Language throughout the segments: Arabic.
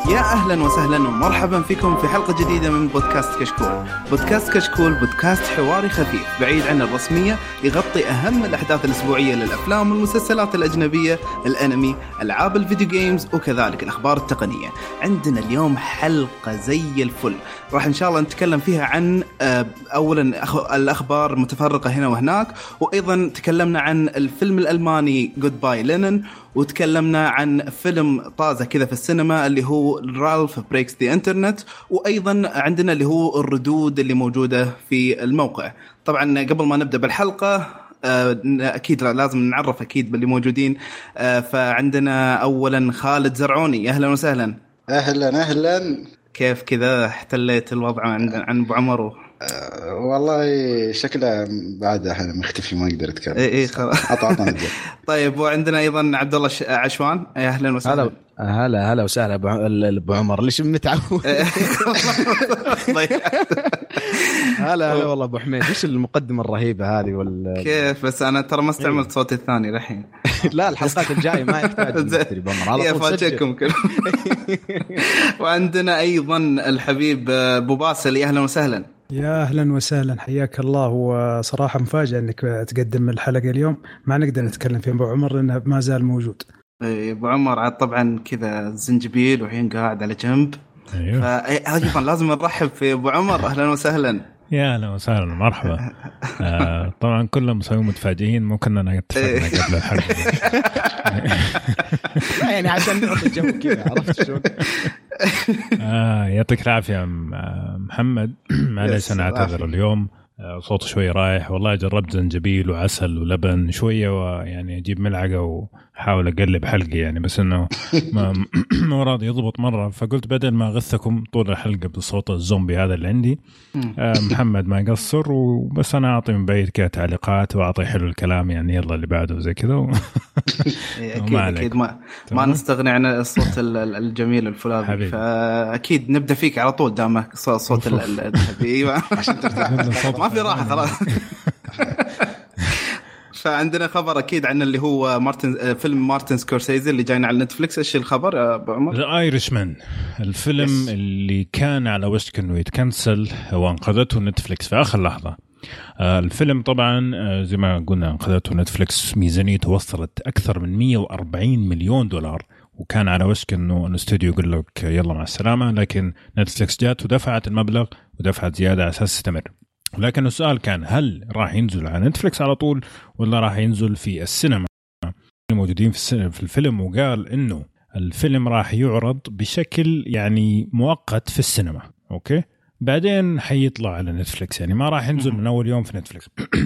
يا أهلا وسهلا ومرحبا فيكم في حلقة جديدة من بودكاست كشكول. بودكاست كشكول بودكاست حواري خفيف بعيد عن الرسمية، يغطي أهم الأحداث الأسبوعية للأفلام والمسلسلات الأجنبية، الأنمي، ألعاب الفيديو جيمز، وكذلك الأخبار التقنية. عندنا اليوم حلقة زي الفل، راح إن شاء الله نتكلم فيها عن أولا الأخبار متفرقة هنا وهناك، وأيضا تكلمنا عن الفيلم الألماني Goodbye Lenin، وتكلمنا عن فيلم طازة كذا في السينما اللي هو رالف بريكس ذا انترنت، وأيضا عندنا اللي هو الردود اللي موجودة في الموقع. طبعا قبل ما نبدأ بالحلقة أكيد لازم نعرف أكيد باللي موجودين. فعندنا أولا خالد زرعوني، أهلا وسهلا. أهلا. كيف كذا احتليت الوضع عن أبو عمر؟ والله شكله بعد احنا مختفي ما اقدر اتكلم. اي خلاص. طيب، وعندنا ايضا عبد الله عشوان، اهلا وسهلا. هلا وسهلا ابو عمر، ليش متعود؟ هلا والله ابو حميد، ايش المقدمه الرهيبه هذه كيف بس انا ترى ما استعملت صوتي الثاني الحين. لا الحلقات الجايه ما يحتاج يا فاجئكم كل. وعندنا ايضا الحبيب ابو باسل، اهلا وسهلا. يا أهلا وسهلا، حياك الله. وصراحة مفاجأة أنك تقدم الحلقة اليوم، ما نقدر نتكلم في أبو عمر لأنه ما زال موجود. أبو عمر عاد طبعا كذا زنجبيل وحين قاعد على جنب. أيوه. فأيضا لازم نرحب في أبو عمر، أهلا وسهلا. يا أهلا وسهلا مرحبا. طبعا كلهم مسوين متفاجئين، مو كنا اتفقنا قبل الحلقة. لا يعني عشان نعطي الجو كذا، عرفت شلون؟ يعطيك العافية محمد. معليش أنا أعتذر اليوم، صوت شوي رايح. والله جربت زنجبيل وعسل ولبن شوية، ويعني أجيب ملعقة وحاول أقلب حلقي يعني، بس إنه ما راضي يضبط مرة. فقلت بدل ما أغثكم طول الحلقة بصوت الزومبي هذا اللي عندي، محمد ما يقصر، وبس أنا أعطي من بعيد كده تعليقات وأعطي حلو الكلام يعني، يلا اللي بعده زي كذا. أكيد ما نستغني عن الصوت الجميل الفولاذي، فأكيد نبدأ فيك على طول دامك صوت الذهبي عشان ترتاح، ما في راحة خلاص. فعندنا خبر أكيد عن اللي هو فيلم مارتن سكورسيزي اللي جاينا على نتفليكس. إيش الخبر يا أبو عمر؟ The Irishman، الفيلم اللي كان على وشك إنه يتكنسل وانقذته نتفليكس في آخر لحظة. الفيلم طبعا زي ما قلنا انقذته نتفليكس، ميزانيته وصلت أكثر من 140 مليون دولار، وكان على وشك إنه الاستوديو يقول لك يلا مع السلامة، لكن نتفليكس جات ودفعت المبلغ ودفعت زيادة على أساس يستمر. لكن السؤال كان هل راح ينزل على نتفليكس على طول ولا راح ينزل في السينما؟ الموجودين في الفيلم، وقال إنه الفيلم راح يعرض بشكل يعني مؤقت في السينما، أوكي، بعدين حيطلع على نتفليكس، يعني ما راح ينزل من أول يوم في نتفليكس.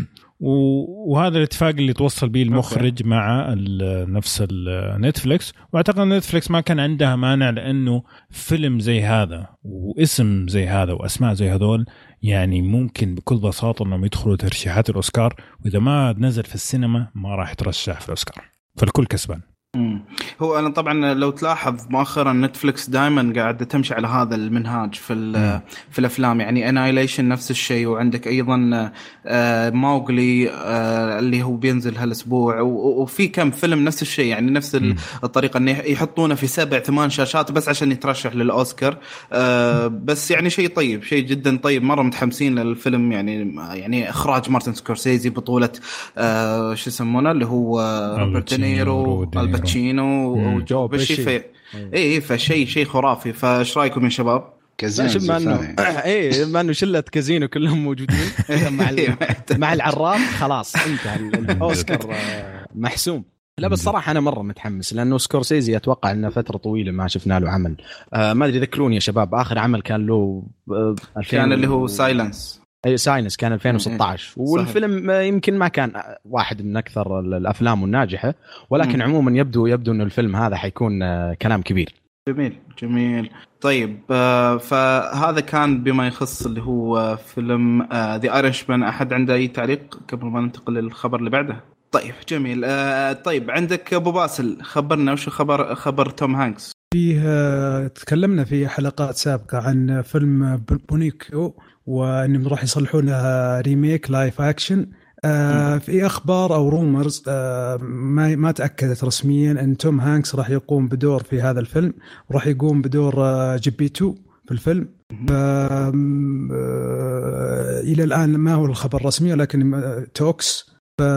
وهذا الاتفاق اللي توصل به المخرج مع نفس نتفليكس، واعتقد نتفليكس ما كان عندها مانع، لأنه فيلم زي هذا واسم زي هذا وأسماء زي هذول يعني ممكن بكل بساطة أنهم يدخلوا ترشيحات الأوسكار، وإذا ما نزل في السينما ما راح يترشح في الأوسكار، فالكل كسبان. هو أنا طبعا لو تلاحظ مؤخرا نتفليكس دائما قاعدة تمشي على هذا المنهاج في الأفلام، يعني أنايليشن نفس الشيء، وعندك أيضا موغلي اللي هو بينزل هالأسبوع، وفي كم فيلم نفس الشيء، يعني نفس الطريقة إنه يحطونه في 7-8 شاشات بس عشان يترشح للأوسكار. بس يعني شيء طيب، شيء جدا طيب، مرة متحمسين للفيلم. يعني إخراج مارتن سكورسيزي، بطولة شو يسمونه اللي هو روبرت دينيرو، الباتشينو وجو بيشي. فشيء خرافي. فايش رايكم يا شباب؟ كازينو ما انه شله كازينو كلهم موجودين مع العراف، خلاص انتهى الاوسكار محسوم. لا بس صراحه انا مره متحمس، لانه سكورسيزي اتوقع انه فتره طويله ما شفنا له عمل. ما ادري ذكروني يا شباب، اخر عمل كان له كان اللي هو سايلنس. اي ساينس، كان 2016. والفيلم يمكن ما كان واحد من اكثر الافلام الناجحه، ولكن عموما يبدو انه الفيلم هذا حيكون كلام كبير. جميل. طيب، فهذا كان بما يخص اللي هو فيلم The Irishman. أحد عنده أي تعليق قبل ما ننتقل للخبر اللي بعده؟ طيب جميل. طيب عندك أبو باسل، خبرنا وش خبر توم هانكس. فيه تكلمنا في حلقات سابقة عن فيلم بونيكو، وأنهم راح يصلحوا لها ريميك لايف أكشن في أخبار أو رومرز ما تأكدت رسميا أن توم هانكس راح يقوم بدور في هذا الفيلم، وراح يقوم بدور جيبيتو في الفيلم. إلى الآن ما هو الخبر الرسمي، لكن توكس.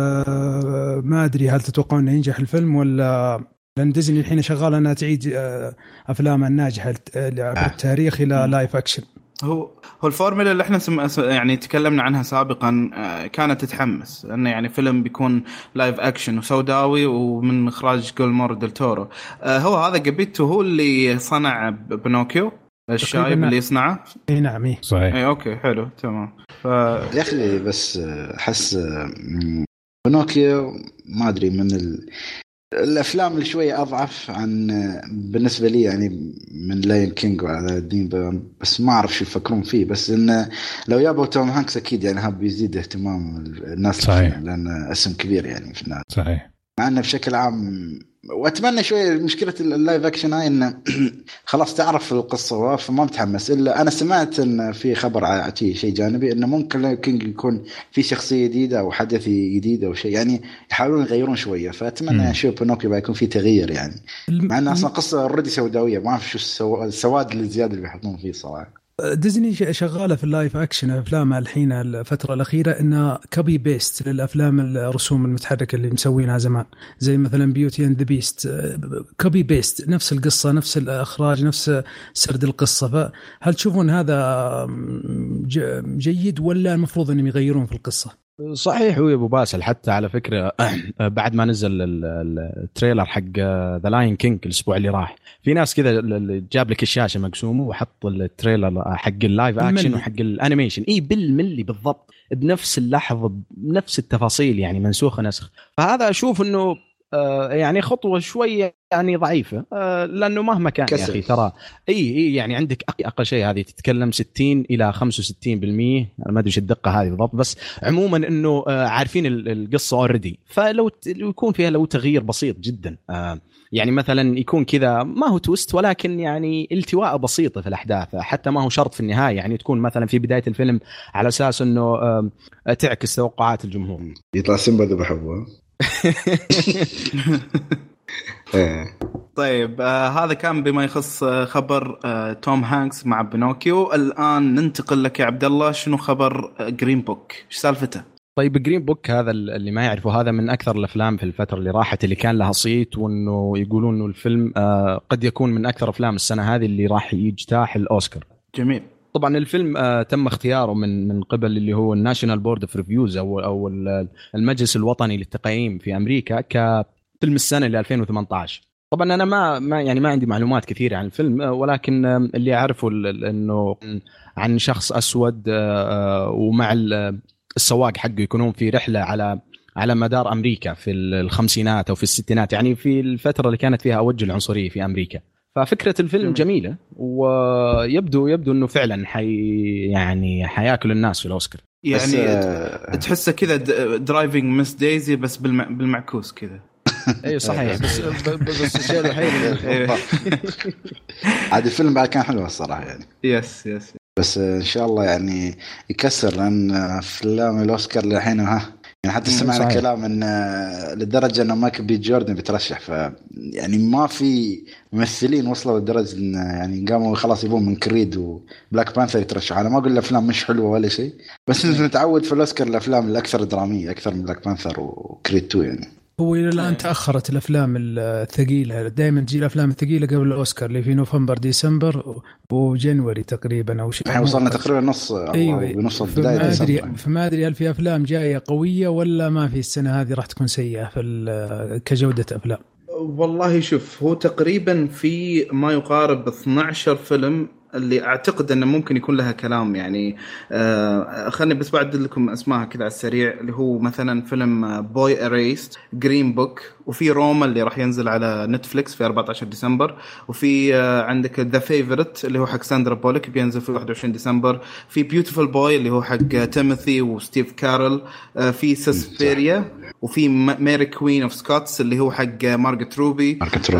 فما أدري هل تتوقعون أنه ينجح الفيلم ولا، لأن ديزني الحين شغالة أنها تعيد أفلام الناجحة بالتاريخ إلى لايف أكشن. هو الفورمولا اللي احنا يعني تكلمنا عنها سابقا كانت تتحمس انه يعني فيلم بيكون لايف اكشن وسوداوي ومن اخراج جولمور ديل تورو. هو هذا جابيتو هو اللي صنع بنوكيو، الشايب اللي يصنعه. اي نعم، اي صحيح. اي اوكي حلو تمام. يا اخي بس احس بنوكيو ما ادري من الافلام اللي شويه اضعف عن بالنسبه لي يعني من لاين كينج وعلى الدين، بس ما اعرف شو يفكرون فيه. بس انه لو يابوا توم هانكس اكيد يعني هاب يزيد اهتمام الناس، صحيح، لان اسم كبير يعني في الناس. صحيح. مع انه بشكل عام واتمنى شويه مشكله اللايف اكشن هاي انه خلاص تعرف القصه فما متحمس. الا انا سمعت ان في خبر عاتي شيء جانبي انه ممكن كينج يكون في شخصيه جديده او حدث جديد او شيء، يعني يحاولون يغيرون شويه. فاتمنى اشوف بنوكيو بيكون في تغيير يعني، مع ان اصلا قصه اوريدي سوداويه، ما اعرف شو السواد اللي زياده اللي بيحطون فيه صراحه. ديزني شغاله في اللايف اكشن افلامها الحين الفتره الاخيره انها كوبي بيست للافلام الرسوم المتحركه اللي مسوينها زمان، زي مثلا بيوتي اند ذا بيست، كوبي بيست نفس القصه نفس الاخراج نفس سرد القصه. فهل تشوفون هذا جيد ولا المفروض انهم يغيرون في القصه؟ صحيح. هو ابو باسل حتى على فكره بعد ما نزل التريلر حق ذا لاين كينج الاسبوع اللي راح، في ناس كذا جاب لك الشاشه مقسومه وحط التريلر حق اللايف اكشن وحق الانيميشن بالملي بالضبط بنفس اللحظه بنفس التفاصيل، يعني منسوخه نسخ. فهذا اشوف انه يعني خطوه شويه يعني ضعيفه، لانه مهما كان يا اخي ترى اي يعني عندك اقل شيء هذه تتكلم 60 الى 65%، انا ما ادري ايش الدقه هذه بالضبط، بس عموما انه عارفين القصه اوريدي. فلو يكون فيها لو تغيير بسيط جدا، يعني مثلا يكون كذا ما هو تويست ولكن يعني التواء بسيطه في الاحداث، حتى ما هو شرط في النهايه، يعني تكون مثلا في بدايه الفيلم على اساس انه تعكس توقعات الجمهور. يطلع سيمبا ذا بحبه. طيب هذا كان بما يخص خبر توم هانكس مع بنوكيو. الآن ننتقل لك يا عبد الله، شنو خبر جرين بوك؟ ايش سالفته؟ طيب جرين بوك هذا اللي ما يعرفه هذا من أكثر الأفلام في الفترة اللي راحت اللي كان لها صيت، وإنه يقولون إنه الفيلم قد يكون من أكثر أفلام السنة هذه اللي راح يجتاح الأوسكار. جميل. طبعا الفيلم تم اختياره من قبل اللي هو الناشونال بورد اوف ريفيوز او المجلس الوطني للتقييم في امريكا كفيلم السنه ل 2018. طبعا انا ما عندي معلومات كثيره عن الفيلم، ولكن اللي اعرفه انه عن شخص اسود ومع السواق حقه يكونون في رحله على مدار امريكا في الخمسينات او في الستينات، يعني في الفتره اللي كانت فيها اوج العنصريه في امريكا. ففكرة الفيلم جميلة، ويبدو انه فعلا يعني حياكل الناس في الأوسكار. يعني تحسه كذا درايفنج مس دايزي بس بالمعكوس كذا. اي صحيح. بس الشيء الوحيد عاد الفيلم بعد كان حلو الصراحة يعني. يس بس ان شاء الله يعني يكسر، لان افلام الأوسكار الحين يعني حتى سمعنا كلام ان لدرجه انه مايكل بي جوردن بيترشح، ف يعني ما في ممثلين وصلوا لدرجه ان يعني قاموا خلاص يبون من كريد وبلاك بانثر يترشح. انا ما اقول الافلام مش حلوه ولا شيء، بس نتعود في الاوسكار الافلام الاكثر دراميه اكثر من بلاك بانثر وكريد 2 يعني. هو إلى الآن تأخرت الأفلام الثقيلة، دائما تجي الأفلام الثقيلة قبل الأوسكار اللي في نوفمبر ديسمبر وجنوري تقريبا أو شيء. وصلنا تقريبا نص بنص البداية ديسمبر. فما أدري هل في أفلام جاية قوية ولا ما في السنة هذه راح تكون سيئة في كجودة أفلام. والله شوف، هو تقريبا في ما يقارب 12 فيلم اللي أعتقد أنه ممكن يكون لها كلام يعني. خلني بس بعد لكم أسماءها كذا على السريع، اللي هو مثلا فيلم بوي إريست، جرين بوك، وفي روما اللي راح ينزل على نتفليكس في 14 ديسمبر، وفي عندك ذا فيفورت اللي هو حق ساندرا بوليك بينزل في 21 ديسمبر، في بيوتيفول بوي اللي هو حق تيموثي وستيف كارل، في سسبيريا، وفي ماري كوين اوف سكوتس اللي هو حق مارغت روبي.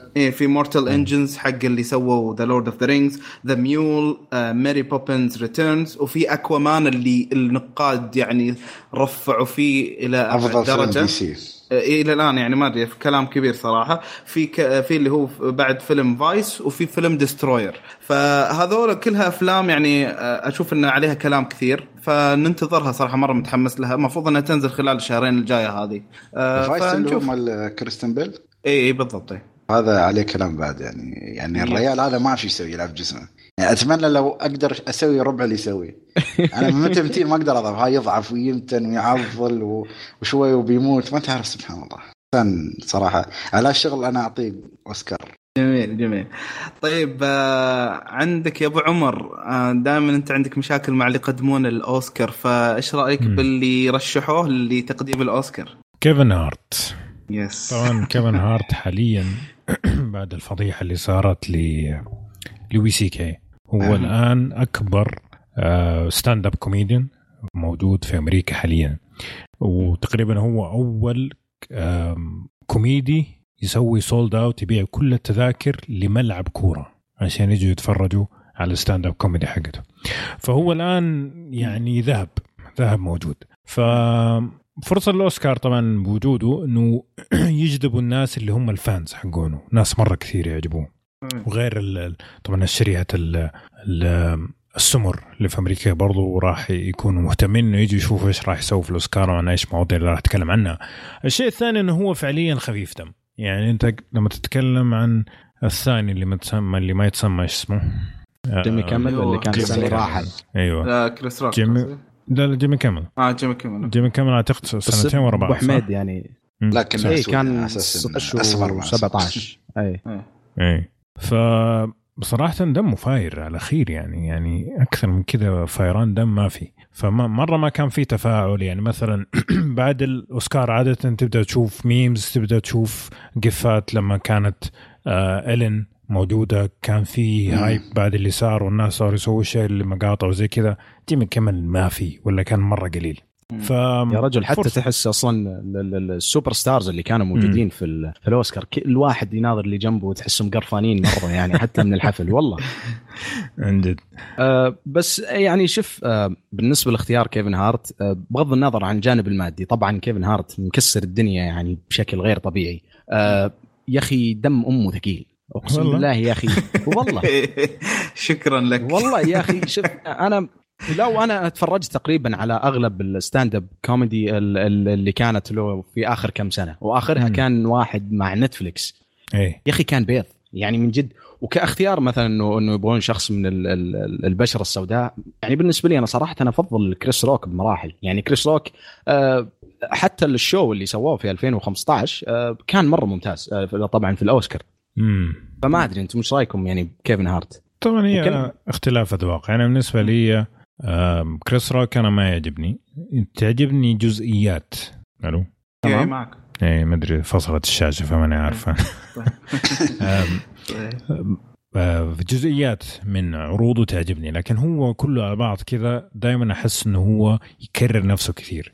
إيه في مورتال انجنز حق اللي سووا ذا لورد اوف ذا رينجز، ذا ميول، ماري بوبنز ريتيرنز، وفي اكوامان اللي النقاد يعني رفعوا فيه الى افضل درجه الى الان، يعني ما ادري، في كلام كبير صراحه. في اللي هو بعد فيلم فايس، وفي فيلم ديستروير، فهذول كلها افلام يعني اشوف ان عليها كلام كثير، فننتظرها صراحه. مره متحمس لها، المفروض انها تنزل خلال الشهرين الجايه هذه. فايس اللي هو مال كريستن بيل. اي بالضبط. هذا عليه كلام بعد يعني الرجال هذا ما في يسوي يلعب جسمه، يعني اتمنى لو اقدر اسوي ربع اللي يسوي. انا من تمثيل ما اقدر اضعف، هاي يضعف ويمتن ويعضل وشوي وبيموت، ما تعرف. سبحان الله كان صراحه على الشغل انا اعطيه اوسكار. جميل. طيب عندك يا ابو عمر، دائما انت عندك مشاكل مع اللي يقدمون الاوسكار، فايش رايك باللي رشحوه لتقديم الاوسكار؟ كيفن هارت. يس طبعا كيفن هارت حاليا بعد الفضيحه اللي صارت لوي سي كي هو الان اكبر ستاند اب كوميديان موجود في امريكا حاليا، وتقريبا هو اول كوميدي يسوي سولد اوت، يبيع كل التذاكر لملعب كوره عشان يجوا يتفرجوا على الستاند اب كوميدي حقته. فهو الان يعني ذهب موجود. فرصة الأوسكار طبعا بوجوده أنه يجذبوا الناس اللي هم الفانز حقونه، ناس مرة كثير يعجبوه. وغير طبعا الشريحة السمر اللي في أمريكا برضو راح يكونوا مهتمين أنه يجوا يشوفوا إيش راح يسوي في الأوسكار وعن إيش مواضيع اللي راح أتكلم عنها. الشيء الثاني أنه هو فعليا خفيف دم، يعني أنت لما تتكلم عن الثاني اللي ما يتسمى إيش اسمه، جيمي كامل اللي كان السنة راحل. أيوة لا كريس روك. جيمي كامل. جيمي كامل اعتقد سنتين ورا بعض. ابو حميد يعني لكن كان 16 و17. اي فبصراحه دمه فاير على خير، يعني اكثر من كذا فايران دم ما في. فمره ما كان في تفاعل، يعني مثلا بعد الاوسكار عاده تبدا تشوف ميمز، تبدا تشوف قفات لما كانت إلين موجودة، كان في هايب بعد اللي صار والناس صاروا يسووا شيء اللي مقاطع وزي كذا. جيمي كمان ما في ولا كان مرة قليل. يا رجل حتى تحس أصلا السوبر ستارز اللي كانوا موجودين في الأوسكار الواحد يناظر اللي جنبه وتحسهم قرفانين مرة يعني حتى من الحفل والله عندك. بس يعني شوف بالنسبة لاختيار كيفن هارت، بغض النظر عن الجانب المادي، طبعا كيفن هارت مكسر الدنيا يعني بشكل غير طبيعي. يا أخي دم أمه ثقيل أقسم بالله يا أخي والله. شكرا لك والله يا أخي. شوف أنا اتفرجت تقريبا على أغلب الستاند اب كوميدي اللي كانت له في آخر كم سنة، وآخرها كان واحد مع نتفليكس. يا أخي كان بيض يعني من جد. وكاختيار مثلا إنه يبغون شخص من البشرة السوداء، يعني بالنسبة لي أنا صراحة أنا أفضل كريس روك بمراحل. يعني كريس روك حتى الشو اللي سووه في 2015 كان مرة ممتاز طبعا في الأوسكار. فما أدري أنتم مش رأيكم يعني كيفن هارت؟ طبعا هي اختلاف أذواق. يعني بالنسبة لي كريس روك أنا ما يعجبني، تعجبني جزئيات. ألو تمام معك. إيه ما أدري فصلت الشاشة فما أنا عارفة. في جزئيات من عروضه تعجبني، لكن هو كله على بعض كذا دائما أحس إنه هو يكرر نفسه كثير.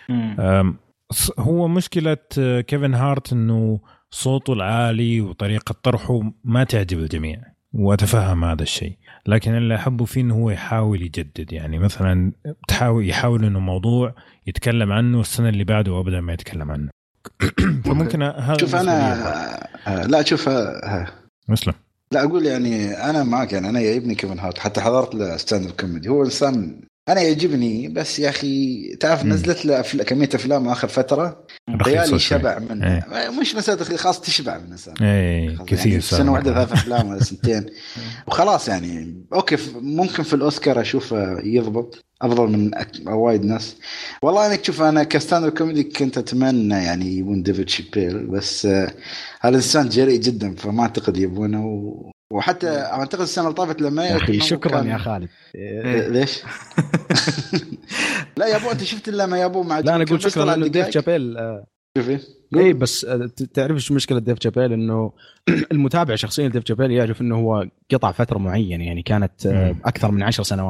هو مشكلة كيفن هارت إنه صوته العالي وطريقة طرحه ما تعجب الجميع، وأتفهم هذا الشيء. لكن اللي أحبه فيه إنه هو يحاول يجدد، يعني مثلا يحاول إنه موضوع يتكلم عنه السنة اللي بعده وأبدا ما يتكلم عنه. فممكن هذا شوف أنا لا شوف مسلم، لا أقول يعني أنا معك. يعني أنا يعجبني كيفن هارت، حتى حضرت له ستاند اب كوميدي. هو إنسان أنا يعجبني، بس يا أخي تعرف نزلت له كمية أفلام آخر فترة ريالي شبع منه. مش مسألة خاص تشبع من الإنسان كثير يعني سنة واحدة 3 أفلام ولا سنتين وخلاص. يعني أوكي ممكن في الأوسكار أشوفه يضبط أفضل من وايد ناس. والله أنا تشوف أنا كستاند اب كوميدي كنت أتمنى يعني يبون ديفيد شابيل، بس هالإنسان جريء جدا فما أعتقد يبونه. وحتى أعتقد السنة اللي طافت لما يا أخي شكرا يا خالد. ليش؟ لا يا أبو أنت شفت لما يا أبو مع لا أنا أقول شكرا لأنه ديف شابيل شوفي إيه بس تعرف إيش مشكلة ديف شابيل؟ إنه المتابع شخصيا ديف شابيل يعرف إنه هو قطع فترة معينة، يعني كانت أكثر من 10 سنوات.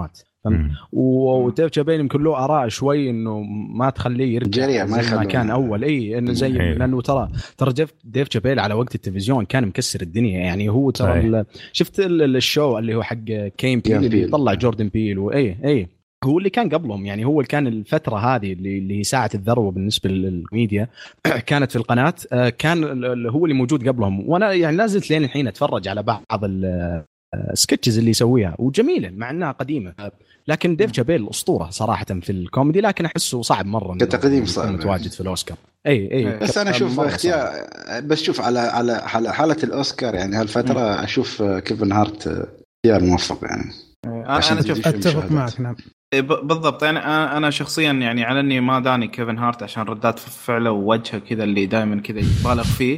وديف شابيل يمكن له آراء شوي إنه ما تخليه يرجع ما كان أول إنه زي لأنه ترى ديف شابيل على وقت التلفزيون كان مكسر الدنيا يعني. هو ترى شفت الشو اللي هو حق كيم بيل اللي طلع جوردن بيل هو اللي كان قبلهم يعني. هو اللي كان الفترة هذه اللي ساعة الذروة بالنسبة للميديا كانت في القناة، كان هو اللي موجود قبلهم. وأنا يعني لازلت لين الحين أتفرج على بعض السكتشز اللي يسويها وجميلة مع أنها قديمة. لكن ديف شابيل أسطورة صراحة في الكوميدي، لكن أحسه صعب مرة كتقديم صعب متواجد في الأوسكار. بس أنا أشوف اختيار، بس شوف على حالة الأوسكار يعني هالفترة أشوف كيفن هارت اختيار موفق يعني. أنا أتفق معك. نعم بالضبط. يعني أنا شخصيا يعني على إني ما داني كيفن هارت عشان ردات فعله ووجهه كذا اللي دائما كذا يبالغ فيه،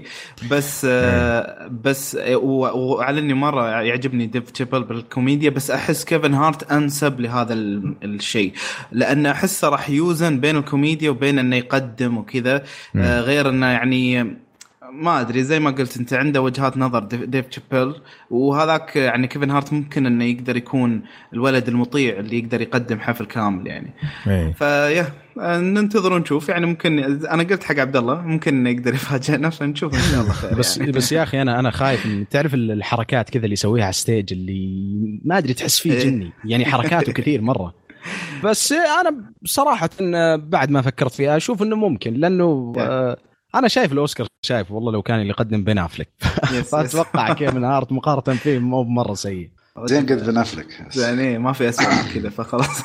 بس وعلى إني مرة يعجبني ديف شابيل بالكوميديا، بس أحس كيفن هارت أنسب لهذا الشيء، لأن أحسه راح يوزن بين الكوميديا وبين إنه يقدم وكذا، غير إنه يعني ما أدري زي ما قلت أنت عنده وجهات نظر ديف شابيل، وهذاك يعني كيفن هارت ممكن إنه يقدر يكون الولد المطيع اللي يقدر يقدم حفل كامل يعني. فيا ننتظر ونشوف يعني. ممكن أنا قلت حق عبد الله ممكن يقدر يفاجئنا، فنشوف إن شاء الله خير بس يعني. بس يا أخي أنا خايف تعرف الحركات كذا اللي يسويها على ستيج اللي ما أدري تحس فيه جني يعني، حركاته كثير مرة. بس أنا بصراحة بعد ما فكرت فيها أشوف إنه ممكن، لأنه أنا شايف الأوسكار شايف والله لو كان اللي يقدم بن أفلك فأتوقع كيفن هارت مقارنة فيه مو مرة سيء. زين قد بن أفلك يعني ما في أسوأ كذا فخلاص.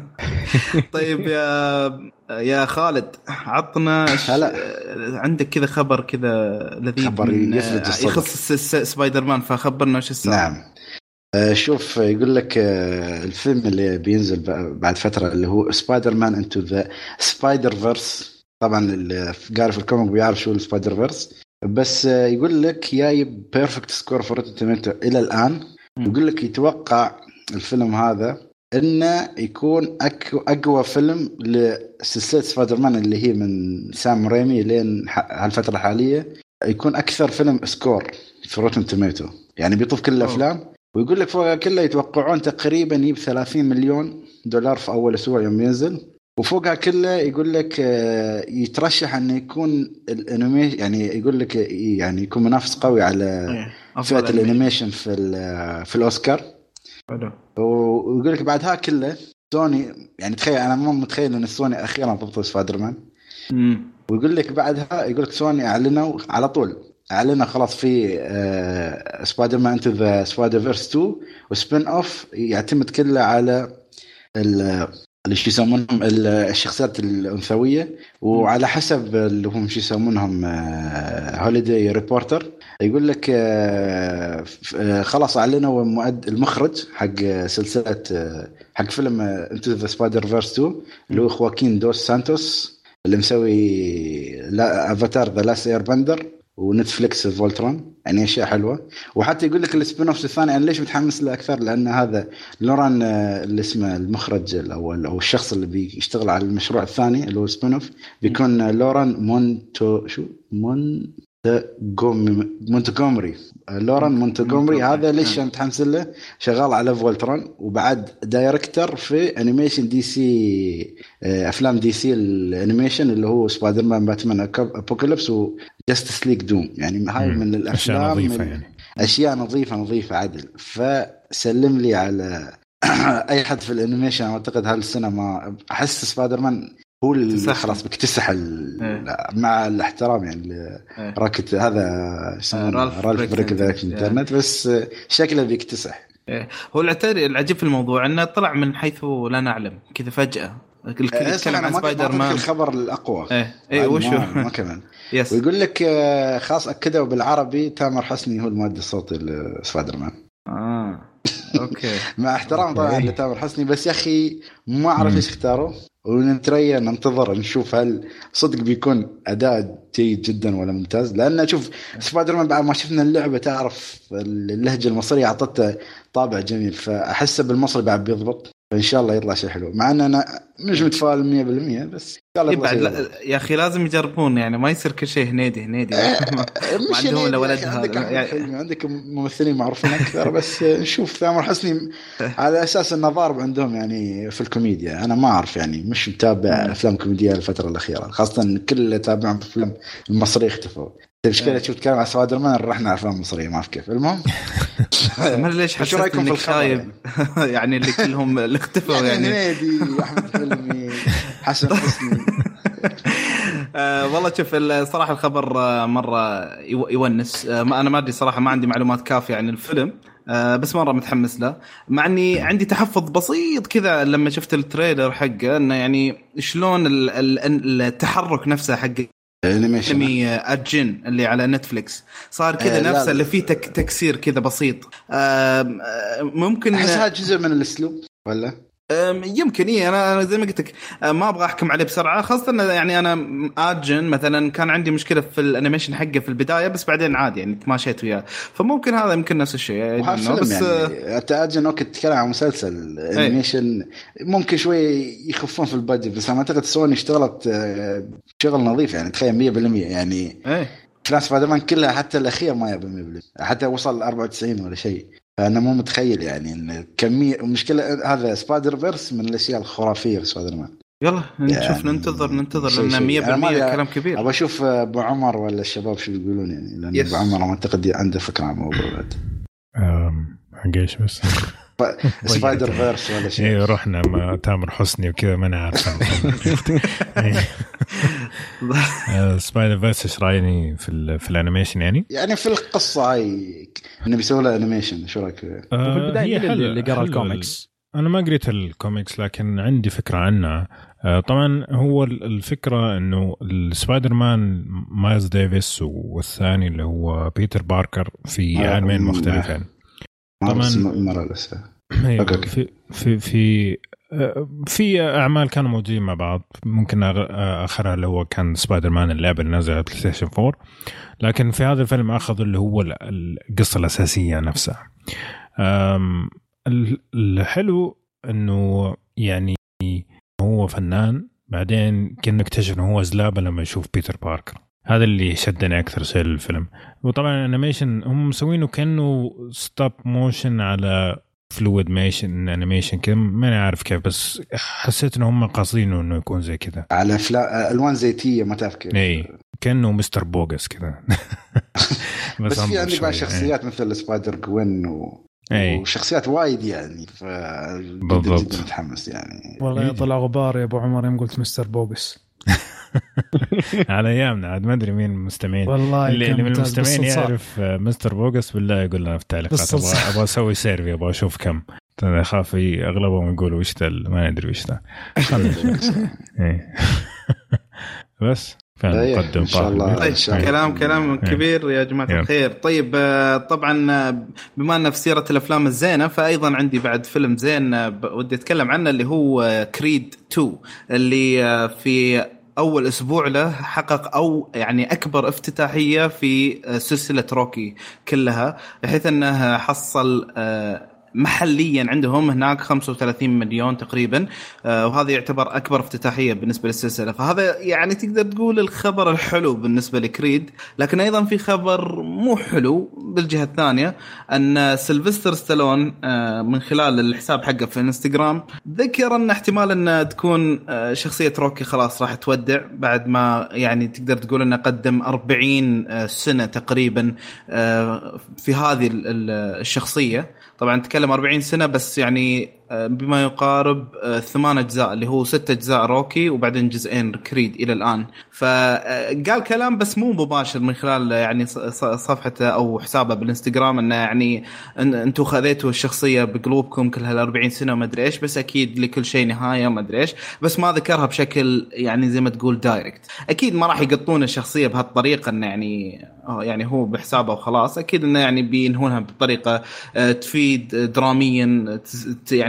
طيب يا خالد عطنا عندك كذا خبر كذا لذيذ يخص سبايدر مان، فخبرنا ايش السالفة. نعم شوف يقول لك الفيلم اللي بينزل بعد فترة اللي هو سبايدر مان انتو ذا سبايدر فيرس. طبعا اللي قارف الكوميك بيعرف شو السبايدر فيرس، بس يقول لك جايب بيرفكت سكور فور توميتو الى الان. يقول لك يتوقع الفيلم هذا انه يكون اقوى فيلم لسلسله سبايدر مان اللي هي من سام ريمي لين هالفتره الحاليه، يكون اكثر فيلم سكور في روتن توميتو يعني بيطوف كل الافلام. ويقول لك فوق كله يتوقعون تقريبا يجيب 30 مليون دولار في اول اسبوع يوم ينزل. وفوقها كله يقول لك يترشح انه يكون الانيميشن يعني يقول لك يعني يكون منافس قوي على فئة الانيميشن في الاوسكار. ويقول لك بعدها كله سوني يعني تخيل انا مو متخيل ان سوني اخيرا ضبطوا سبايدر مان. ويقول لك بعدها يقول لك سوني اعلنوا على طول اعلنوا خلاص في سبايدر مان انتو ذا سبايدر فيرس 2 وسبين اوف يعتمد كله على اللي يسمونهم الشخصيات الأنثوية، وعلى حسب اللي هم شو يسمونهم هوليداي ريبورتر. يقول لك خلاص أعلنوا المخرج حق سلسلة حق فيلم انتو ذا سبايدر فيرس 2 اللي هو خواكين دوس سانتوس اللي مسوي افاتار ذا لاست اير بندر ونتفليكس فولترون يعني اشياء حلوه. وحتى يقول لك السبين اوف الثاني انا ليش متحمس له اكثر لان هذا لوران اللي اسمه المخرج الاول او الشخص اللي بيشتغل على المشروع الثاني اللي هو سبين اوف بيكون لوران مونتغومري. لوران مونتغومري هذا ليش متحمس له؟ شغال على فولترون وبعد دايركتور في انيميشن دي سي افلام دي سي الانيميشن اللي هو سبايدر مان باتمان ابوكاليبس وجاستس ليج دوم يعني هاي من الافلام نظيفة يعني. اشياء نظيفه عدل. فسلم لي على اي حد في الانيميشن اعتقد هالسنه ما احس سبايدر مان هو اللي خلاص بيكتسح مع الاحترام يعني راكت هذا رالف بريك ذا الانترنت بس شكله بيكتسح. هو العجيب في الموضوع انه طلع من حيث لا نعلم كذا فجأة الكلام عن سبايدر مان. الخبر الاقوى وشو ما كمان ويقول لك خاص اكدوا بالعربي تامر حسني هو المؤدي الصوتي لسبايدر مان. اوكي مع احترام طبعا لتامر حسني بس يا اخي ما اعرف ايش اختاروا ونتريا ننتظر نشوف هل صدق بيكون اداء جيد جدا ولا ممتاز. لان شوف سبايدر مان بعد ما شفنا اللعبه تعرف اللهجه المصريه اعطته طابع جميل فاحس بالمصري بعد بيضبط فان شاء الله يطلع شيء حلو. مع ان انا مش متفائل 100% بس يا اخي لازم يجربون يعني ما يصير كل شيء هنيدي ما عندهم الا ولدها يعني عندك ممثلين معروفين اكثر بس نشوف ثامر حسني على اساس انه ضارب عندهم يعني في الكوميديا. انا ما اعرف يعني مش متابع افلام كوميديه الفتره الاخيره خاصه كل اللي تابعهم في الفيلم المصري اختفوا. المشكله شو تتكلم عن سبايدر مان رحنا افلام مصريه ما اعرف كيف. المهم ما ليش حسيت انك خايب يعني اللي كلهم اللي اختفوا يعني هنيدي احمد حلمي حسن حسني. والله شوف الصراحه الخبر مره يونس. انا ما ادري صراحه ما عندي معلومات كافيه عن الفيلم بس مره متحمس له مع اني عندي تحفظ بسيط كذا لما شفت التريلر حقه انه يعني شلون التحرك نفسه حق انمي أجن اللي على نتفليكس صار كذا نفسه اللي فيه تكسير كذا بسيط. ممكن هذا جزء من الاسلوب ولا يمكن انا زي ما قلت لك ما ابغى احكم عليه بسرعه خاصه يعني انا اجن مثلا كان عندي مشكله في الانيميشن حقه في البدايه بس بعدين عادي يعني تماشيت وياه فممكن هذا يمكن نفس الشيء بس يعني اجن وقت تتكلم عن مسلسل انيميشن ممكن شوي يخفون في البادجت بس انا اعتقد سوني اشتغلت شغل نظيف يعني تخيل 100% يعني كلاس سبايدر مان كلها حتى الاخير ما يبي 100% حتى وصل 94 ولا شيء. فأنا مو متخيل يعني إن كمية مشكلة هذا سبايدر فيرس من الأشياء الخرافية في سبايدر مان. يلا نشوف يعني ننتظر لأن 100% كلام كبير. أبغى أشوف أبو عمر ولا الشباب شو يقولون يعني لأن أبو عمر ما أعتقد عنده فكرة عن الموضوع. حقيش بس سبايدر فيرس ولا شيء. إيه رحنا مع تامر حسني وكذا ما نعرف. سبايدر فيرس إيش رأيني في الأنيميشن يعني في القصة هاي إنه بيسوي له أنيميشن شو رأيك؟ في البداية اللي قرأ الكوميكس أنا ما قريت الكوميكس لكن عندي فكرة عنها. طبعا هو الفكرة إنه السبايدر مان مايلز ديفيس والثاني اللي هو بيتر باركر في عالمين مختلفين. طبعا في أعمال كانوا موجودين مع بعض ممكن آخرها اللي هو كان سبايدر مان اللعبة اللي نزلت بلاي ستيشن 4 لكن في هذا الفيلم أخذ اللي هو القصة الأساسية نفسها. الحلو إنه يعني هو فنان بعدين كنا نكتشف إنه هو زلابة لما يشوف بيتر باركر. هذا اللي شدني أكثر شيء للفيلم. وطبعا الانيميشن هم مسوينه كأنه ستوب موشن على فلويد ميشن انيميشن كده ما أعرف كيف بس حسيت إنه هم قاصدينه إنه يكون زي كده على ألوان زيتية ما تعرف كيف. إيه كأنه مستر بوغس كده. بس في عندي بعض شخصيات مثل سبايدر جوين وشخصيات وايد يعني جدا متحمس يعني. والله طلع غبار يا أبو عمر يوم قلت مستر بوغس. على ايامنا عاد ما ادري مين المستمعين اللي من المستمعين يعرف مستر بوغس بالله يقول لنا في التعليقات ابغى اسوي سيرفي ابغى اشوف كم انا خاف اغلبهم يقولوا وش ما ندري وش ده. بس إن شاء الله. كلام كبير يا جماعة الخير. طيب طبعا بما أن في سيرة الأفلام الزينة فأيضا عندي بعد فيلم زين ودي أتكلم عنه اللي هو كريد 2 اللي في أول أسبوع له حقق أو يعني أكبر افتتاحية في سلسلة روكي كلها بحيث أنه حصل محليا عندهم هناك 35 مليون تقريبا وهذا يعتبر أكبر افتتاحية بالنسبة للسلسلة. فهذا يعني تقدر تقول الخبر الحلو بالنسبة لكريد. لكن أيضا في خبر مو حلو بالجهة الثانية أن سيلفستر ستالون من خلال الحساب حقه في انستغرام ذكر أن احتمال أن تكون شخصية روكي خلاص راح تودع بعد ما يعني تقدر تقول أنه قدم 40 سنة تقريبا في هذه الشخصية. طبعا تكلم 40 سنة بس يعني بما يقارب 8 أجزاء اللي هو 6 أجزاء روكي وبعدين جزئين كريد إلى الآن. فقال كلام بس مو مباشر من خلال يعني صفحته أو حسابه بالإنستغرام أنه يعني أنتوا خذيتوا الشخصية بقلوبكم كل هال40 سنة وما أدري إيش بس أكيد لكل شيء نهاية ما أدري إيش بس ما ذكرها بشكل يعني زي ما تقول دايركت. أكيد ما راح يقطون الشخصية بهالطريقة أنه يعني هو بحسابه وخلاص. أكيد أنه يعني بينهونها بطريقة تفيد دراميا يعني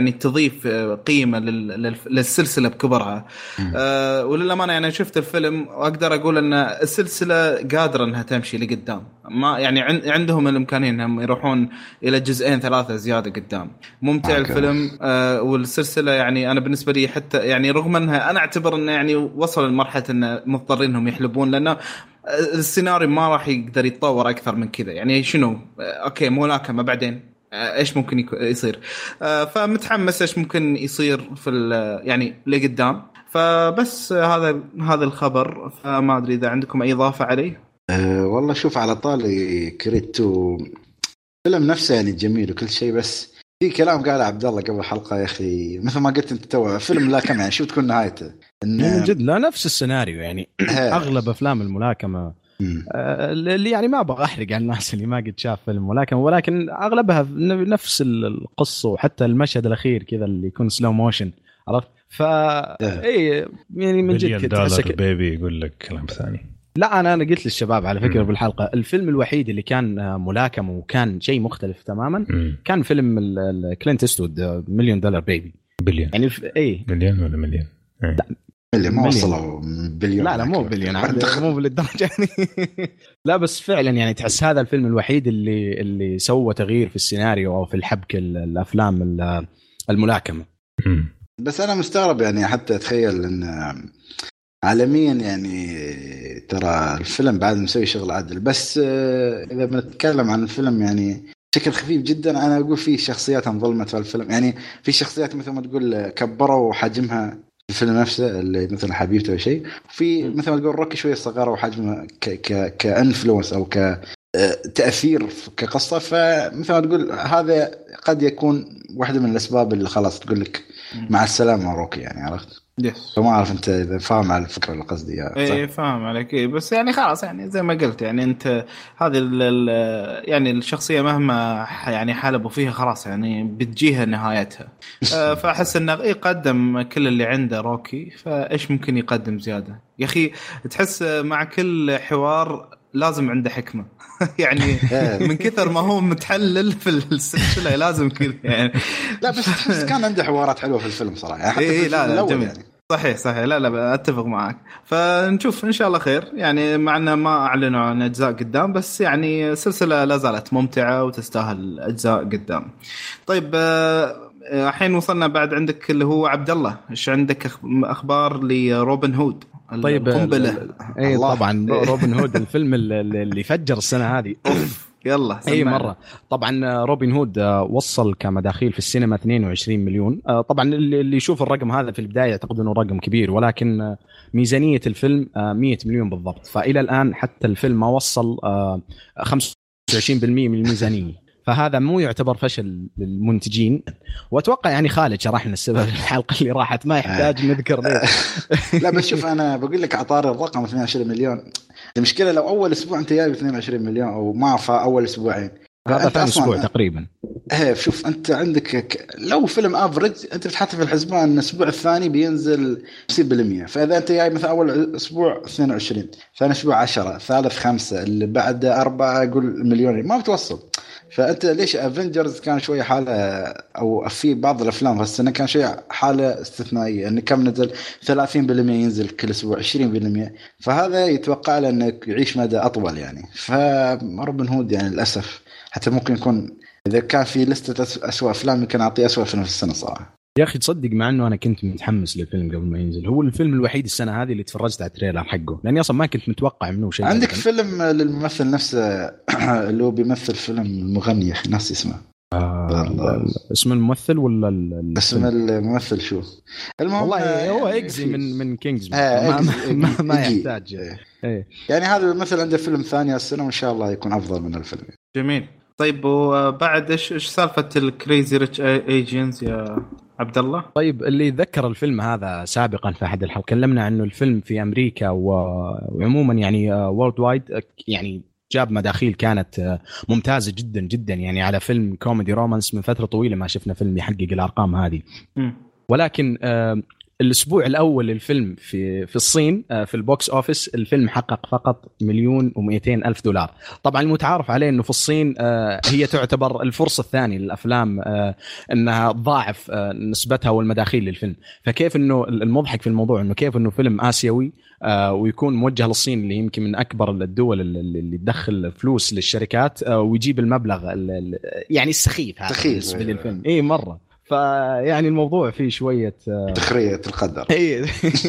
يعني تضيف قيمة للسلسلة بكبرها. وللأمانة يعني شفت الفيلم وأقدر أقول أن السلسلة قادرة أنها تمشي لقدام، ما يعني عندهم الإمكانية أنهم يروحون إلى جزئين 3 زيادة قدام. ممتع الفيلم والسلسلة. يعني أنا بالنسبة لي حتى يعني رغم أنها أنا أعتبر أنه يعني وصل لمرحلة أن مضطرين أنهم يحلبون، لأنه السيناريو ما راح يقدر يتطور أكثر من كذا. يعني شنو أوكي ملاكمة بعدين إيش ممكن يصير. فمتحمس إيش ممكن يصير في يعني لقدام. فبس هذا الخبر. فما أدري إذا عندكم أي إضافة عليه. والله شوف على طالي كريتو فيلم نفسه يعني جميل وكل شيء، بس في كلام قال عبد الله قبل حلقة يا أخي مثل ما قلت أنت تو فيلم لا كم يعني شو تكون نهايته من جد لا نفس السيناريو يعني أغلب أفلام الملاكمة اللي يعني ما أبغى أحرق على الناس اللي ما قد شاف فيلم ملاكمة، ولكن أغلبها نفس القصة، وحتى المشهد الأخير كذا اللي يكون سلو موشن، عرفت؟ إيه يعني من جد $1 بيبي يقول لك كلام ثاني. لا أنا قلت للشباب على فكرة بالحلقة الفيلم الوحيد اللي كان ملاكمة وكان شيء مختلف تماما كان فيلم كلينت إيستوود $1 بيبي. بليون يعني إيه مليون ولا مليون؟ اللي ما وصلوا بليون. لا مو بليون مو بالدرجة يعني. لا بس فعلا يعني تحس هذا الفيلم الوحيد اللي سوى تغيير في السيناريو أو في الحبكة الأفلام الملاكمة. بس أنا مستغرب يعني حتى أتخيل إن عالميا يعني ترى الفيلم بعد مسوي شغل عادل، بس إذا بنتكلم عن الفيلم يعني بشكل خفيف جدا أنا أقول فيه شخصيات انظلمت في الفيلم. يعني في شخصيات مثل ما تقول كبروا حجمها في الفيلم نفسه اللي مثل حبيبته وشيء، في مثل ما تقول روكي شوية صغيرة وحجمه كإنفلونس أو كتأثير كقصة. فمثل ما تقول هذا قد يكون واحدة من الأسباب اللي خلاص تقول لك مع السلامة روكي يعني، عرفت؟ فما أعرف أنت إذا فاهم على الفكرة اللي قصدي. إيه فاهم عليك. إيه بس يعني خلاص يعني زي ما قلت يعني أنت هذه يعني الشخصية مهما يعني حلبوا فيها خلاص يعني بتجيها نهايتها. فأحس إنه يقدم كل اللي عنده روكي، فإيش ممكن يقدم زيادة يا أخي؟ تحس مع كل حوار لازم عنده حكمة. يعني من كثر ما هو متحلل في السلسلة لازم كل يعني. لا بس تحس كان عنده حوارات حلوة في الفيلم صراحة يعني. إيه لا جميل يعني. صحيح لا أتفق معك. فنشوف إن شاء الله خير يعني، معنا ما أعلنوا عن أجزاء قدام، بس يعني سلسلة لا زالت ممتعة وتستاهل أجزاء قدام. طيب الحين وصلنا بعد عندك اللي هو عبد الله، إيش عندك أخبار لروبن هود؟ طيب اي طبعا روبن هود الفيلم اللي فجر السنه هذه. يلا اي مره. طبعا روبن هود وصل كمداخيل في السينما 22 مليون. طبعا اللي يشوف الرقم هذا في البدايه يعتقد انه رقم كبير، ولكن ميزانيه الفيلم 100 مليون بالضبط. فالى الان حتى الفيلم ما وصل 25% من الميزانيه، فهذا مو يعتبر فشل للمنتجين. واتوقع يعني خالد شرح لنا السبب الحلقه اللي راحت، ما يحتاج نذكر ليه. لا بس شوف انا بقول لك عطار الرقم 22 مليون. المشكله لو اول اسبوع انت جايب 22 مليون او ما اول اسبوعين، هذا ثاني اسبوع تقريبا. شوف انت عندك لو فيلم افريج انت بتحط في الحسبان ان الاسبوع الثاني بينزل 50%. فاذا انت جاي مثلا اول اسبوع 22، ثاني اسبوع 10، ثالث 5، اللي بعد 4 اقول مليون ما بتوصل. فأنت ليش أفنجرز كان شوية حالة، أو في بعض الأفلام هالسنة كان شوية حالة استثنائية إن كم نزل 30% ينزل كل أسبوع 20%، فهذا يتوقع له إنك يعيش مدى أطول يعني. فروبن هود يعني للأسف حتى ممكن يكون إذا كان في لستة أسوأ أفلام يمكن أعطيه أسوأ فيلم في السنة صراحة. يا أخي تصدق مع أنه أنا كنت متحمس للفيلم قبل ما ينزل، هو الفيلم الوحيد السنة هذه اللي تفرجت على التريلر حقه، لأني أصلا ما كنت متوقع منه شيء. عندك فيلم للممثل نفسه اللي هو بيمثل فيلم المغني يا أخي ناس اسمه اسم الممثل ولا اسم الممثل شو؟ والله هو إكزي من كينجز ما يحتاج يعني هذا الممثل عنده فيلم ثاني السنة وإن شاء الله يكون أفضل من الفيلم. جميل. طيب وبعد إيش سالفة الكريزي ريتش ايجنز يا عبد الله؟ طيب اللي يتذكر الفيلم هذا سابقا في أحد الحلقات كلمنا عنه، الفيلم في أمريكا وعموما يعني وورلد وايد يعني جاب مداخيل كانت ممتازة جدا جدا يعني على فيلم كوميدي رومانس. من فترة طويلة ما شفنا فيلم يحقق الأرقام هذه. ولكن الاسبوع الاول للفيلم في الصين في البوكس اوفيس الفيلم حقق فقط $1,200,000. طبعا المتعارف عليه انه في الصين هي تعتبر الفرصه الثانيه للافلام انها تضاعف نسبتها والمداخيل للفيلم. فكيف انه المضحك في الموضوع انه كيف انه فيلم اسيوي ويكون موجه للصين اللي يمكن من اكبر الدول اللي تدخل فلوس للشركات ويجيب المبلغ يعني السخيف هذا بالنسبه للفيلم. اي مره. فيعني الموضوع فيه شويه تخرية القدر. اي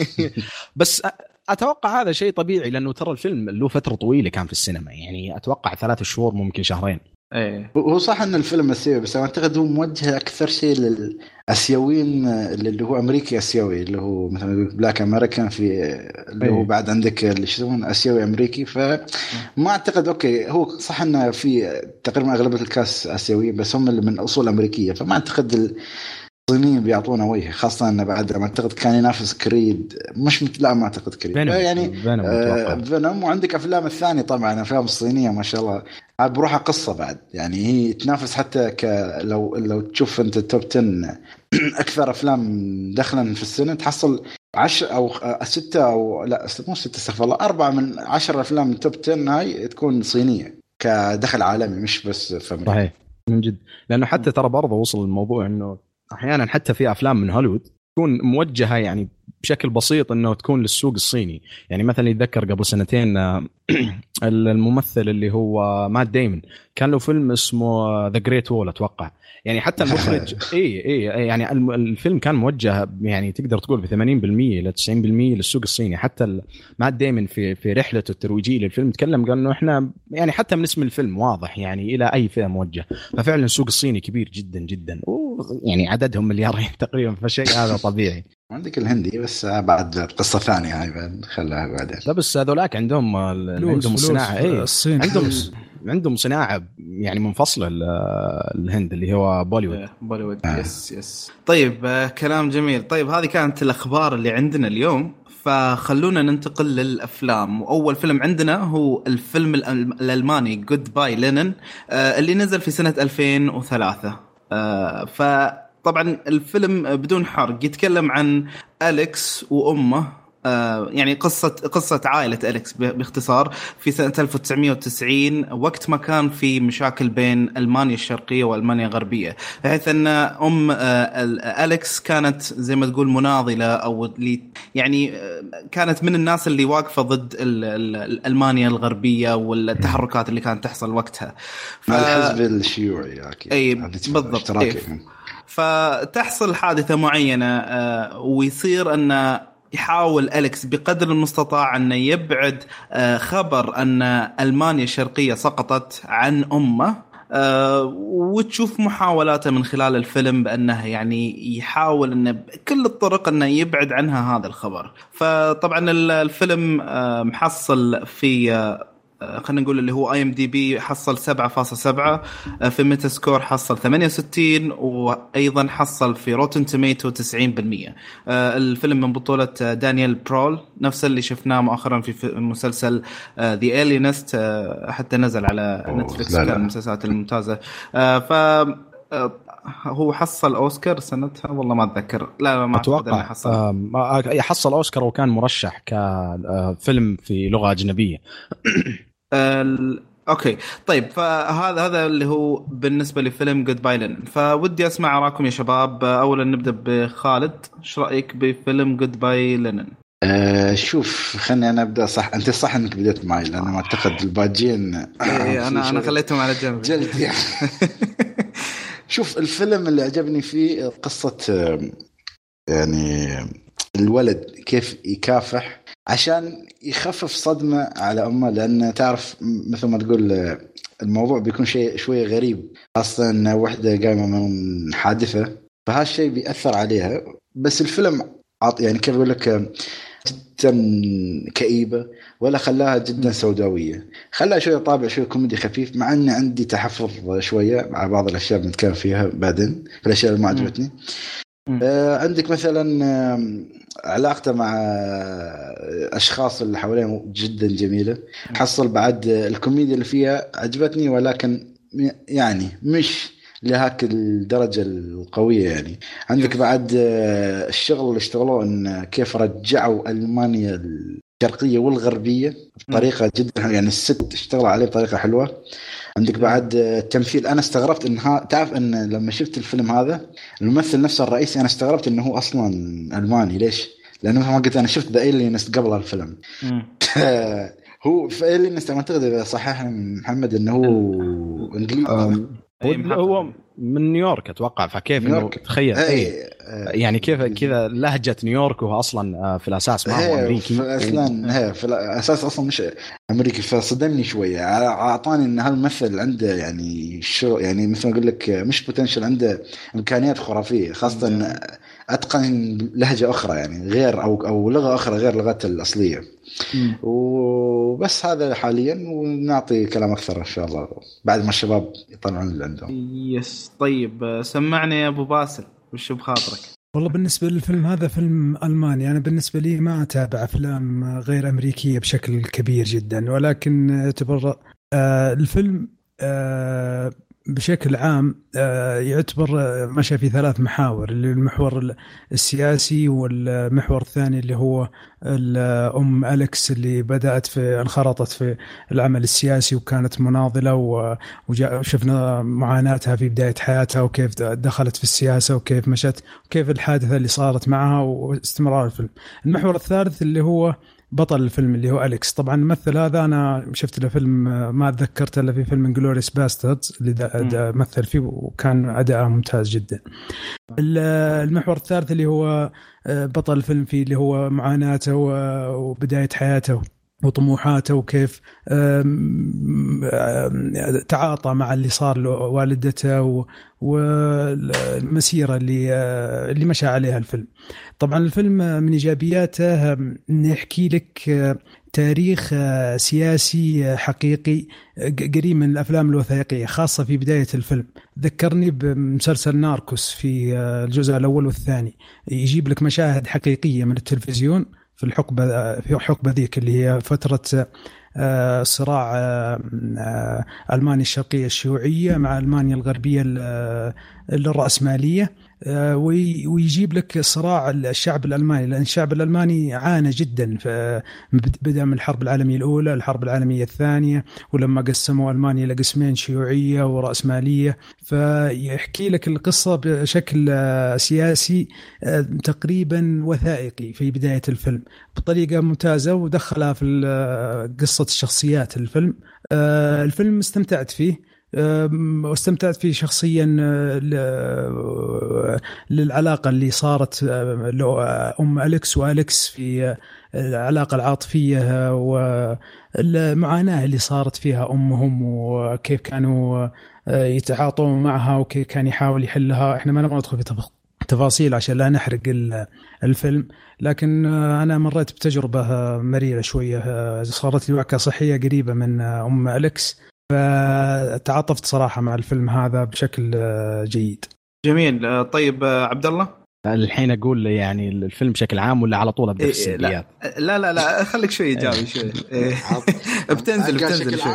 بس اتوقع هذا شيء طبيعي لانه ترى الفيلم له فتره طويله كان في السينما، يعني اتوقع 3 شهور ممكن شهرين. ايه هو صح ان الفيلم اسيوي بس اعتقد هو موجه اكثر شيء للاسيويين اللي هو امريكي اسيوي اللي هو مثلا بلاك امريكان في اللي هو بعد عندك اللي يسمونه اسيوي امريكي. فما اعتقد اوكي هو صح انه في تقريبا اغلبيه الكاس اسيويين بس هم اللي من اصول امريكيه. فما اعتقد الصينيين بيعطونا وجه خاصه انه بعد ما اعتقد كان ينافس كريد لا ما اعتقد كريد يعني فينوم. وعندك افلام الثانيه طبعا افلام الصينيه ما شاء الله بروحها قصه بعد يعني هي تنافس حتى لو تشوف انت التوب 10 اكثر افلام دخلا في السنه تحصل 10 او 6 او لا مو 6 استغفر الله 4 من 10 افلام التوب 10 هاي تكون صينيه كدخل عالمي مش بس في امريكا. صحيح من جد لانه حتى ترى برضه وصل الموضوع انه احيانا حتى في افلام من هوليوود تكون موجهه يعني بشكل بسيط انه تكون للسوق الصيني. يعني مثلا يتذكر قبل سنتين الممثل اللي هو مات دايمون كان له فيلم اسمه ذا جريت وول اتوقع. يعني حتى المخرج اي يعني الفيلم كان موجه يعني تقدر تقول ب 80% ل 90% للسوق الصيني. حتى مات دايمون في رحلته الترويجيه للفيلم تكلم قال انه احنا يعني حتى من اسم الفيلم واضح يعني الى اي فئه موجه. ففعلا السوق الصيني كبير جدا جدا يعني عددهم مليارين تقريبا فشيء هذا طبيعي. عندك الهندي بس بعد قصة ثانية هاي بعد خلها بعدين. لا بس هذولاك عندهم صناعة ايه الصين عندهم صناعة يعني منفصلة الهند اللي هو بوليوود. يس. طيب كلام جميل. طيب هذه كانت الأخبار اللي عندنا اليوم فخلونا ننتقل للأفلام. وأول فيلم عندنا هو الفيلم الألماني Goodbye Lenin اللي نزل في سنة 2003. طبعا الفيلم بدون حرق يتكلم عن أليكس وأمه يعني قصة عائلة أليكس باختصار في سنة 1990 وقت ما كان في مشاكل بين ألمانيا الشرقية وألمانيا الغربية بحيث أن أليكس كانت زي ما تقول مناضلة أو يعني كانت من الناس اللي واقفة ضد ألمانيا الغربية والتحركات اللي كانت تحصل وقتها الحزب الشيوعي أي بالضبط. فتحصل حادثة معينة ويصير أن يحاول أليكس بقدر المستطاع أن يبعد خبر أن ألمانيا الشرقية سقطت عن أمه وتشوف محاولاته من خلال الفيلم بأنه يعني يحاول أنه بكل الطرق أنه يبعد عنها هذا الخبر. فطبعا الفيلم محصل في خلينا نقول اللي هو IMDb حصل 7.7 في ميتاسكور حصل 68 وأيضا حصل في روتن توميتو 90%. الفيلم من بطولة دانيال برول نفس اللي شفناه مؤخرا في مسلسل The Alienist حتى نزل على نتفليكس كان المسلسلات الممتازة. هو حصل أوسكار سنتها والله ما أتذكر. لا ما أتوقع حصل أوسكار وكان مرشح كفيلم في لغة أجنبية. اوكي طيب فهذا اللي هو بالنسبه لفيلم Goodbye Lenin. فودي اسمع رايكم يا شباب. اولا نبدا بخالد ايش رايك بفيلم Goodbye Lenin؟ شوف خلني انا ابدا. صح انت صح انك بديت معي لان ما اعتقد الباجين انا خليتهم على جنب جلد شوف الفيلم اللي عجبني فيه قصه يعني الولد كيف يكافح عشان يخفف صدمة على أمه لأن تعرف مثل ما تقول الموضوع بيكون شيء شوية غريب خاصة أن وحدة قايمة من حادثة فهالشيء بيأثر عليها. بس الفيلم يعني كيف أقول لك جدا كئيبة ولا خلاها جدا سوداوية خلاها شوية طابع شوية كوميدي خفيف مع أن عندي تحفظ شوية مع بعض الأشياء بنتكلم فيها بعدين في الأشياء اللي ما عجبتني. عندك مثلا علاقته مع أشخاص اللي حواليه جدا جميلة. حصل بعد الكوميديا اللي فيها عجبتني ولكن يعني مش لهاك الدرجة القوية يعني. عندك بعد الشغل اللي اشتغلوه إن كيف رجعوا ألمانيا الشرقية والغربية بطريقة جدا يعني الست اشتغل عليه بطريقة حلوة. عندك بعد التمثيل، أنا استغربت إن تعرف إن لما شفت الفيلم هذا الممثل نفسه الرئيسي أنا استغربت إنه هو أصلا ألماني. ليش؟ لأنه ما قلت أنا شفت ذا إيلينست قبل الفيلم. هو في إيلينست أعتقد إذا صحيح محمد إنه هو إنجليزي. هو من نيويورك اتوقع، فكيف انه تخيل يعني كيف كذا لهجه نيويورك وهو اصلا في الاساس ما هو امريكي اصلا في الاساس اصلا مش امريكي. فصدمني شويه، اعطاني ان هالممثل عنده يعني شو يعني مثل ما اقول لك مش بوتنشل، عنده امكانيات خرافيه، خاصه ان اتقن لهجه اخرى يعني غير او لغه اخرى غير لغته الاصليه. وبس هذا حاليا، ونعطي كلام اكثر ان شاء الله بعد ما الشباب يطلعون اللي عندهم. يس طيب سمعنا يا ابو باسل وش بخاطرك؟ والله بالنسبه للفيلم هذا فيلم الماني، انا بالنسبه لي ما اتابع افلام غير امريكيه بشكل كبير جدا، ولكن يعتبر الفيلم بشكل عام يعتبر ماشي في 3 محاور، اللي المحور السياسي، والمحور الثاني اللي هو الأم أليكس اللي بدأت انخرطت في العمل السياسي وكانت مناضلة، وشفنا معاناتها في بداية حياتها وكيف دخلت في السياسة وكيف مشت وكيف الحادثة اللي صارت معها واستمرار الفيلم. المحور الثالث اللي هو بطل الفيلم اللي هو أليكس. طبعا الممثل هذا أنا شفت له فيلم ما أتذكرت إلا في فيلم إنجلوريوس باستردز اللي مثل فيه وكان أداءه ممتاز جدا. المحور الثالث اللي هو بطل الفيلم فيه اللي هو معاناته وبداية حياته وطموحاته وكيف تعاطى مع اللي صار لوالدته والمسيرة اللي مشى عليها الفيلم. طبعا الفيلم من إيجابياته إنه يحكي لك تاريخ سياسي حقيقي قريب من الأفلام الوثائقية، خاصة في بداية الفيلم. ذكرني بمسلسل ناركوس في الجزء الأول والثاني، يجيب لك مشاهد حقيقية من التلفزيون في الحقبة ذيك اللي هي فترة صراع ألمانيا الشرقية الشيوعية مع ألمانيا الغربية الرأسمالية، ويجيب لك صراع الشعب الألماني، لأن الشعب الألماني عانى جدا بدأ من الحرب العالمية الأولى الحرب العالمية الثانية، ولما قسموا ألمانيا لقسمين شيوعية ورأسمالية. فيحكي لك القصة بشكل سياسي تقريبا وثائقي في بداية الفيلم بطريقة ممتازة، ودخلها في قصة الشخصيات الفيلم استمتعت فيه، واستمتعت فيه شخصيا للعلاقة اللي صارت أم أليكس وأليكس في العلاقة العاطفية والمعاناة اللي صارت فيها أمهم وكيف كانوا يتعاطون معها وكيف كان يحاول يحلها. احنا ما نبغى ندخل في تفاصيل عشان لا نحرق الفيلم، لكن أنا مريت بتجربة مريرة شوية، صارت لي وعكة صحية قريبة من أم أليكس، فتعاطفت صراحة مع الفيلم هذا بشكل جيد. جميل. طيب عبد الله الحين أقول يعني الفيلم بشكل عام ولا على طول أبدأ في السلبيات؟ لا خليك شوي إيجابي شوي. بتنزل شوي.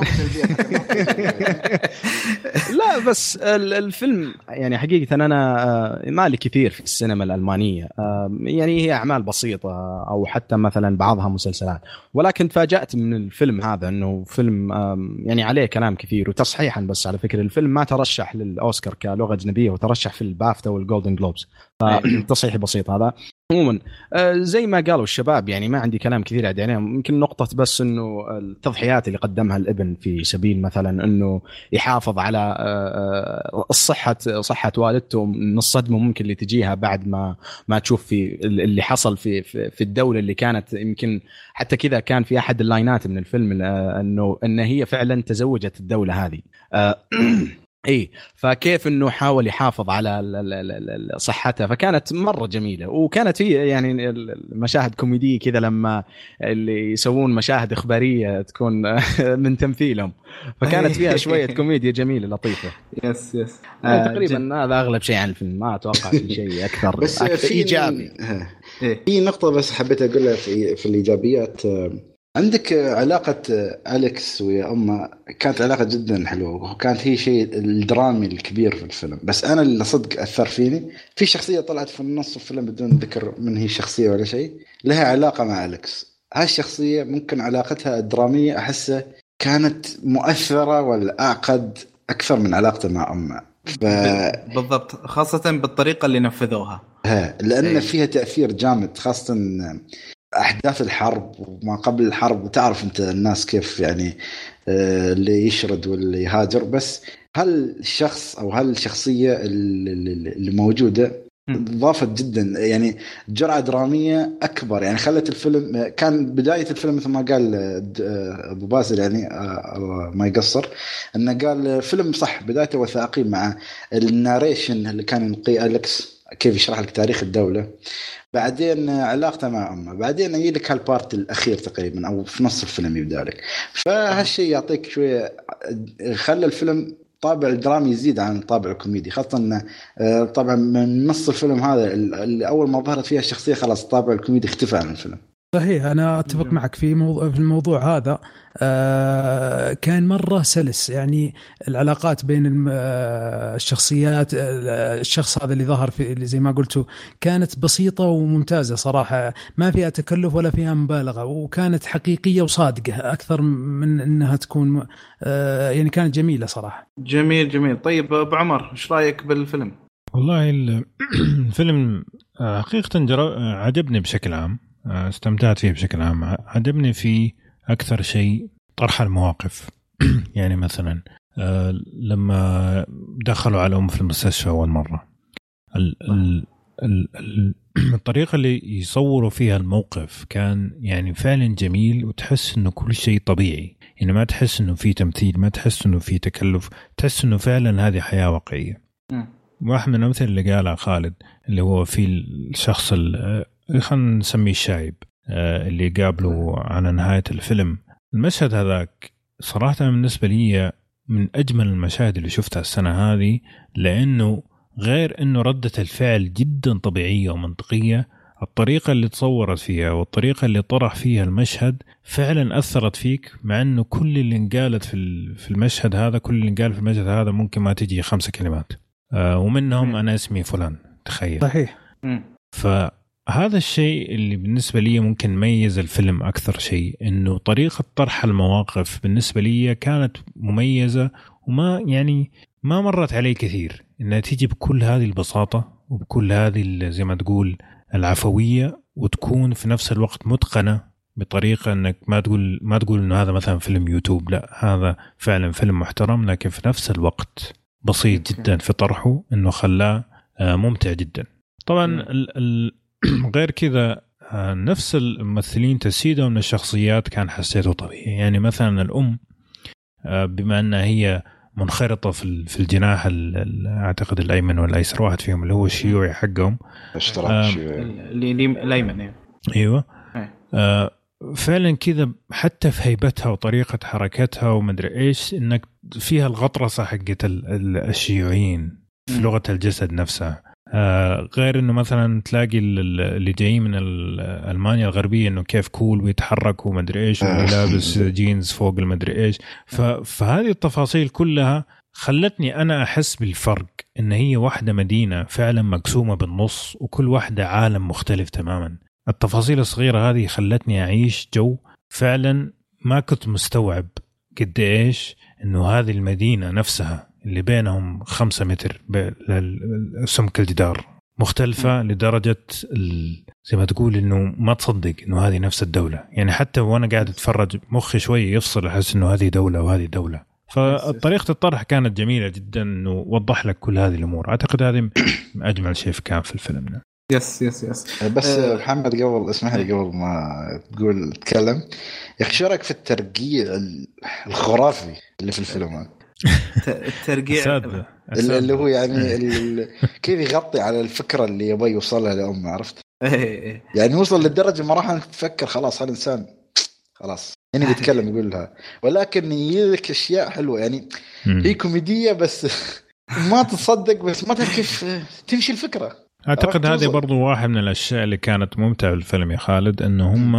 لا بس الفيلم يعني حقيقة أنا مالي كثير في السينما الألمانية، يعني هي أعمال بسيطة أو حتى مثلا بعضها مسلسلات، ولكن تفاجأت من الفيلم هذا أنه فيلم يعني عليه كلام كثير. وتصحيحا بس على فكرة الفيلم ما ترشح للأوسكار كلغة أجنبية، وترشح في البافتا والجولدن جلوبز، تصحيح بسيط هذا. عموما زي ما قالوا الشباب يعني ما عندي كلام كثير عليه، يمكن نقطة بس انه التضحيات اللي قدمها الابن في سبيل مثلا انه يحافظ على صحة والدته من الصدمة ممكن اللي تجيها بعد ما تشوف في اللي حصل في الدولة اللي كانت يمكن حتى كذا كان في احد اللاينات من الفيلم انه هي فعلا تزوجت الدولة هذه. اي فكيف انه حاول يحافظ على صحتها، فكانت مره جميله. وكانت في يعني المشاهد كوميديه كذا لما اللي يسوون مشاهد اخباريه تكون من تمثيلهم، فكانت فيها شويه كوميديا جميله لطيفه. يس تقريبا هذا اغلب شيء عن الفيلم، ما اتوقع في شيء اكثر بس ايجابي. في نقطه بس حبيت اقولها في الايجابيات. عندك علاقة أليكس ويا أمه كانت علاقة جدا حلوة، وكانت هي شيء الدرامي الكبير في الفيلم. بس أنا اللي صدق أثر فيني في شخصية طلعت في النص الفيلم بدون ذكر من هي شخصية ولا شيء، لها علاقة مع أليكس. هالشخصية ممكن علاقتها الدرامية أحسه كانت مؤثرة ولا أعقد أكثر من علاقته مع أمه. بالضبط، خاصة بالطريقة اللي نفذوها، لأن فيها تأثير جامد، خاصة أحداث الحرب وما قبل الحرب. وتعرف أنت الناس كيف يعني اللي يشرد واللي يهاجر. بس هل الشخص أو هل الشخصية اللي موجودة ضافت جدا يعني جرعة درامية أكبر، يعني خلت الفيلم. كان بداية الفيلم مثل ما قال أبو باسل يعني ما يقصر أنه قال فيلم صح بدايته وثائقي مع الناريشن اللي كان ينقي أليكس كيف يشرح لك تاريخ الدولة، بعدين علاقته مع أمه، بعدين يجي لك هالبارت الأخير تقريبا أو في نص الفيلم يبدأ لك. فهالشيء يعطيك شوية، خلى الفيلم طابع الدرامي يزيد عن الطابع الكوميدي، خاصة أنه طبعا من نص الفيلم هذا اللي أول ما ظهرت فيها الشخصية خلاص الطابع الكوميدي اختفى عن الفيلم. صحيح، أنا أتفق معك في الموضوع هذا. كان مرة سلس، يعني العلاقات بين الشخصيات، الشخص هذا اللي ظهر في اللي زي ما قلتوا كانت بسيطة وممتازة صراحة، ما فيها تكلف ولا فيها مبالغة، وكانت حقيقية وصادقة أكثر من أنها تكون يعني كانت جميلة صراحة. جميل. طيب أبو عمر إيش رأيك بالفيلم؟ والله الفيلم حقيقة عجبني بشكل عام، استمتعت فيه بشكل عام. عجبني فيه أكثر شيء طرح المواقف. يعني مثلا لما دخلوا على أم في المستشفى أول مرة، الطريقة اللي يصوروا فيها الموقف كان يعني فعلا جميل، وتحس إنه كل شيء طبيعي، يعني ما تحس إنه في تمثيل، ما تحس إنه في تكلف، تحس إنه فعلا هذه حياة واقعية. واحد من الأمثلة اللي قالها خالد اللي هو في الشخص خلينا نسميه الشايب اللي قابله على نهاية الفيلم. المشهد هذاك صراحة بالنسبة لي من أجمل المشاهد اللي شفتها السنة هذه، لأنه غير أنه ردة الفعل جدا طبيعية ومنطقية، الطريقة اللي تصورت فيها والطريقة اللي طرح فيها المشهد فعلا أثرت فيك، مع أنه كل اللي انقالت في المشهد هذا، كل اللي انقال في المشهد هذا ممكن ما تجي 5 كلمات، ومنهم أنا اسمي فلان، تخيل. صحيح. فهذا الشيء اللي بالنسبة لي ممكن ميز الفيلم أكثر شيء، أنه طريقة طرح المواقف بالنسبة لي كانت مميزة، وما يعني ما مرت علي كثير إنها تيجي بكل هذه البساطة وبكل هذه زي ما تقول العفوية، وتكون في نفس الوقت متقنة بطريقة أنك ما تقول إنه هذا مثلا فيلم يوتيوب، لا هذا فعلا فيلم محترم، لكن في نفس الوقت بسيط جدا في طرحه، إنه خلاه ممتع جدا. طبعا غير كذا نفس الممثلين تجسيدهم من الشخصيات كان حسيته طبيعي. يعني مثلا الأم بما أنها هي منخرطة في الجناح أعتقد الأيمن والأيسر، واحد فيهم اللي هو الشيوعي حقهم، الأيمن. أيوة. فعلا كذا حتى في هيبتها وطريقة حركتها ومدري إيش، إنك فيها الغطرسة حقت الشيوعيين في لغة الجسد نفسها. غير إنه مثلا تلاقي اللي جاي من ألمانيا الغربية إنه كيف كول ويتحرك ومدري إيش ولابس جينز فوق المدري إيش. فهذه التفاصيل كلها خلتني أنا أحس بالفرق، إن هي واحدة مدينة فعلا مقسومة بالنص، وكل واحدة عالم مختلف تماما. التفاصيل الصغيرة هذه خلتني أعيش جو فعلا ما كنت مستوعب قد إيش إنه هذه المدينة نفسها اللي بينهم 5 متر سمك الجدار مختلفة لدرجة زي ما تقول إنه ما تصدق إنه هذه نفس الدولة. يعني حتى وأنا قاعد أتفرج مخي شوي يفصل، أحس إنه هذه دولة وهذه دولة. فطريقة الطرح كانت جميلة جدا، إنه وضح لك كل هذه الأمور. أعتقد هذه أجمل شيء كان في الفيلم. يس بس محمد قبل اسمح لي قبل ما تقول تكلم، يا أخي شو رأيك في الترقيع الخرافي اللي في الفيلم؟ الترقيع اللي هو يعني كيف يغطي على الفكرة اللي يبغى يوصلها لأمه، عرفت؟ يعني وصل للدرجة ما راح تفكر خلاص هالإنسان خلاص يعني بيتكلم يقول لها، ولكن يجيلك أشياء حلوة. يعني هي كوميدية بس ما تصدق، بس ما تعرف كيف تمشي الفكرة. أعتقد هذه برضو واحد من الأشياء اللي كانت ممتعة في الفيلم يا خالد، أنه هم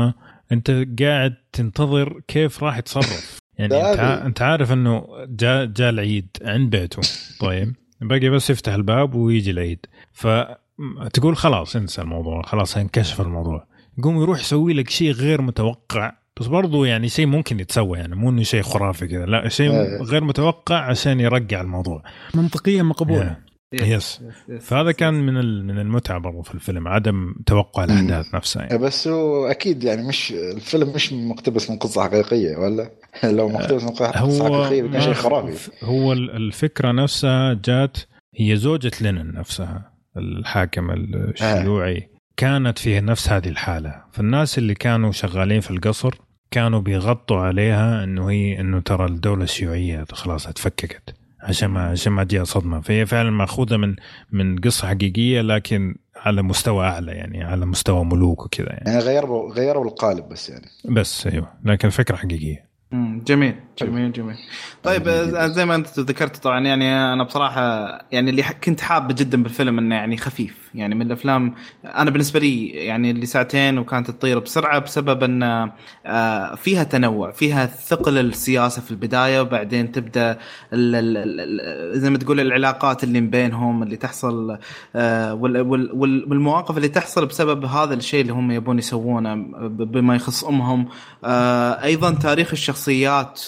انت قاعد تنتظر كيف راح يتصرف. يعني انت عارف انه جاء العيد عند بيته، طيب باقي بس يفتح الباب ويجي العيد، فتقول خلاص انسى الموضوع، خلاص انكشف الموضوع. يقوم يروح يسوي لك شيء غير متوقع، بس برضو يعني شيء ممكن يتسوى، يعني مو انه شيء خرافي كذا، لا شيء غير متوقع عشان يرجع الموضوع منطقيا مقبول. يس. فهذا كان من المتعة برضو في الفيلم، عدم توقع الأحداث نفسها يعني. بس هو أكيد يعني مش الفيلم مش مقتبس من قصة حقيقية، ولا لو مقتبس من قصة حقيقية كان شيء خرافي. هو الفكرة نفسها جات، هي زوجة لينين نفسها الحاكم الشيوعي كانت فيه نفس هذه الحالة، فالناس اللي كانوا شغالين في القصر كانوا بيغطوا عليها انه ترى الدولة الشيوعية خلاص اتفككت، عشان ما تجيها صدمة. فهي فعلا مأخوذة من قصة حقيقية، لكن على مستوى أعلى، يعني على مستوى ملوك وكذا يعني غيروا القالب بس يعني. بس أيوه، لكن فكرة حقيقية. جميل. طيب زي ما انت ذكرت طبعا، يعني انا بصراحه يعني اللي كنت حابه جدا بالفيلم انه يعني خفيف، يعني من الافلام انا بالنسبه لي يعني اللي ساعتين وكانت تطير بسرعه، بسبب ان فيها تنوع، فيها ثقل السياسه في البدايه، وبعدين تبدا زي ما تقول العلاقات اللي بينهم اللي تحصل، والمواقف اللي تحصل بسبب هذا الشيء اللي هم يبون يسوونه بما يخص امهم. ايضا تاريخ الشخصيات،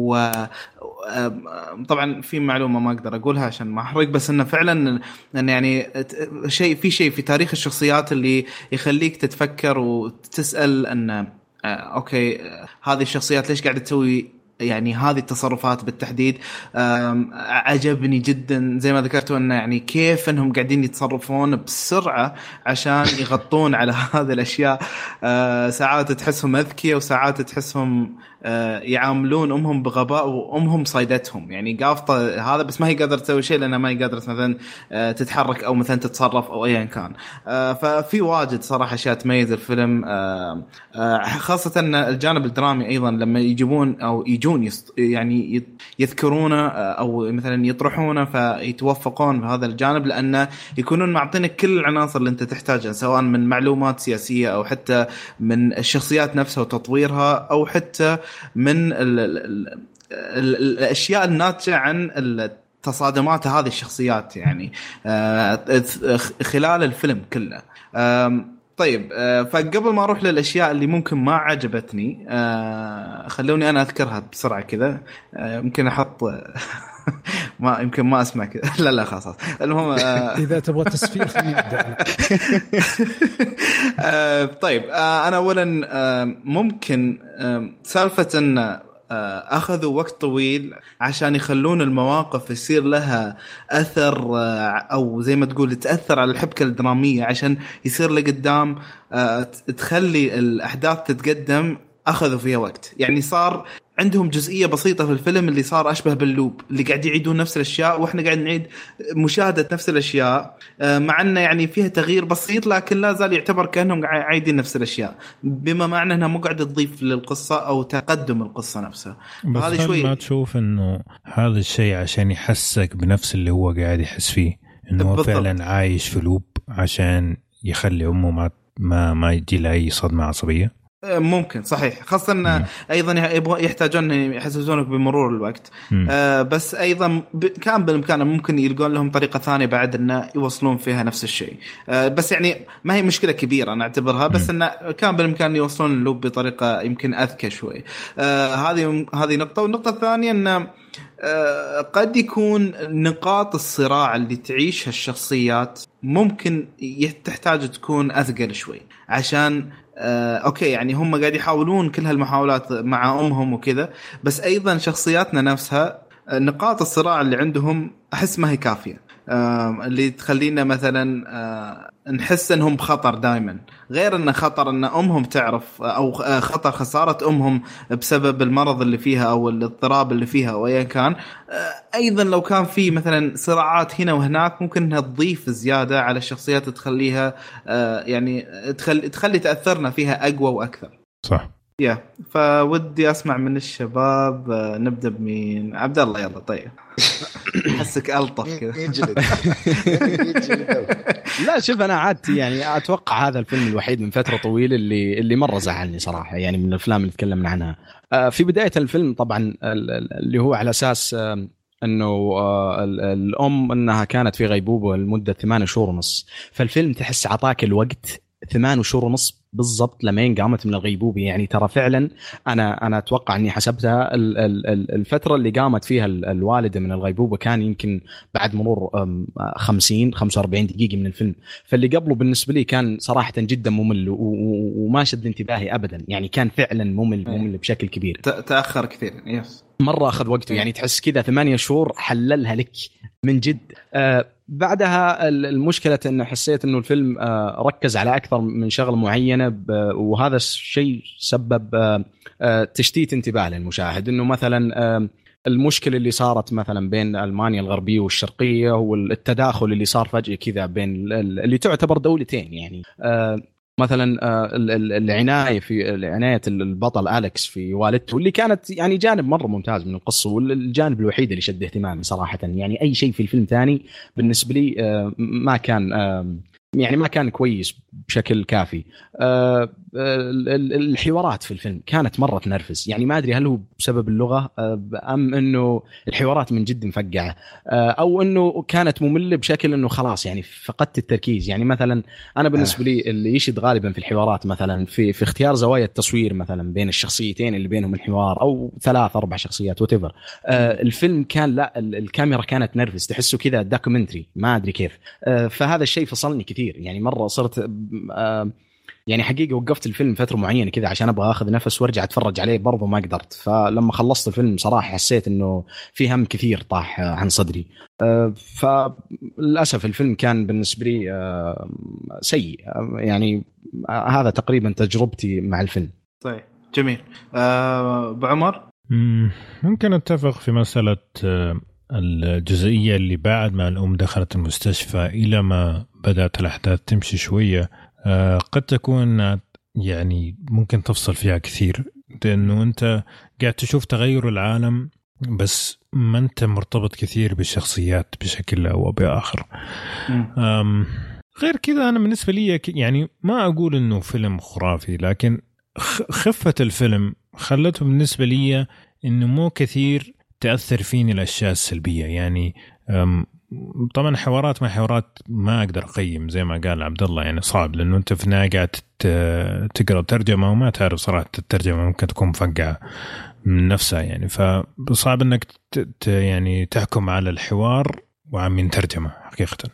وطبعا في معلومة ما أقدر أقولها عشان ما أحرق، بس إنه فعلا إن يعني شيء في تاريخ الشخصيات اللي يخليك تتفكر وتسأل أن أوكي هذه الشخصيات ليش قاعدة تسوي يعني هذه التصرفات بالتحديد. عجبني جدا زي ما ذكرتوا أنه يعني كيف أنهم قاعدين يتصرفون بسرعة عشان يغطون على هذه الأشياء. ساعات تحسهم أذكياء، وساعات تحسهم يعاملون أمهم بغباء، وأمهم صيدتهم يعني قافطة هذا، بس ما هي قادرة تسوي شيء لأنها ما هي قادرة مثلا تتحرك أو مثلا تتصرف أو أيا كان. ففي واجد صراحة أشياء تميز الفيلم، خاصة الجانب الدرامي أيضا لما يجيبون أو يجون يعني يذكرونه أو مثلا يطرحونه، فيتوفقون بهذا الجانب، لأنه يكونون معطينك كل العناصر اللي أنت تحتاجها، سواء من معلومات سياسية أو حتى من الشخصيات نفسها وتطويرها، أو حتى من الأشياء الناتجة عن تصادمات هذه الشخصيات يعني خلال الفيلم كله. طيب فقبل ما أروح للأشياء اللي ممكن ما عجبتني، خلوني أنا أذكرها بسرعة كذا، ممكن أحط ما يمكن ما أسمع كذا لا خلاص. المهم إذا تبغى تسفير خليني أبدأ. طيب أنا أولا ممكن سالفة أن أخذوا وقت طويل عشان يخلون المواقف يصير لها أثر، أو زي ما تقول تأثر على الحبكة الدرامية عشان يصير لقدام تخلي الأحداث تتقدم. أخذوا فيها وقت، يعني صار عندهم جزئية بسيطة في الفيلم اللي صار أشبه باللوب، اللي قاعد يعيدون نفس الأشياء وإحنا قاعد نعيد مشاهدة نفس الأشياء، مع أنه يعني فيها تغيير بسيط، لكن لا زال يعتبر كأنهم عايدين نفس الأشياء، بما معنى أنها مو قاعدة تضيف للقصة أو تقدم القصة نفسها. بس هل شوي ما تشوف أنه هذا الشيء عشان يحسك بنفس اللي هو قاعد يحس فيه، أنه هو فعلا عايش في لوب عشان يخلي أمه ما يجي له أي صدمة عصبية؟ ممكن صحيح، خاصة أن أيضا يحتاجون يحسسونك بمرور الوقت. بس أيضا كان بالإمكان ممكن يلقون لهم طريقة ثانية بعد أن يوصلون فيها نفس الشيء. بس يعني ما هي مشكلة كبيرة أنا أعتبرها، بس أن كان بالإمكان يوصلون اللوب بطريقة يمكن أذكى شوي. هذه نقطة. والنقطة الثانية أن قد يكون نقاط الصراع اللي تعيشها الشخصيات ممكن تحتاج تكون أثقل شوي، عشان أوكي يعني هم قاعد يحاولون كل هالمحاولات مع أمهم وكذا، بس أيضا شخصياتنا نفسها نقاط الصراع اللي عندهم أحس ما هي كافية، اللي تخلينا مثلا نحس أنهم بخطر دائما، غير أن خطر أن أمهم تعرف، أو خطر خسارة أمهم بسبب المرض اللي فيها أو الاضطراب اللي فيها أو أيا كان. أيضا لو كان في مثلا صراعات هنا وهناك ممكن أنها تضيف زيادة على الشخصيات، تخليها يعني تخلي تأثرنا فيها أقوى وأكثر. صح. فودي اسمع من الشباب. نبدا بمين؟ عبد الله يلا. طيب حسك الطف كذا. لا شوف انا عادتي يعني اتوقع هذا الفيلم الوحيد من فتره طويله اللي مره زعلني صراحه، يعني من الافلام اللي تكلمنا عنها. في بدايه الفيلم طبعا اللي هو على اساس انه الام انها كانت في غيبوبه لمده 8 شهور ونص، فالفيلم تحس عطاك الوقت 8 شهور ونص بالضبط لمين قامت من الغيبوبة. يعني ترى فعلا أنا أتوقع أني حسبتها الفترة اللي قامت فيها الوالدة من الغيبوبة كان يمكن بعد مرور 50-45 دقيقة من الفيلم، فاللي قبله بالنسبة لي كان صراحة جدا ممل وما شد انتباهي أبدا، يعني كان فعلا ممل بشكل كبير، تأخر كثير. مرة أخذ وقته، يعني تحس كذا 8 شهور حللها لك من جد. بعدها المشكلة أن حسيت أنه الفيلم ركز على أكثر من شغلة معينة، وهذا الشيء سبب تشتيت انتباه للمشاهد. أنه مثلا المشكلة اللي صارت مثلا بين ألمانيا الغربية والشرقية والتداخل اللي صار فجأة كذا بين اللي تعتبر دولتين، يعني مثلا العناية في عناية البطل أليكس في والدته اللي كانت يعني جانب مرة ممتاز من القصة، والجانب الوحيد اللي شد اهتمامي صراحة. يعني أي شيء في الفيلم ثاني بالنسبة لي ما كان يعني ما كان كويس بشكل كافي. الحوارات في الفيلم كانت مرة تنرفز، يعني ما أدري هل هو بسبب اللغة أم أنه الحوارات من جد مفقعة، أو أنه كانت مملة بشكل أنه خلاص يعني فقدت التركيز. يعني مثلا أنا بالنسبة لي اللي يشد غالبا في الحوارات مثلا في اختيار زوايا التصوير مثلا بين الشخصيتين اللي بينهم الحوار، أو 3-4 شخصيات whatever. الفيلم كان لا الكاميرا كانت نرفز، تحسه كذا دوكيومنتري ما أدري كيف. فهذا الشيء فصلني كثير، يعني مرة صرت يعني حقيقة وقفت الفيلم فترة معينة كذا عشان أبغى أخذ نفس وارجع أتفرج عليه، برضو ما قدرت. فلما خلصت الفيلم صراحة حسيت إنه في هم كثير طاح عن صدري. فللأسف الفيلم كان بالنسبة لي سيء، يعني هذا تقريبا تجربتي مع الفيلم. طيب جميل. أبو عمر؟ ممكن أتفق في مسألة الجزئية اللي بعد ما الأم دخلت المستشفى إلى ما بدأت الأحداث تمشي شوية، قد تكون يعني ممكن تفصل فيها كثير، لأنه أنت قاعد تشوف تغير العالم بس ما أنت مرتبط كثير بالشخصيات بشكل أو بآخر. غير كذا أنا بالنسبة لي يعني ما أقول أنه فيلم خرافي، لكن خفة الفيلم خلته بالنسبة لي أنه مو كثير تأثر فيني الأشياء السلبية. يعني طبعا حوارات ما أقدر أقيم زي ما قال عبد الله، يعني صعب لأنه أنت في النهاية قاعد تقرأ ترجمة وما تعرف صراحة الترجمة ممكن تكون مفقعة من نفسها، يعني فصعب أنك يعني تحكم على الحوار وعم ترجمة حقيقة.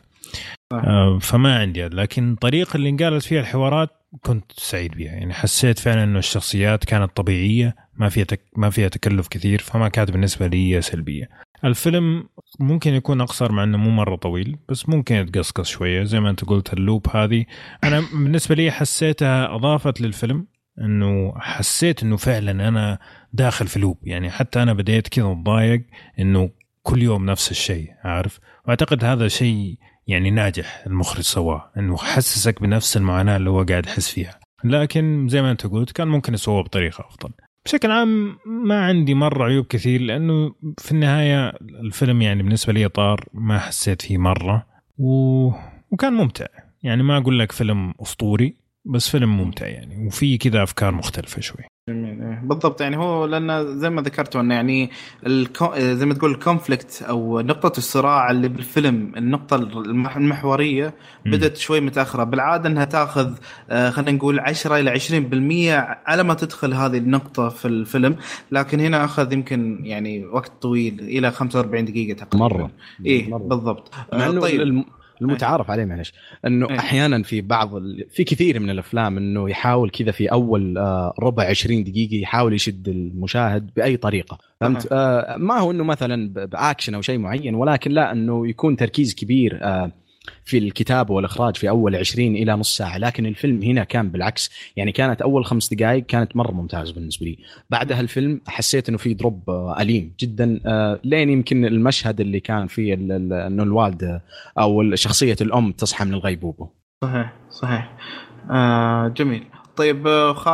فما عندي، لكن الطريقة اللي انقالت فيها الحوارات كنت سعيد بها، يعني حسيت فعلا إنه الشخصيات كانت طبيعية ما فيها تكلف كثير، فما كانت بالنسبة لي سلبية. الفيلم ممكن يكون أقصر مع إنه مو مرة طويل، بس ممكن يتقصقص شوية زي ما أنت قلت. اللوب هذه أنا بالنسبة لي حسيتها أضافت للفيلم، إنه حسيت إنه فعلا أنا داخل في لوب، يعني حتى أنا بديت كذا مضايق إنه كل يوم نفس الشيء، عارف. وأعتقد هذا شيء يعني ناجح المخرج سواه، إنه حسسك بنفس المعاناة اللي هو قاعد يحس فيها. لكن زي ما أنت قلت كان ممكن يسويه بطريقة أفضل. بشكل عام ما عندي مرة عيوب كثير، لأنه في النهاية الفيلم يعني بالنسبة لي طار، ما حسيت فيه مرة وكان ممتع. يعني ما أقول لك فيلم أسطوري، بس فيلم ممتع يعني، وفي كذا أفكار مختلفة شوي. بالضبط، يعني هو لأن زي ما ذكرت أنه يعني زي ما تقول الكونفليكت أو نقطة الصراع اللي بالفيلم، النقطة المحورية بدأت شوي متأخرة. بالعادة أنها تأخذ خلينا نقول 10 إلى 20% على ما تدخل هذه النقطة في الفيلم، لكن هنا أخذ يمكن يعني وقت طويل إلى 45 دقيقة تقريبا. مرة. بالضبط. طيب المتعارف عليه معلش انه احيانا في كثير من الافلام انه يحاول كذا في اول ربع 20 دقيقه يحاول يشد المشاهد باي طريقه، فهمت؟ ما هو انه مثلا باكشن او شيء معين، ولكن لا انه يكون تركيز كبير في الكتابة والإخراج في أول 20 إلى نص ساعة. لكن الفيلم هنا كان بالعكس، يعني كانت أول 5 دقائق كانت مرة ممتاز بالنسبة لي، بعدها الفيلم حسيت إنه فيه دروب أليم جدا، لين يمكن المشهد اللي كان فيه إنه الوالد أو شخصية الأم تصحى من الغيبوبة. صحيح. جميل. طيب خالد؟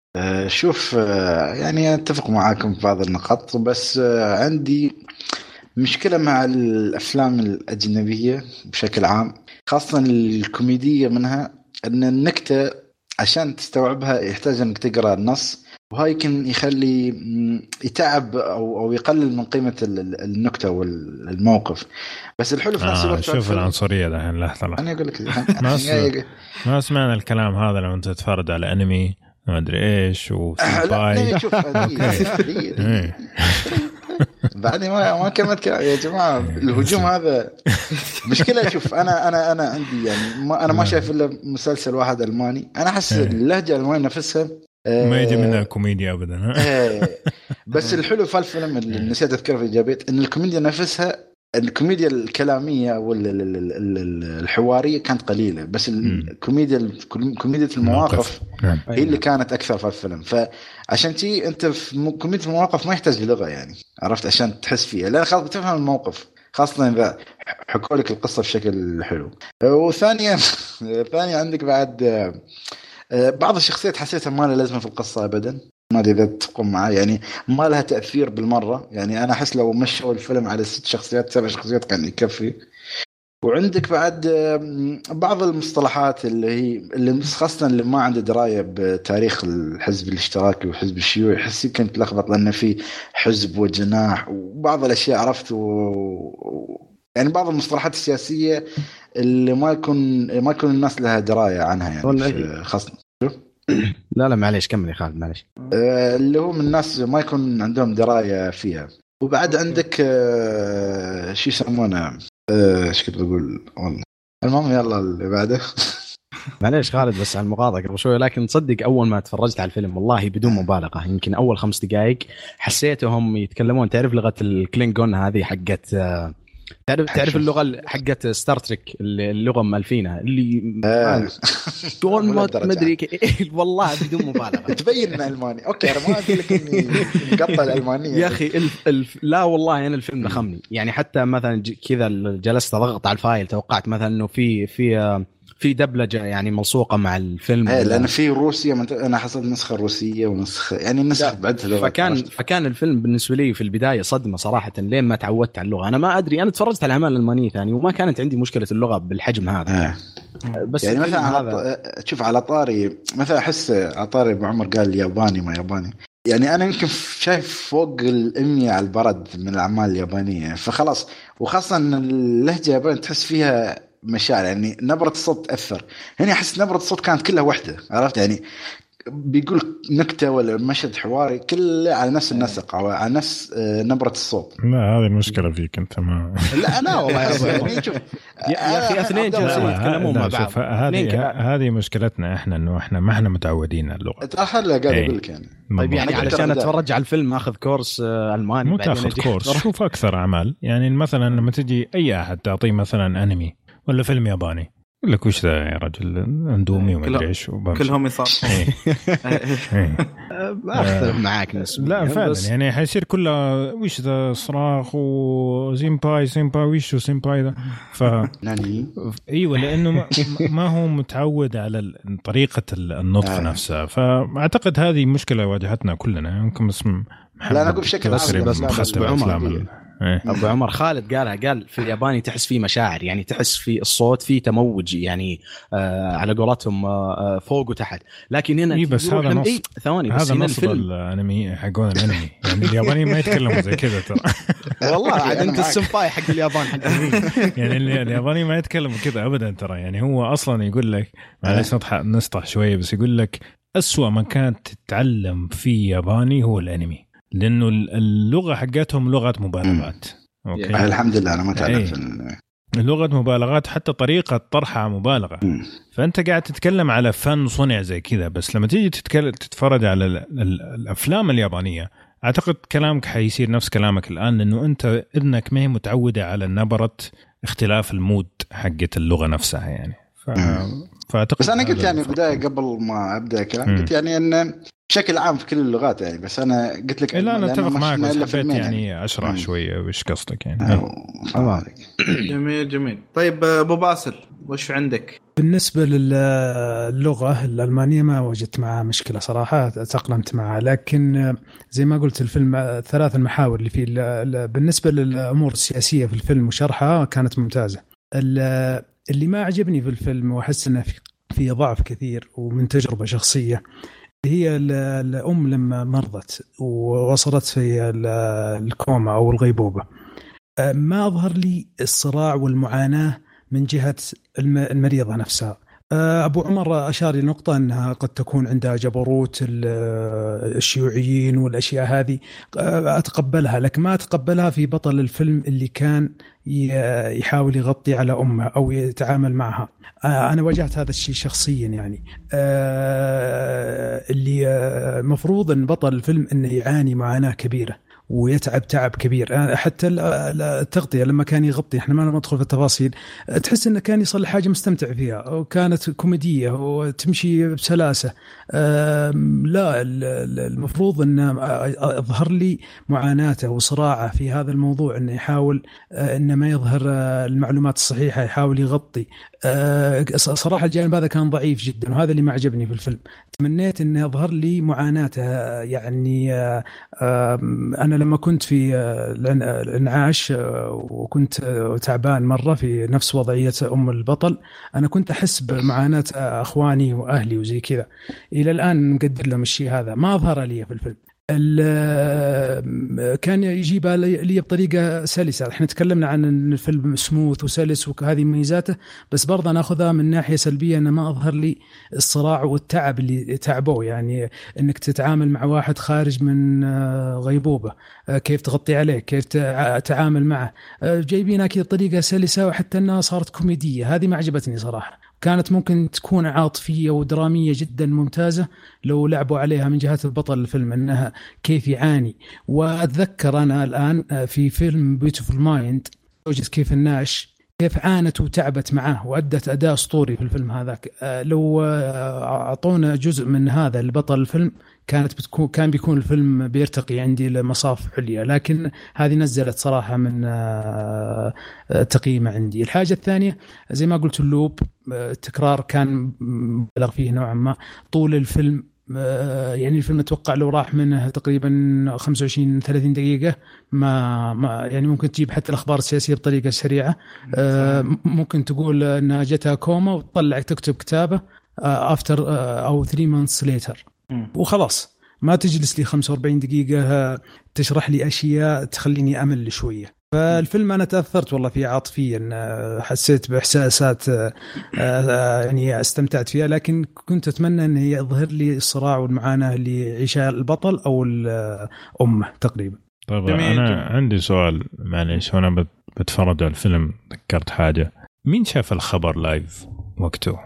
شوف يعني اتفق معاكم في بعض النقاط، بس عندي مشكلة مع الافلام الاجنبية بشكل عام، خاصة الكوميدية منها، ان النكتة عشان تستوعبها يحتاج انك تقرا النص، وهاي يمكن يخلي يتعب او يقلل من قيمة النكتة والموقف. بس الحلو في نفس الوقت شوف العنصرية ده. لحظة انا اقول لك ما سمعنا الكلام هذا لما انت تتفرج على انمي ما ادري ايش وسيمباي. شوف بعد ما كملت يا جماعه الهجوم هذا مشكله. شوف انا عندي يعني انا ما شايف الا مسلسل واحد الماني، انا احس اللهجه الالمانيه نفسها ما يجي منها كوميديا ابدا. بس الحلو في الفيلم اللي نسيت اذكر في ايجابيات ان الكوميديا نفسها، الكوميديا الكلاميه والحواريه كانت قليله، بس كوميديا المواقف هي اللي كانت اكثر في الفيلم. فعشان تي انت في كوميديا المواقف ما يحتاج لغه يعني، عرفت، عشان تحس فيها، لان خلاص بتفهم الموقف، خاصه اذا حكوا لك القصه بشكل حلو. وثانيا عندك بعد بعض الشخصيات حسيتها ما لها لازمه في القصه ابدا، ما ادري اذا تقوم معي، يعني ما لها تاثير بالمره، يعني انا احس لو مشوا الفيلم على 6 شخصيات 7 شخصيات كان يكفي. وعندك بعد بعض المصطلحات اللي خاصه اللي ما عنده درايه بتاريخ الحزب الاشتراكي والحزب الشيوعي، يحس يمكن تلخبط لان في حزب وجناح وبعض الاشياء، عرفت، يعني بعض المصطلحات السياسيه اللي ما يكون الناس لها درايه عنها يعني، خاصه لا معليش كمل يا خالد معليش. اللي هو من الناس ما يكون عندهم درايه فيها. وبعد عندك شو يسمونه ايش كنت بقول والله، المهم يلا اللي بعده. معليش خالد بس على المقاطعه قبل شوي، لكن تصدق اول ما تفرجت على الفيلم والله بدون مبالغه يمكن اول 5 دقائق حسيتهم يتكلمون، تعرف لغه الكلينجون هذه حقت تعرف اللغه حقت ستار تريك، اللغه مالفينها اللي دون ما ادري والله بدون مبالغه تبين انه الماني. اوكي انا ما اقول لك اني مقطع الالمانيه يا اخي لا والله انا الفيلم نخمني يعني، حتى مثلا كذا جلست اضغط على الفايل توقعت مثلا انه في دبلجه يعني ملصوقه مع الفيلم، لان في روسيا انا حصلت نسخه روسيه ونسخه يعني النسخ بعدها، فكان الفيلم بالنسبه لي في البدايه صدمه صراحه، لين ما تعودت على اللغه. انا ما ادري، انا تفرجت على الاعمال الالمانيه ثاني وما كانت عندي مشكله اللغه بالحجم هذا. بس يعني مثلا تشوف على طاري مثلا احس على طاري ابو عمر قال ياباني ما ياباني، يعني انا يمكن شايف فوق الامية على البرد من الاعمال اليابانيه، فخلاص. وخاصه ان اللهجه اليابانيه تحس فيها مشاعر، يعني نبرة الصوت تأثر. هنا أحس نبرة الصوت كانت كلها واحدة، عرفت، يعني بيقول نكتة ولا مشهد حواري كله على نفس النسق أو على نفس نبرة الصوت. لا هذه المشكلة فيك أنت ما. لا أنا والله يعني شوف يا أخي اثنين جالسين يتكلمون مع بعض. هذه مشكلتنا إحنا إنه إحنا ما إحنا متعودين على اللغة. هلا قاعد أقول لك يعني. طيب يعني علشان أتفرج على الفيلم أخذ كورس ألماني، مو تأخذ كورس، شوف أكثر أعمال يعني مثلا لما تجي أي أحد تعطيه مثلا أنمي ولا فيلم ياباني يقول لك وش ذا يا رجل اندومي وما ادري ايش كلهم يصار. اختلف معاك نسبيا. لا فعلا يعني حيصير كله وش ذا صراخ وزيمباي وش سيمباي ذا ايوه، لانه ما هو متعود على طريقه النطق نفسها. فاعتقد هذه مشكله واجهتنا كلنا يمكن. اسم لا انا اقول بشكل عام بس أبو عمر خالد قال في الياباني تحس فيه مشاعر، يعني تحس في الصوت فيه تموج يعني على قولتهم فوق وتحت. لكن هنا بس هذا نص ثواني بس هذا نص الانمي حقون الانمي يعني الياباني ما يتكلموا زي كذا ترى. والله عاد انت السمباي حق اليابان حق يعني الياباني ما يتكلموا كذا ابدا ترى. يعني هو اصلا يقول لك معلش نسطح شويه، بس يقول لك أسوأ مكان تتعلم فيه ياباني هو الانمي، لأنه اللغة حقتهم لغة مبالغات. أوكي. الحمد لله أنا ما تعرف لغة مبالغات، حتى طريقة طرحها مبالغة. فأنت قاعد تتكلم على فن صنع زي كذا، بس لما تيجي تتفرج على الأفلام اليابانية أعتقد كلامك حيصير نفس كلامك الآن، لأنه أنت إذنك ما هي متعودة على نبرة اختلاف المود حقت اللغة نفسها يعني. فاعتقد بس انا قلت يعني بدايه قبل ما ابدا كلام قلت يعني ان بشكل عام في كل اللغات يعني. بس انا قلت لك لا انا اتفق معك، بس حبيت يعني اشرح شويه وش قصدك يعني. جميل. طيب ابو باسل وش عندك؟ بالنسبه للغه الالمانيه ما وجدت معها مشكله صراحه، تاقلمت معها. لكن زي ما قلت الفيلم 3 المحاور اللي فيه بالنسبه للامور السياسيه في الفيلم وشرحها كانت ممتازه. اللي ما عجبني في الفيلم واحس انه في ضعف كثير ومن تجربه شخصيه، هي الام لما مرضت ووصلت في الكوما او الغيبوبه، ما أظهر لي الصراع والمعاناة من جهة المريضة نفسها. أبو عمر أشار لنقطة أنها قد تكون عندها جبروت الشيوعيين والأشياء هذه، أتقبلها، لكن ما أتقبلها في بطل الفيلم اللي كان يحاول يغطي على أمه أو يتعامل معها. أنا واجهت هذا الشيء شخصيا يعني. اللي مفروض أن بطل الفيلم أنه يعاني معاناة كبيرة ويتعب تعب كبير. حتى التغطية لما كان يغطي، احنا ما ندخل في التفاصيل، تحس انه كان يصلح حاجة مستمتع فيها وكانت كوميدية وتمشي بسلاسة. لا، المفروض انه اظهر لي معاناته وصراعه في هذا الموضوع، انه يحاول انه ما يظهر المعلومات الصحيحة، يحاول يغطي. صراحة الجانب هذا كان ضعيف جدا، وهذا اللي ما عجبني في الفيلم. تمنيت انه يظهر لي معاناته يعني. أنا لما كنت في الإنعاش وكنت تعبان مرة في نفس وضعية أم البطل، أنا كنت أحس بمعاناة أخواني وأهلي وزي كذا. إلى الآن مقدر لهم الشيء هذا، ما أظهر لي في الفيلم. كان يجيب لي بطريقة سلسة. احنا تكلمنا عن ان الفيلم سموث وسلس وهذه ميزاته، بس برضه ناخذها من ناحية سلبية، انه ما اظهر لي الصراع والتعب اللي تعبوه. يعني انك تتعامل مع واحد خارج من غيبوبة، كيف تغطي عليه، كيف تتعامل معه، جايبينها كذا بطريقة سلسة، وحتى انها صارت كوميدية. هذه ما عجبتني صراحة. كانت ممكن تكون عاطفية ودرامية جدا ممتازة لو لعبوا عليها من جهة البطل الفيلم، أنها كيف يعاني. وأتذكر أنا الآن في فيلم بيوتيفول مايند وجدت كيف الناش كيف عانت وتعبت معه وأدت أداء أسطوري في الفيلم هذاك. لو أعطونا جزء من هذا البطل الفيلم كان بيكون الفيلم بيرتقي عندي لمصاف عليا. لكن هذه نزلت صراحة من تقييمه عندي. الحاجة الثانية زي ما قلت اللوب، التكرار كان مبالغ فيه نوعا ما. طول الفيلم يعني الفيلم اتوقع لو راح منه تقريبا 25-30 دقيقة ما يعني ممكن تجيب حتى الأخبار السياسية بطريقة سريعة. ممكن تقول أنها جتها كوما وتطلع تكتب كتابة after أو 3 months later وخلاص. ما تجلس لي 45 دقيقة تشرح لي أشياء تخليني أمل شوية. فالفيلم أنا تأثرت والله فيه عاطفيا، حسيت بإحساسات يعني استمتعت فيها، لكن كنت أتمنى أن يظهر لي الصراع والمعاناة اللي يعيشها البطل أو الأم تقريبا. طيب أنا عندي سؤال معليش، وأنا بتفرج على الفيلم ذكرت حاجة. مين شاف الخبر لايف وقته؟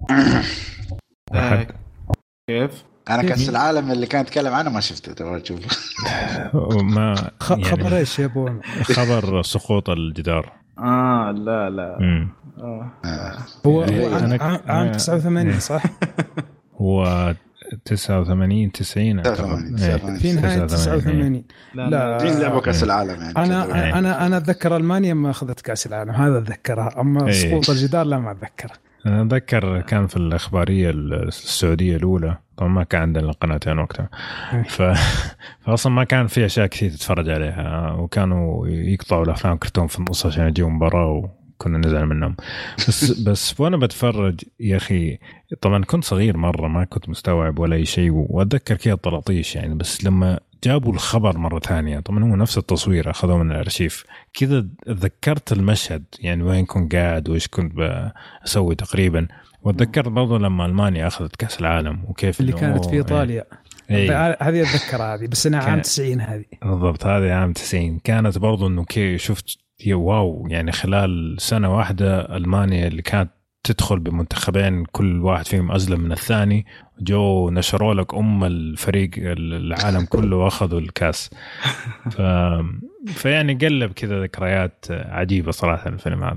كيف؟ أنا كأس العالم اللي كان يتكلم عنه ما شفته، تبغى تشوفه؟ ما يعني خبر إيش يا أبو؟ خبر سقوط الجدار. لا. هو عام 89 صح؟ هو 89 90 في نهاية 89. لا لعبوا كأس العالم يعني. أنا أتذكر ألمانيا ما أخذت كأس العالم، هذا أتذكرها. أما سقوط الجدار لا ما أتذكره. أنا أتذكر كان في الإخبارية السعودية الأولى، طبعا ما كان عندنا القناتين وقتها، فأصلا ما كان في أشياء كثير تتفرج عليها، وكانوا يقطعوا الأفلام كرتون في النص عشان يجيوا مباراة وكنا نزعل منهم. بس وأنا بتفرج يا أخي، طبعا كنت صغير مرة ما كنت مستوعب ولا أي شيء، وأتذكر كذا طلطيش يعني. بس لما جابوا الخبر مرة ثانية، طبعا هو نفس التصوير أخذوه من الأرشيف كذا، تذكرت المشهد يعني وين كنت قاعد وإيش كنت بسوي تقريبا. وتذكرت برضو لما ألمانيا أخذت كأس العالم وكيف اللي كانت في إيطاليا. هذه أتذكر هذه، بس أنا عام 90 هذه بالضبط. هذه عام 90 كانت برضو إنه كي شفت واو يعني خلال سنة واحدة ألمانيا اللي كانت تدخل بمنتخبين كل واحد فيهم أزلم من الثاني، جو نشروا لك الفريق العالم كله وأخذوا الكاس. فيعني قلب كذا ذكريات عجيبة صراحة الفيلم هذا.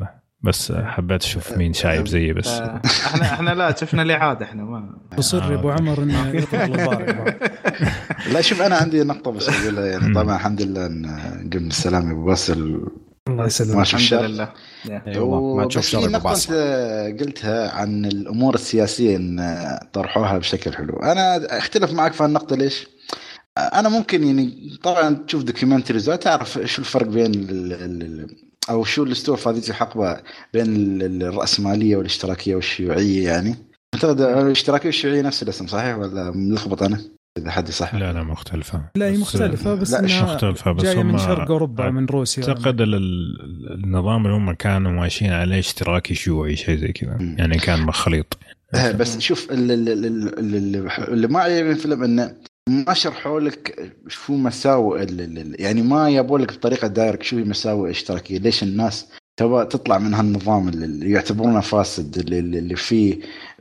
بس حبيت اشوف مين شايب زيي بس. احنا لا شفنا الإعادة، احنا ما تصر ابو عمر انه يطلق الضارب. لا شوف انا عندي نقطه بس اقولها يعني طبعا الحمد لله ان قم السلام ابو باسل الله يسلمك. ما شاء الحمد لله. ما تشوف شر ابو باسل. قلتها عن الامور السياسيه ان طرحوها بشكل حلو. انا اختلف معك في النقطه. ليش؟ انا ممكن يعني طبعا تشوف دوكيومنتريز تعرف شو الفرق بين او شو اللي استوى في هذه الحقبه بين الرأسماليه والاشتراكيه والشيوعيه. يعني اعتقد الاشتراكيه والشيوعيه نفس الاسم صحيح ولا ملخبط انا اذا حد صح؟ لا مختلفه. لا هي مختلفه بس لا مختلفه بس جايه من شرق اوروبا من روسيا. اعتقد النظام اللي هم كانوا ماشيين عليه اشتراكي شيوعي شيء زي كذا يعني كان مخليط. بس شوف اللي ما عجبني الفيلم انه ما شرحوا لك شو مساوئ يعني ما يبوا لك بطريقه دايركت شو هي مساوئ الاشتراكيه. ليش الناس تبغى تطلع من هالنظام اللي يعتبرونه فاسد اللي فيه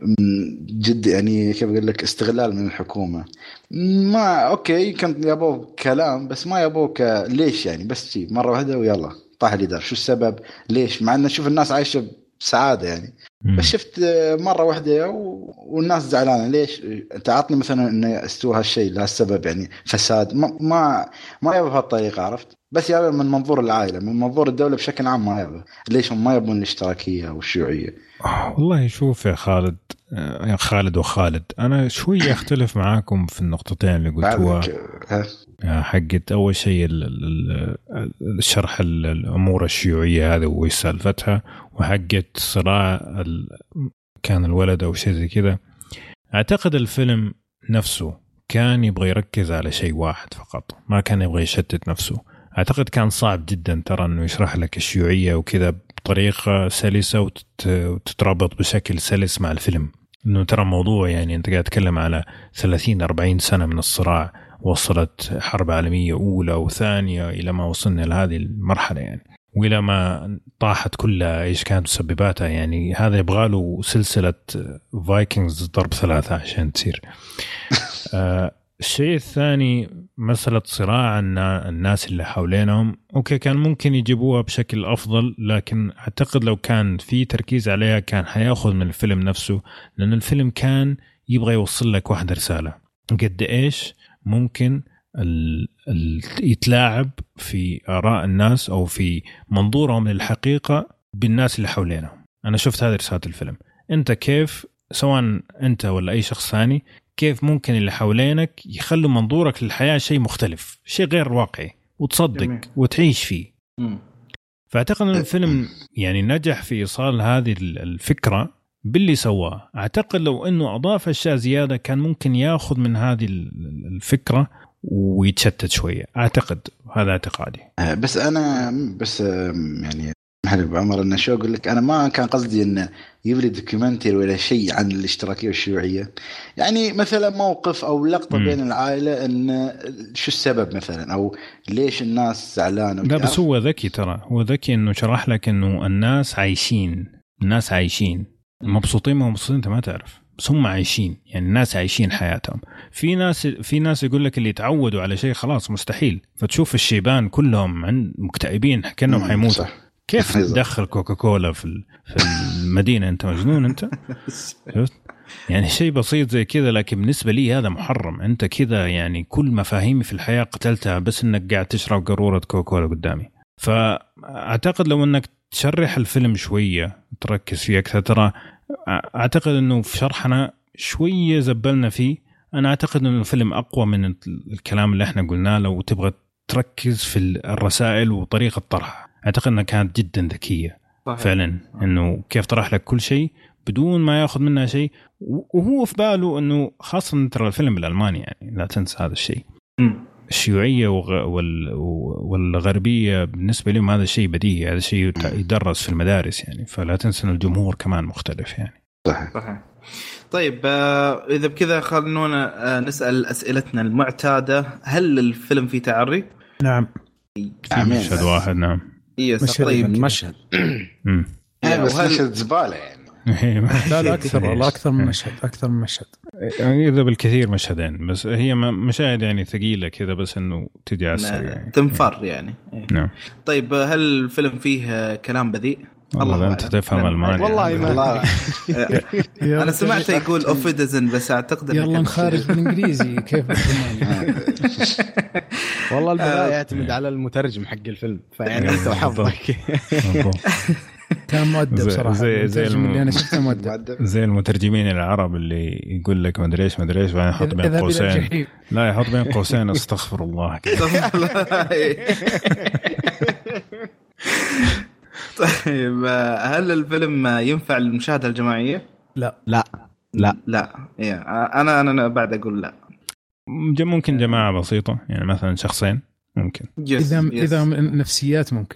جد يعني كيف اقول لك استغلال من الحكومه. ما اوكي كان يبوا كلام بس ما يبوك ليش يعني بس شيء مره واحده ويلا طاح الاداره. شو السبب ليش؟ مع ان نشوف الناس عايشه بسعاده يعني بس شفت مرة واحدة والناس زعلانة. ليش؟ أنت عطني مثلا إنه استوى هالشيء لها السبب يعني فساد. ما يبغى بهالطريقة عرفت. بس يبغى من منظور العائلة من منظور الدولة بشكل عام ما يبغى. ليش هم ما يبغون الاشتراكية والشيوعية؟ والله شوف يا خالد يا خالد وخالد أنا شوية أختلف معاكم في النقطتين اللي قلتوها. حقت أول شيء الشرح الأمور الشيوعية هذه وإيش سالفتها وحقت صراع كان الولد أو شيء زي كذا. أعتقد الفيلم نفسه كان يبغى يركز على شيء واحد فقط ما كان يبغى يشتت نفسه. أعتقد كان صعب جدا ترى أنه يشرح لك الشيوعية وكذا بطريقة سلسة وتتربط بشكل سلس مع الفيلم. إنه ترى موضوع يعني أنت قاعد تتكلم على 30-40 سنة من الصراع وصلت حرب عالمية أولى وثانية إلى ما وصلنا لهذه المرحلة يعني وإلى ما طاحت كلها إيش كانت مسبباتها. يعني هذا يبغاله سلسلة فايكنجز ضرب 3 عشان تصير. الشيء الثاني مسألة صراع الناس اللي حولينهم أوكي كان ممكن يجيبوها بشكل أفضل لكن أعتقد لو كان في تركيز عليها كان حياخذ من الفيلم نفسه. لأن الفيلم كان يبغى يوصل لك واحدة رسالة قد إيش ممكن يتلاعب في آراء الناس أو في منظورهم للحقيقة بالناس اللي حولينهم. أنا شفت هذه رسالة الفيلم. أنت كيف سواء أنت ولا أي شخص ثاني كيف ممكن اللي حولينك يخلوا منظورك للحياة شيء مختلف شيء غير واقعي وتصدق جميل. وتعيش فيه. فأعتقد أن الفيلم يعني نجح في إيصال هذه الفكرة باللي سواه. أعتقد لو أنه أضاف أشياء زيادة كان ممكن يأخذ من هذه الفكرة ويتشتت شوية. أعتقد هذا اعتقادي. بس أنا يعني محل بعمر أن شو أقول لك أنا ما كان قصدي أن يبلي دوكيومنتري ولا شيء عن الاشتراكية والشيوعية. يعني مثلا موقف أو لقطة بين العائلة أن شو السبب مثلا أو ليش الناس زعلانة. لا بس هو ذكي ترى هو ذكي أنه شرح لك أنه الناس عايشين مبسوطين ما مبسوطين أنت ما تعرف بس هم عايشين يعني الناس عايشين حياتهم. في ناس يقول لك اللي يتعودوا على شيء خلاص مستحيل. فتشوف الشيبان كلهم مكتئبين كأنهم حيموتوا. كيف تدخل كوكاكولا في المدينة أنت مجنون أنت. يعني شيء بسيط زي كذا لكن بالنسبة لي هذا محرم. أنت كذا يعني كل مفاهيمي في الحياة قتلتها بس أنك قاعد تشرب قارورة كوكاكولا قدامي. فأعتقد لو أنك تشرح الفيلم شوية تركز فيه أكثر ترى أعتقد أنه في شرحنا شوية زبلنا فيه. أنا أعتقد أنه الفيلم أقوى من الكلام اللي احنا قلناه. لو تبغى تركز في الرسائل وطريقة طرح أعتقد أنها كانت جدا ذكية فعلا. أنه كيف طرح لك كل شيء بدون ما يأخذ منها شيء وهو في باله أنه خاصة ترى الفيلم بالألماني يعني لا تنسى هذا الشيء. الشيوعية والغربية بالنسبة لهم هذا الشيء بديهي. هذا الشيء يدرس في المدارس يعني فلا تنسى أن الجمهور كمان مختلف يعني. صحيح. طيب إذا بكذا خلونا نسأل أسئلتنا المعتادة. هل الفيلم فيه تعري؟ نعم. مشهد واحد. نعم. مشهد. بس مشهد زبالة يعني. لا أكثر من مشهد يعني إذا بالكثير مشهدين بس هي مشاهد يعني ثقيلة كذا بس إنه تجي على السريع يعني. تنفر يعني. نعم. طيب هل الفيلم فيه كلام بذيء؟ والله انت تفهم الماني والله ما انا سمعت يقول اوفيدزن بس اعتقد يلا نخارج بالانجليزي كيف والله البداية يعتمد على المترجم حق الفيلم فيعني انت وحظك كان مؤدب صراحه زي اللي انا شفته مؤدب زي المترجمين العرب اللي يقول لك ما ادري ايش بعدين يحط بين قوسين لا يحط بين قوسين استغفر الله طيب هل الفيلم ينفع للمشاهدة الجماعية؟ لا انا بعد اقول لا. ممكن جماعة بسيطة يعني مثلا شخصين ممكن اذا نفسيات ممكن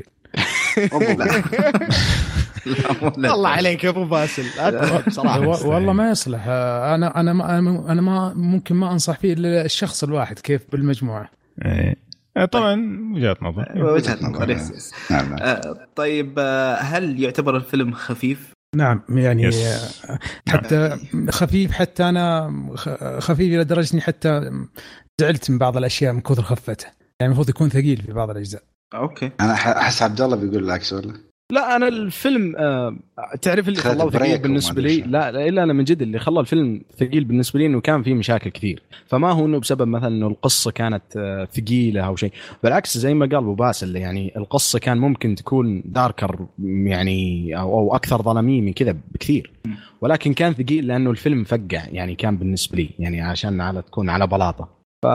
لا الله عليك يا ابو باسل صراحه والله ما يصلح. انا ما ممكن ما انصح فيه الشخص الواحد كيف بالمجموعه. طبعا وجهة نظر. طيب هل يعتبر الفيلم خفيف؟ نعم يعني حتى خفيف، حتى انا خفيف الى درجه اني حتى زعلت من بعض الاشياء من كثر خفته، يعني المفروض يكون ثقيل في بعض الاجزاء. اوكي انا احس عبد الله بيقول العكس ولا لا؟ انا الفيلم تعرف اللي خلاه ثقيل بالنسبه لي لا الا انا من جد اللي خلى الفيلم ثقيل بالنسبه لي انه كان فيه مشاكل كثير، فما هو انه بسبب مثلا انه القصه كانت ثقيله او شيء، بالعكس زي ما قال ابو باسل يعني القصه كان ممكن تكون داركر يعني او اكثر ظلاميه من كذا بكثير، ولكن كان ثقيل لانه الفيلم فقع يعني كان بالنسبه لي يعني عشان على تكون على بلاطه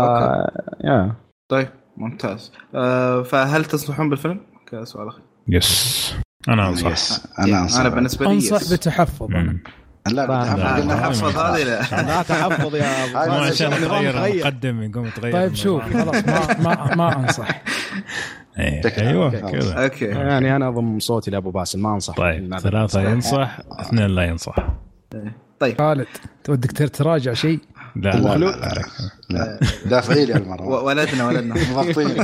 طيب ممتاز. فهل تنصحون بالفيلم كسؤال اخير؟ يس انا انصح. انا بالنسبه لي انصح بتحفظ. لا تحفظ هذه لا تحفظ يا ابو عشان يقدم يقوم يتغير. طيب شوف خلاص ما انصح. ايوه كذا اوكي يعني انا اضم صوتي لابو باسل ما انصح. طيب 3 ينصح 2 لا ينصح. طيب خالد تودك تراجع شيء؟ لا دافعي لي المره ولدنا مضبطين.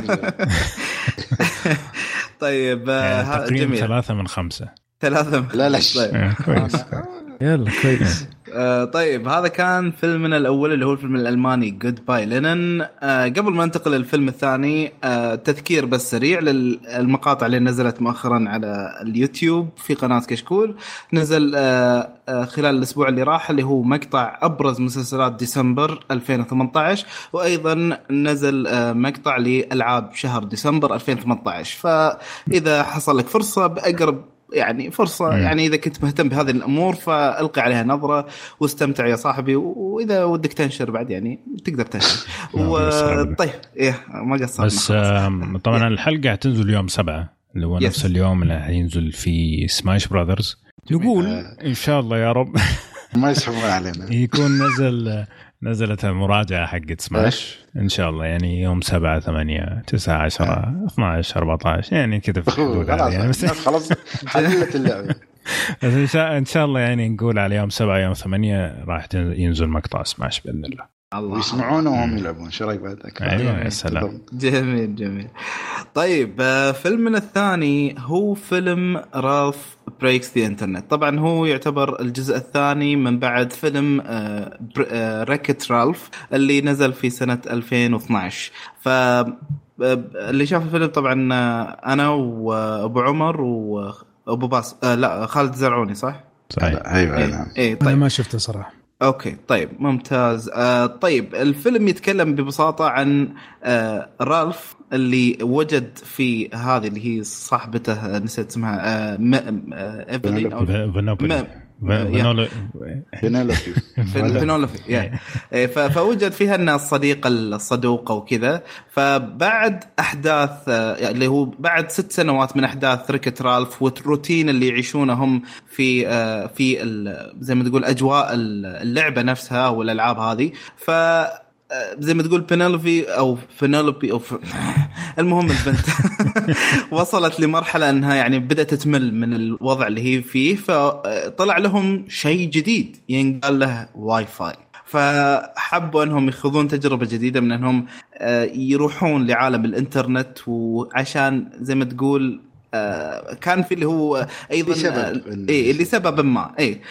طيب جميل 3 من 5 لا كويس يلا كويس. طيب هذا كان فيلمنا الأول اللي هو الفيلم الألماني جود باي لينن. قبل ما ننتقل للفيلم الثاني تذكير بس سريع للمقاطع اللي نزلت مؤخرا على اليوتيوب في قناة كشكول. نزل خلال الأسبوع اللي راح اللي هو مقطع أبرز مسلسلات ديسمبر 2018، وأيضا نزل مقطع لألعاب شهر ديسمبر 2018. فإذا حصل لك فرصة بأقرب يعني فرصة يعني إذا كنت مهتم بهذه الأمور فألقي عليها نظرة واستمتع يا صاحبي، وإذا ودك تنشر بعد يعني تقدر تنشر. طيب ما قصرنا بس طبعا الحلقة هتنزل يوم 7 اللي هو نفس اليوم اللي هينزل في سماش براذرز. نقول إن شاء الله يا رب ما يسحبون علينا يكون نزلت المراجعة حقت سماش إن شاء الله يعني يوم 7 8 9 10 12 14 يعني كده في الحدود يعني بس خلاص حللت اللعبة. إن شاء الله يعني نقول على يوم 7 يوم 8 راح ينزل مقطع سماش بإذن الله. ويسمعونه وهم يلعبون. شو رايك بعدك؟ ايوه يا سلام. جميل. طيب فيلمنا الثاني هو فيلم رالف بريكس ذا انترنت. طبعا هو يعتبر الجزء الثاني من بعد فيلم ريكت رالف اللي نزل في سنة 2012. فاللي شاف الفيلم طبعا انا وابو عمر وابو باس لا خالد زرعوني صح؟ ايوه نعم. طيب. انا ما شفته صراحة. اوكي طيب ممتاز. طيب الفيلم يتكلم ببساطة عن رالف اللي وجد في هذه اللي هي صاحبته نسيت اسمها ايفلين او فينولوفي فوجد فيها أنها الصديقة الصدوقة وكذا. فبعد أحداث اللي هو بعد 6 سنوات من أحداث ريكت رالف والروتين اللي يعيشونهم في زي ما تقول أجواء اللعبة نفسها والألعاب هذه، زي ما تقول بينولوبي أو المهم البنت وصلت لمرحلة أنها يعني بدأت تمل من الوضع اللي هي فيه، فطلع لهم شيء جديد ينقال له واي فاي. فحبوا أنهم يخوضون تجربة جديدة من أنهم يروحون لعالم الإنترنت، وعشان زي ما تقول كان في اللي هو أيضا لسبب ما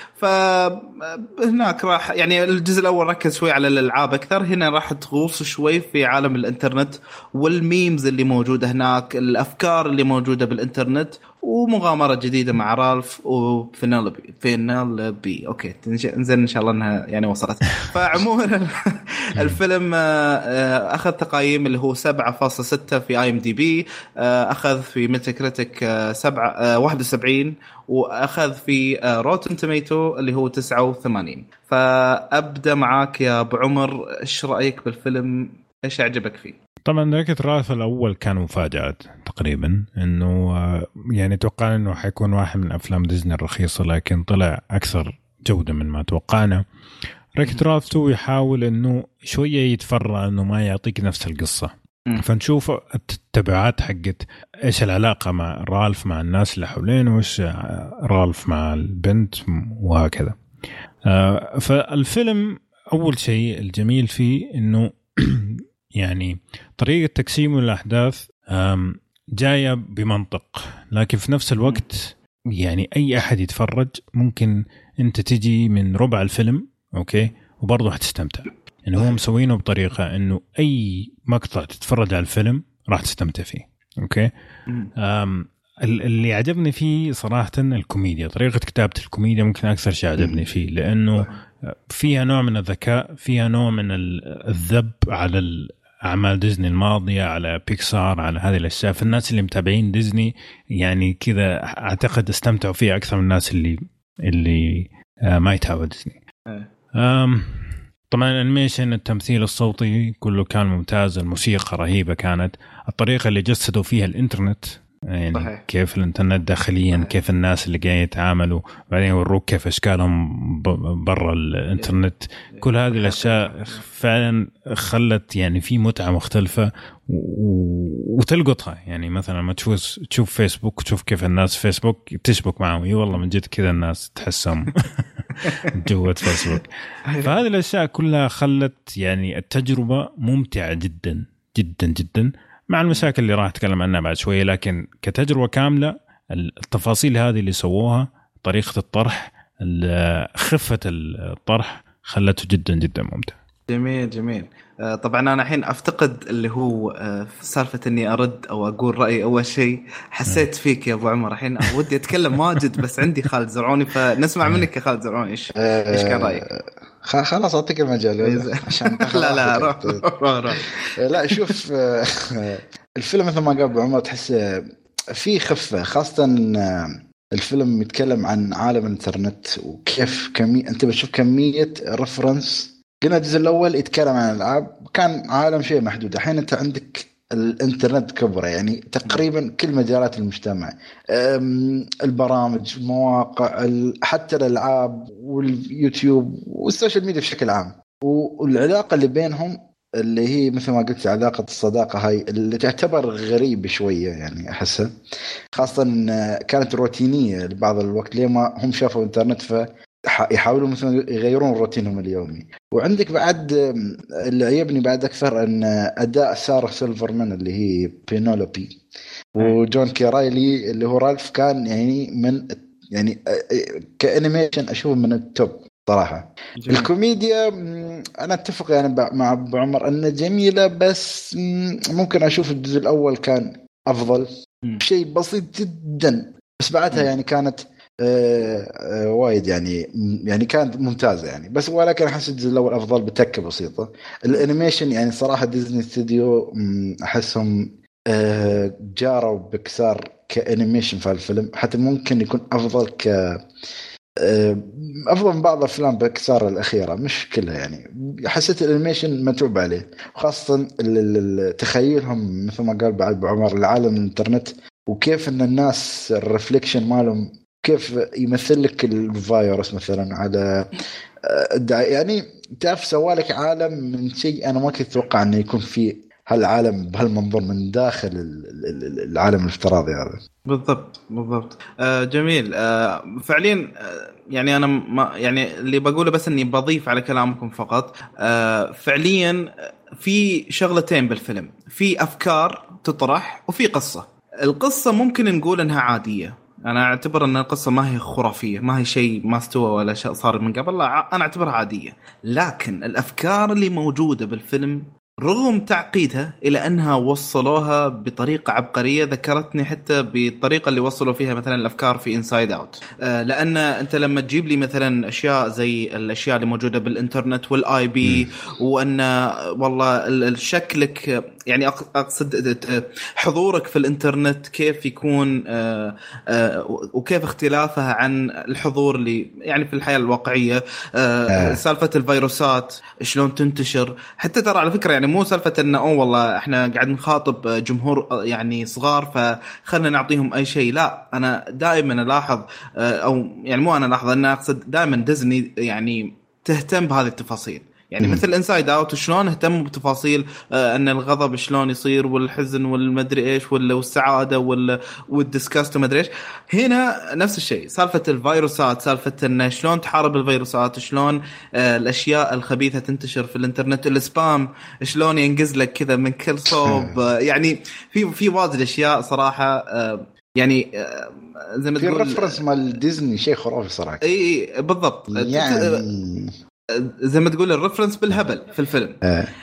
فهناك راح يعني الجزء الأول ركز شوي على الألعاب أكثر، هنا راح تغوص شوي في عالم الإنترنت والميمز اللي موجودة هناك، الأفكار اللي موجودة بالإنترنت، ومغامرة جديدة مع رالف وفينال بي اوكي انزين ان شاء الله انها يعني وصلت. فعموما الفيلم اخذ تقييم اللي هو 7.6 في IMDb، اخذ في ميتاكريتيك 71، واخذ في روتن توميتو اللي هو 89. فابدا معاك يا ابو عمر، ايش رايك بالفيلم؟ ايش عجبك فيه؟ طبعا ذاك رالف الأول كان مفاجأة تقريبا، إنه يعني توقعنا إنه حيكون واحد من أفلام ديزني الرخيصة، لكن طلع أكثر جودة من ما توقعنا. ريكت رالف 2 يحاول إنه شوية يتفرع، إنه ما يعطيك نفس القصة، فنشوف التبعات حقت إيش العلاقة مع رالف مع الناس اللي حوالينه، وإيش رالف مع البنت وهكذا. فالفيلم أول شيء الجميل فيه إنه يعني طريقة تقسيم الأحداث جاية بمنطق، لكن في نفس الوقت يعني أي أحد يتفرج ممكن أنت تجي من ربع الفيلم أوكي وبرضه هتستمتع. يعني هو مسوينه بطريقة إنه أي مقطع تتفرج على الفيلم راح تستمتع فيه أوكي. اللي عجبني فيه صراحة الكوميديا، طريقة كتابة الكوميديا ممكن أكثر شيء عجبني فيه، لأنه فيها نوع من الذكاء، فيها نوع من الذب على أعمال ديزني الماضية، على بيكسار، على هذه الأشياء. فالناس اللي متابعين ديزني يعني كذا أعتقد استمتعوا فيها أكثر من الناس اللي ما يتابعوا ديزني. طبعا الانيميشن، التمثيل الصوتي كله كان ممتاز، الموسيقى رهيبة كانت، الطريقة اللي جسدوا فيها الإنترنت يعني صحيح. كيف الانترنت داخليا صحيح. كيف الناس اللي قاعد يتعاملوا، بعدين يوروك كيف اشكالهم برا الانترنت. كل هذه الاشياء فعلا خلت يعني في متعه مختلفه وتلقطها. يعني مثلا ما تشوف فيسبوك، تشوف كيف الناس فيسبوك تشبك معهم، اي والله من جد كذا الناس تحسهم جوه فيسبوك. فهذه الاشياء كلها خلت يعني التجربه ممتعه جدا جدا جدا، مع المشاكل اللي راح أتكلم عنها بعد شوية. لكن كتجربة كاملة التفاصيل هذه اللي سووها، طريقة الطرح، خفة الطرح خلته جدا جدا ممتع. جميل جميل. طبعا أنا الحين أفتقد اللي هو سالفة إني أرد أو أقول رأيي. أول شيء حسيت فيك يا أبو عمر، الحين ودي أتكلم واجد بس عندي خالد زرعوني، فنسمع منك يا خالد زرعوني إيش كان رأيك؟ خلاص أعطيك المجال عشان لا روح. لا شوف الفيلم مثل ما قال أبو عمر تحس فيه خفة، خاصة الفيلم يتكلم عن عالم الانترنت وكيف أنت بتشوف كمية ريفرنس. قلنا الجزء الأول يتكلم عن الألعاب، كان عالم شيء محدود. الحين أنت عندك الانترنت كبرى، يعني تقريبا كل مجالات المجتمع، البرامج، المواقع، حتى الألعاب واليوتيوب والسوشيال ميديا بشكل عام، والعلاقة اللي بينهم اللي هي مثل ما قلت علاقة الصداقة هاي اللي تعتبر غريب شوية يعني أحسها، خاصة كانت روتينية لبعض الوقت لما هم شافوا الانترنت يحاولوا مثلا يغيرون روتينهم اليومي. وعندك بعد اللي عيبني بعد أكثر أن أداء سارة سيلفرمان اللي هي بينولوبي وجون كيرايلي اللي هو رالف كان يعني من يعني كأنيميشن أشوفه من التوب صراحة. الكوميديا أنا أتفق يعني مع أبو عمر أنها جميلة، بس ممكن أشوف الجزء الأول كان أفضل شيء بسيط جدا، بس بعدها يعني كانت وايد يعني كانت ممتازة يعني، بس ولكن أحس الجزء الأول أفضل بتكة بسيطة. الانيميشن يعني صراحة ديزني ستوديو أحسهم جاروا بكسار كانيميشن في الفيلم، حتى ممكن يكون أفضل أفضل من بعض أفلام بكسار الأخيرة، مش كلها يعني. حسيت الانيميشن متعوب عليه، خاصة تخيلهم مثل ما قال بعد بعمر العالم الانترنت، وكيف أن الناس الرفليكشن مالهم كيف يمثل لك الفيروس مثلا على يعني تعرف سوالك عالم من شيء أنا ما كنت أتوقع أنه يكون في هالعالم بهالمنظور من داخل العالم الافتراضي هذا. بالضبط. جميل. فعليا يعني أنا ما يعني اللي بقوله بس إني بضيف على كلامكم فقط. فعليا في شغلتين بالفيلم، في أفكار تطرح وفي قصة. القصة ممكن نقول إنها عادية، أنا أعتبر أن القصة ما هي خرافية، ما هي شيء ما استوى ولا شيء صار من قبل، لا أنا أعتبرها عادية. لكن الأفكار اللي موجودة بالفيلم رغم تعقيدها إلى أنها وصلوها بطريقة عبقرية ذكرتني حتى بالطريقة اللي وصلوا فيها مثلا الأفكار في إنسايد أوت. لأن أنت لما تجيب لي مثلا أشياء زي الأشياء اللي موجودة بالإنترنت والآي بي، وأن والله شكلك يعني أقصد حضورك في الإنترنت كيف يكون وكيف اختلافها عن الحضور اللي يعني في الحياة الواقعية. سالفة الفيروسات شلون تنتشر، حتى ترى على فكرة يعني مو سالفة إنه والله إحنا قاعد نخاطب جمهور يعني صغار فخلنا نعطيهم أي شيء. لا، أنا دائما ألاحظ أو يعني مو أنا ألاحظ، أنا أقصد دائما ديزني يعني تهتم بهذه التفاصيل. يعني مثل انسايد اوت شلون اهتموا بتفاصيل ان الغضب شلون يصير والحزن والمدري ايش والسعاده والديسكاست ومدري ايش. هنا نفس الشيء، سالفه الفيروسات، سالفه ان شلون تحارب الفيروسات، شلون الاشياء الخبيثه تنتشر في الانترنت، السبام شلون ينقز لك كذا من كل صوب. يعني في واجد اشياء صراحه يعني زي ما تقول في الرفرنس مال ديزني شيء خرافي صراحه. اي بالضبط، يعني زي ما تقول الرفرنس بالهبل في الفيلم.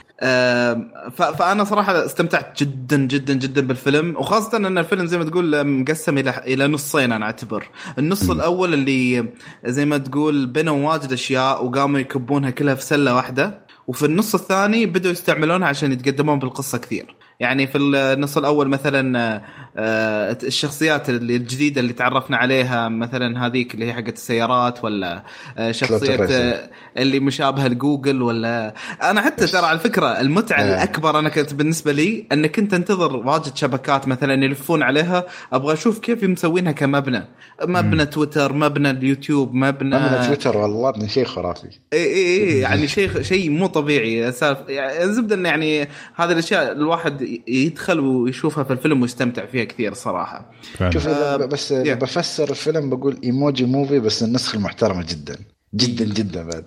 فأنا صراحة استمتعت جدا جدا جدا بالفيلم، وخاصة أن الفيلم زي ما تقول مقسم إلى نصين. أنا أعتبر النص الأول اللي زي ما تقول بينهم واجد أشياء وقاموا يكبونها كلها في سلة واحدة، وفي النص الثاني بدوا يستعملونها عشان يتقدمون بالقصة كثير. يعني في النص الأول مثلا الشخصيات الجديدة اللي تعرفنا عليها، مثلا هذيك اللي هي حقت السيارات، ولا شخصية اللي مشابهة لجوجل، ولا أنا حتى ترى على فكرة المتعة الأكبر أنا كنت بالنسبة لي أن كنت انتظر واجد شبكات مثلا يلفون عليها، أبغى أشوف كيف مسوينها كمبنى، مبنى تويتر، مبنى اليوتيوب، مبنى تويتر. والله من شيء خرافي. إيه يعني شيء مو طبيعي. يعني زبدة إن يعني هذه الأشياء الواحد يدخل ويشوفها في الفيلم ويستمتع فيها كثير صراحة. شوف بس بفسر الفيلم بقول إيموجي موفي، بس النسخة المحترمة جدا جدا جدا بعد.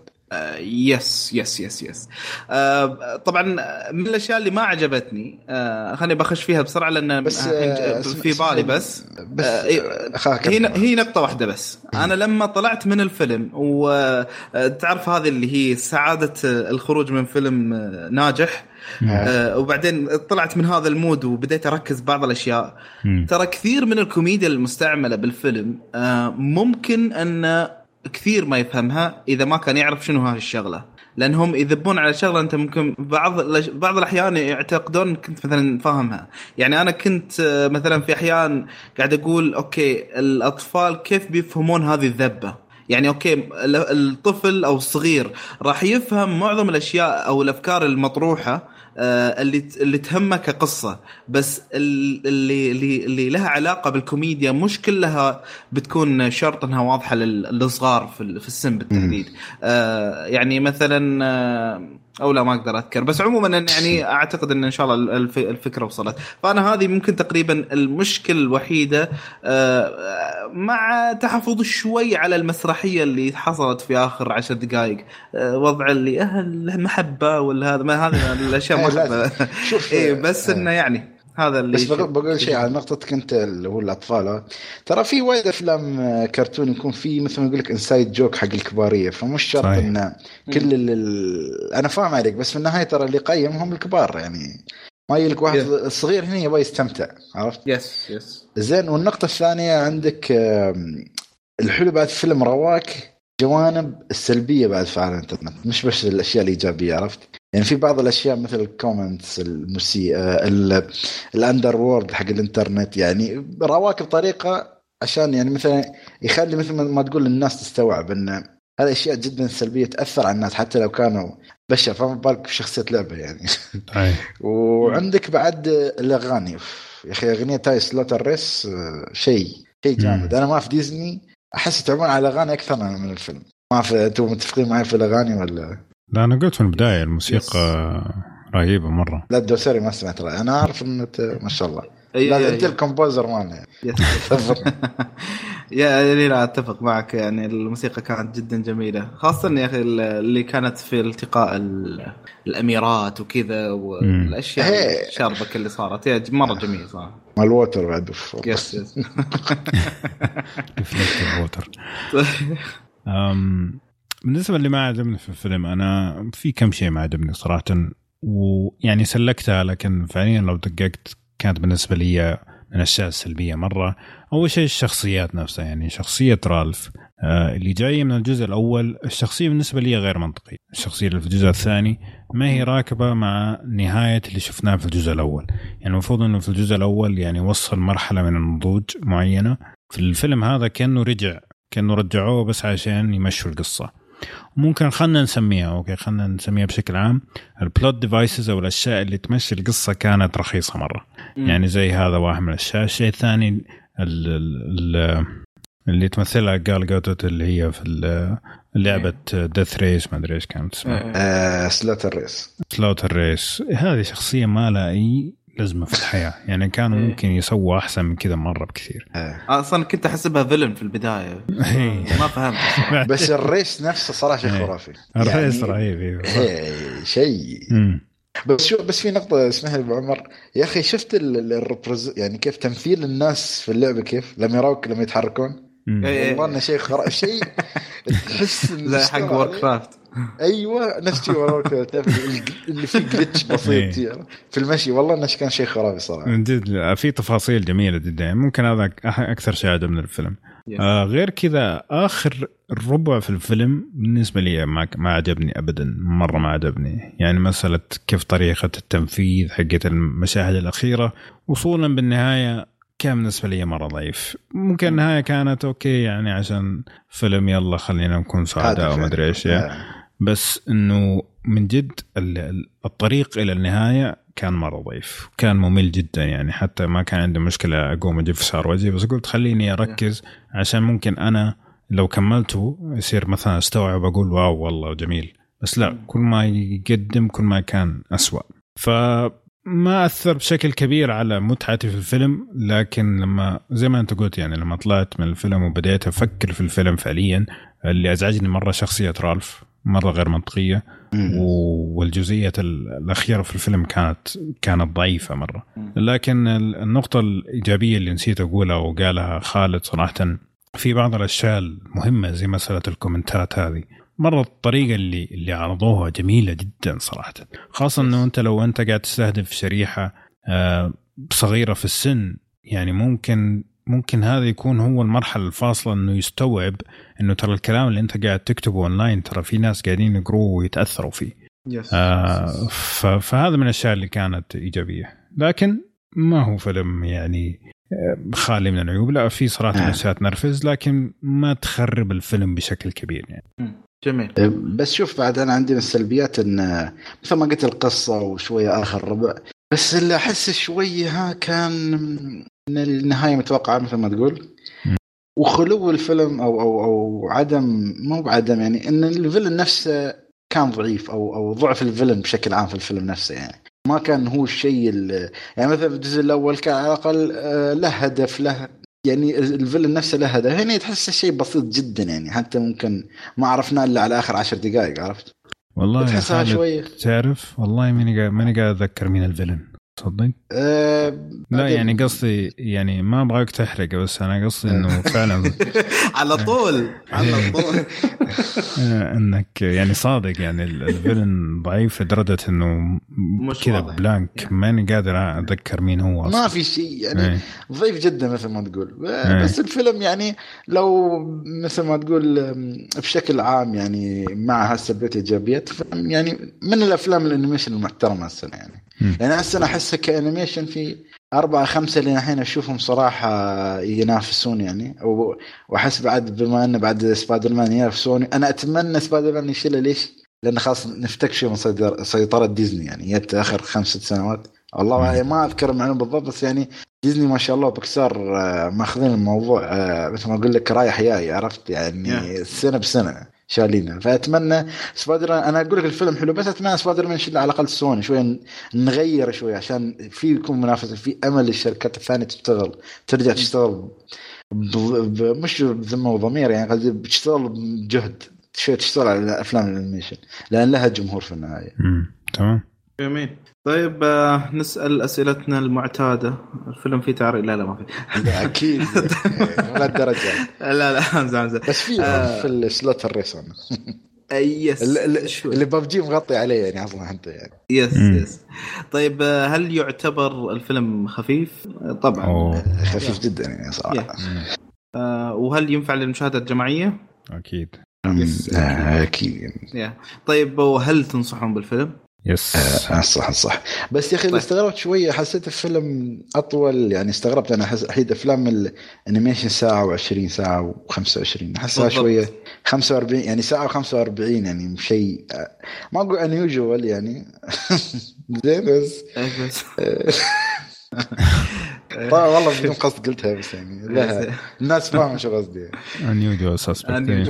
يس طبعا من الاشياء اللي ما عجبتني خليني بخش فيها بسرعه لان بس في بالي بس هي نقطه واحده بس. انا لما طلعت من الفيلم وتعرف هذه اللي هي سعاده الخروج من فيلم ناجح، وبعدين طلعت من هذا المود وبديت اركز بعض الاشياء. ترى كثير من الكوميديا المستعمله بالفيلم ممكن ان كثير ما يفهمها إذا ما كان يعرف شنو هذه الشغلة، لأنهم يذبون على شغلة أنت ممكن بعض الأحيان يعتقدون كنت مثلا فاهمها. يعني أنا كنت مثلا في أحيان قاعد أقول أوكي الأطفال كيف بيفهمون هذه الذبة؟ يعني أوكي الطفل أو الصغير راح يفهم معظم الأشياء أو الأفكار المطروحة اللي تهمه كقصة، بس اللي لها علاقة بالكوميديا مش كلها بتكون شرط انها واضحة للصغار في السن بالتحديد. يعني مثلا او لا ما اقدر اذكر، بس عموما يعني اعتقد ان شاء الله الفكرة وصلت. فانا هذه ممكن تقريبا المشكلة الوحيدة، مع تحفظ شوي على المسرحية اللي حصلت في اخر 10 دقائق، وضع اللي المحبة ولا هذا ما هذه الاشياء ما شوف بس انه يعني هذا اللي بس بقول شيء على نقطتك انت اللي هو الاطفال. ترى في وايد افلام كرتون يكون في مثل ما يقول لك انسايد جوك حق الكباريه، فمش شرط ان كل انا فاهم عليك، بس في النهايه ترى اللي يقيمهم الكبار. يعني ما يلك واحد صغير هنا يبغى يستمتع، عرفت؟ يس زين. والنقطه الثانيه عندك الحلو بعد فيلم رواك جوانب السلبيه بعد فعل الانترنت، مش بس الاشياء الايجابيه، عرفت؟ يعني في بعض الاشياء مثل الكومنتس المسيئه، الاندر وورد حق الانترنت، يعني رواك بطريقه عشان يعني مثلا يخلي مثل ما تقول الناس تستوعب ان هذه اشياء جدا سلبيه تاثر على الناس حتى لو كانوا بشر، فما بالك في شخصيه لعبه يعني. وعندك بعد الاغاني، يا اخي اغنيه تاي سلوتر ريس شيء جامد. انا ما في ديزني احس تعمل على اغاني اكثر من الفيلم. ما في انتم متفقين معي في الاغاني ولا؟ لا أنا قلت في البداية الموسيقى رهيبة مرة. لا الدوسري ما سمعت رأي. أنا أعرف إنه ما شاء الله. لا أنت الكمبوزر مالنا. لا أتفق معك، يعني الموسيقى كانت جدا جميلة، خاصة يا أخي اللي كانت في التقاء الأميرات وكذا والأشياء الشاربك اللي صارت هي مرة جميلة صراحة. مال ووتر بعد. يس الووتر. بالنسبة اللي ما عجبني في الفيلم، أنا في كم شيء ما عجبني صراحة. ويعني سلكتها، لكن فعليا لو دققت كانت بالنسبة لي من الأشياء السلبية مرة. أول شيء الشخصيات نفسها، يعني شخصية رالف اللي جاية من الجزء الأول، الشخصية بالنسبة لي غير منطقية. الشخصية اللي في الجزء الثاني ما هي راكبة مع نهاية اللي شفناه في الجزء الأول. يعني المفروض أنه في الجزء الأول يعني وصل مرحلة من النضوج معينة. في الفيلم هذا كأنه رجعوه بس عشان يمشوا القصة. ممكن خلنا نسميها بشكل عام البلوت ديفايسز أو الأشياء اللي تمشي القصة كانت رخيصة مرة. يعني زي هذا واحد من الأشياء. الشيء الثاني اللي تمثلها قال قوتت اللي هي في لعبة ديث ريس، ما أدري إيش كانت اسمها، سلوتر ريس. هذه شخصية ما لها أي لازمة في الحياة، يعني كانوا ممكن يسووا أحسن من كذا مرة بكثير. أصلا كنت أحسبها فيلن في البداية ما فهمت. بس الريس نفسه صراحة شيء خرافي، الريس رهيب شيء. بس في نقطة اسمها أبو عمر يا أخي، شفت يعني كيف تمثيل الناس في اللعبة، كيف لما يتحركون. والله إنه شيء شيء تحس زي حق ووركرافت. أيوة نفس شيء ووركرافت اللي فيه جلتش بسيط في المشي. والله إنه كان شيء خرافي صراحة من جد. في تفاصيل جميلة جدا، ممكن هذا أكثر شيء عجبني الفيلم. غير كذا آخر الربع في الفيلم بالنسبة لي ما عجبني أبدا، مرة ما عجبني. يعني مسألة كيف طريقة التنفيذ حقت المشاهد الأخيرة وصولا بالنهاية كان بالنسبة لي مرة ضعيف. ممكن النهاية كانت أوكي يعني عشان فيلم يلا خلينا نكون سعداء وما أدري إيش، بس إنه من جد الطريق إلى النهاية كان مرة ضعيف، كان ممل جدا. يعني حتى ما كان عندي مشكلة أقوم أجيب فشار وجهي، بس قلت خليني أركز عشان ممكن أنا لو كملته يصير مثلا استوعب أقول واو والله جميل. بس لا، كل ما يقدم كل ما كان أسوأ. فما أثر بشكل كبير على متعتي في الفيلم. لكن لما زي ما أنت قلت يعني لما طلعت من الفيلم وبدأت أفكر في الفيلم فعليا، اللي أزعجني مرة شخصية رالف مرة غير منطقية، والجزئية الأخيرة في الفيلم كانت ضعيفة مرة. لكن النقطة الإيجابية اللي نسيت أقولها وقالها خالد صراحة، في بعض الأشياء المهمة زي مسألة الكومنتات هذه، مرة الطريقة اللي عرضوها جميلة جدا صراحة. خاصة أنه أنت لو أنت قاعد تستهدف شريحة صغيرة في السن، يعني ممكن هذا يكون هو المرحلة الفاصلة أنه يستوعب أنه ترى الكلام اللي أنت قاعد تكتبه أونلاين ترى في ناس قاعدين يقروه ويتأثروا فيه. فهذا من الأشياء اللي كانت إيجابية. لكن ما هو فيلم يعني خالي من العيوب، لا في صراحة أشياء تنرفز لكن ما تخرب الفيلم بشكل كبير يعني. جميل. بس شوف بعد أنا عندي من السلبيات إن مثل ما قلت القصة وشوية آخر ربع، بس اللي أحس شوية كان إن النهاية متوقعة مثل ما تقول، وخلو الفيلم أو عدم، مو بعدم يعني إن الفيلم نفسه كان ضعيف أو ضعف الفيلم بشكل عام في الفيلم نفسه. يعني ما كان هو الشيء يعني مثلا في الجزء الأول كان على الأقل له هدف، له يعني الفيلم نفسه له هدف. هنا تحس الشيء بسيط جدا، يعني حتى ممكن ما عرفنا إلا على آخر 10 دقائق. عرفت والله تحسها شوية. تعرف والله ماني قاعد أتذكر مين الفيلم صدق. لا يعني قصدي يعني ما أبغاك تحرق، بس أنا قصدي إنه فعلا على طول إنك يعني صادق، يعني الفيلم ضعيف لدرجة إنه كذا بلانك، ماني قادر أتذكر مين هو أصلاً. ما في شيء يعني ضعيف جدا مثل ما تقول. بس الفيلم يعني لو مثل ما تقول بشكل عام يعني مع هالسلبيات إيجابيات، يعني من الأفلام الأنيميشن المحترمة السنة يعني السنة أحسها كأنيميشن في 4-5 اللي الحين أشوفهم صراحة ينافسون يعني. وأحس بعد بما أن بعد سبايدر مان ينافسوني، أنا أتمنى سبايدر مان يشيله. ليش؟ لأن خاص نفتكش من سيطرة ديزني يعني آخر 5-6 سنوات. والله ما أذكر المعلومة بالضبط، بس يعني ديزني ما شاء الله بكسار ماخذين الموضوع مثل ما أقول لك رايح جاي، عرفت يعني سنة بسنة شالينا. فأتمنى سبايدر، أنا أقول لك الفيلم حلو، بس أتمنى سبايدر مان يشيل على الأقل سوني شوية، نغير شوية عشان في يكون منافسة، في أمل الشركات الثانية ترجع تشتغل مش بذمة وضمير، يعني قصدي بتشتغل بجهد شوية، تشتغل على أفلام الأنيميشن لأن لها جمهور في النهاية. تمام جميل. طيب نسأل أسئلتنا المعتادة. الفيلم فيه تعريق؟ لا ما فيه أكيد ولا الدرجة. لا زين بس في السلوت الريس يس اللي ببجي مغطي عليه يعني اصلا انت يعني. يس. طيب هل يعتبر الفيلم خفيف؟ طبعا خفيف جدا يعني صراحه. وهل ينفع للمشاهده الجماعيه؟ اكيد. اكيد. طيب وهل تنصحون بالفيلم؟ يس. صح. بس يا اخي اللي استغربت شويه حسيت الفيلم اطول يعني. استغربت انا احيد افلام الانيميشن ساعه و20 ساعه و25 احسها شويه 45 يعني ساعه و45 يعني شيء ما اقول unusual يعني زين بس طبعا والله بدون قصد قلتها بس يعني لا الناس فاهمه شو قصدي unusual suspect.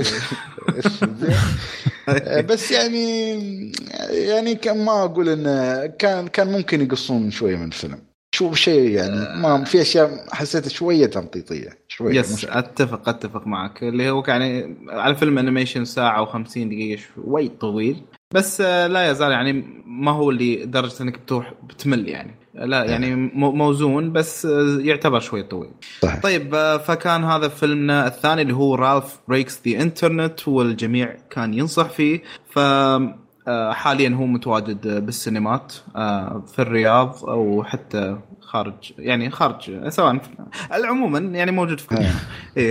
بس يعني كان ما اقول انه كان ممكن يقصون شويه من الفيلم. شو شيء يعني ما في اشياء حسيت شويه تمطيطيه شويه. يس اتفق معك. اللي هو يعني على فيلم انيميشن ساعه و50 دقيقه شوي طويل، بس لا يزال يعني ما هو اللي درجه انك بتمل يعني. لا يعني موزون بس يعتبر شوي طويل. صحيح. طيب فكان هذا فيلمنا الثاني اللي هو رالف بريكس ذا انترنت، والجميع كان ينصح فيه. حاليا هو متواجد بالسينمات في الرياض او حتى خارج سواء عموما يعني موجود في كل ايه.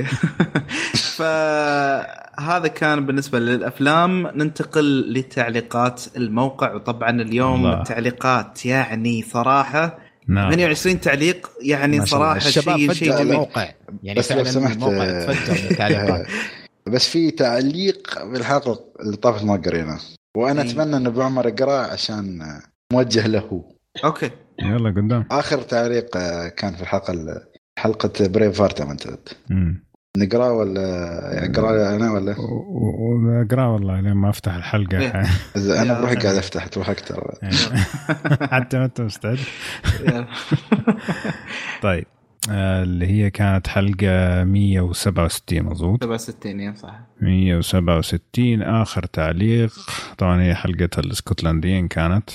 فهذا كان بالنسبه للافلام. ننتقل لتعليقات الموقع، وطبعا اليوم التعليقات يعني صراحه 28 تعليق يعني صراحه شيء جميل. الموقع يعني بس لو سمحت الموقع تفجر بالتعليقات. بس في تعليق بالحلقه اللي طافت ما قرينا، وانا اتمنى ان ابو عمر يقرا عشان موجه له. اوكي يلا قدام. اخر تعليق كان في حلقه بريف هارت منتد. نقرا ولا اقرا انا ولا اقرا؟ والله لين ما افتح الحلقه اذا انا بروح قاعد افتح تروح اكثر حتى انت مستعد. طيب اللي هي كانت حلقة 167 مظبوط. 67 صح. 167 آخر تعليق. طبعا هي حلقة الاسكتلنديين كانت.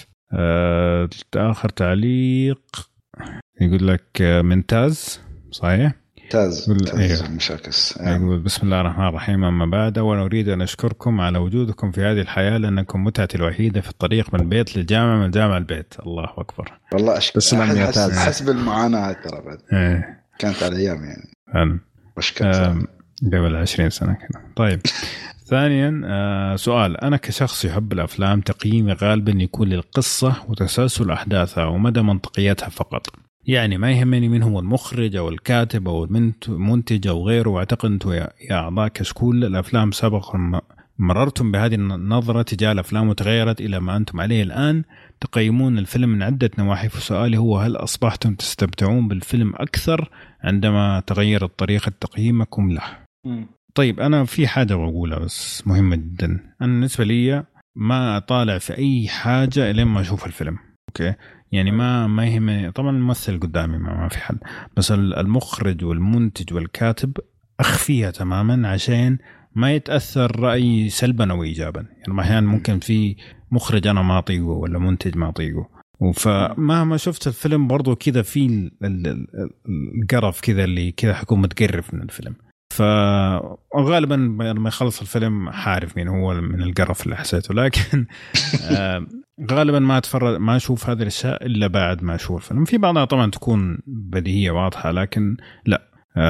آخر تعليق يقول لك ممتاز صحيح؟ ممتاز أيوه. مشاكس. يقول بسم الله الرحمن الرحيم. أما بعد أولا أريد أن أشكركم على وجودكم في هذه الحياة، لأنكم متعتي الوحيدة في الطريق من البيت للجامعة من الجامعة البيت. الله أكبر. والله حسب المعاناة ترى بعد كانت على أيام يعني قبل 20 سنة كده. طيب ثانيا سؤال. أنا كشخص يحب الأفلام تقييمي غالبا يكون للقصة وتسلسل أحداثها ومدى منطقيتها فقط. يعني ما يهمني من هو المخرج أو الكاتب أو المنتج أو غيره. وأعتقد أنتم يا أعضاء كشكول الأفلام سابقا مررتم بهذه النظرة تجاه الأفلام وتغيرت إلى ما أنتم عليه الآن. تقيمون الفيلم من عدة نواحي. فسؤالي هو هل أصبحتم تستمتعون بالفيلم أكثر عندما تغيرت طريقة تقييمكم له؟ طيب أنا في حاجة بقولها بس مهمة جدا. أنا بالنسبة لي ما أطالع في أي حاجة إلين ما أشوف الفيلم. أوكي يعني ما يهمني طبعا الممثل قدامي ما في حد، بس المخرج والمنتج والكاتب أخفيها تماما عشان ما يتأثر رأيي سلبا أو إيجابا. يعني أحيانا ممكن في مخرج أنا ما أطيقه ولا منتج ما أطيقه، فمهما شفت الفيلم برضو كذا في القرف كذا اللي كذا حكون متقرف من الفيلم. فغالبا لما يخلص الفيلم حارف مين هو من القرف اللي حسيته. لكن غالبا ما اشوف هذه الاشياء الا بعد ما اشوف الفيلم. في بعضها طبعا تكون بديهيه واضحه، لكن لا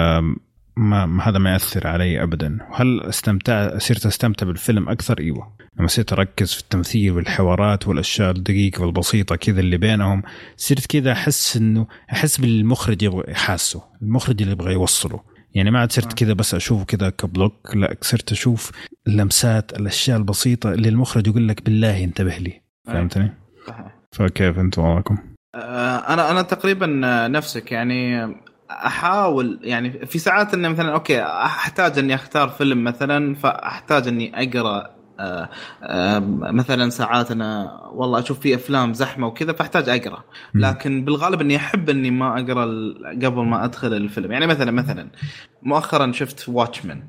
ما هذا ما يأثر علي ابدا. هل صرت استمتع بالفيلم اكثر؟ ايوه، لما صرت اركز في التمثيل والحوارات والاشياء الدقيقه والبسيطه كذا اللي بينهم، صرت كذا احس بالمخرج يبغى يحاسه، المخرج اللي يبغى يوصله. يعني ما عاد صرت كذا بس أشوف كذا كبلوك، لا صرت أشوف اللمسات الأشياء البسيطة اللي المخرج يقول لك بالله انتبه لي. فهمتني؟ فكيف أنتم وضعكم؟ أنا تقريبا نفسك. يعني أحاول يعني في ساعات إن مثلا أوكي أحتاج إني أختار فيلم مثلا، فأحتاج إني أقرأ مثلا ساعات أنا والله أشوف فيه أفلام زحمة وكذا فأحتاج أقرأ. لكن بالغالب إني أحب إني ما أقرأ قبل ما أدخل الفيلم. يعني مثلا مؤخرا شفت واتشمان.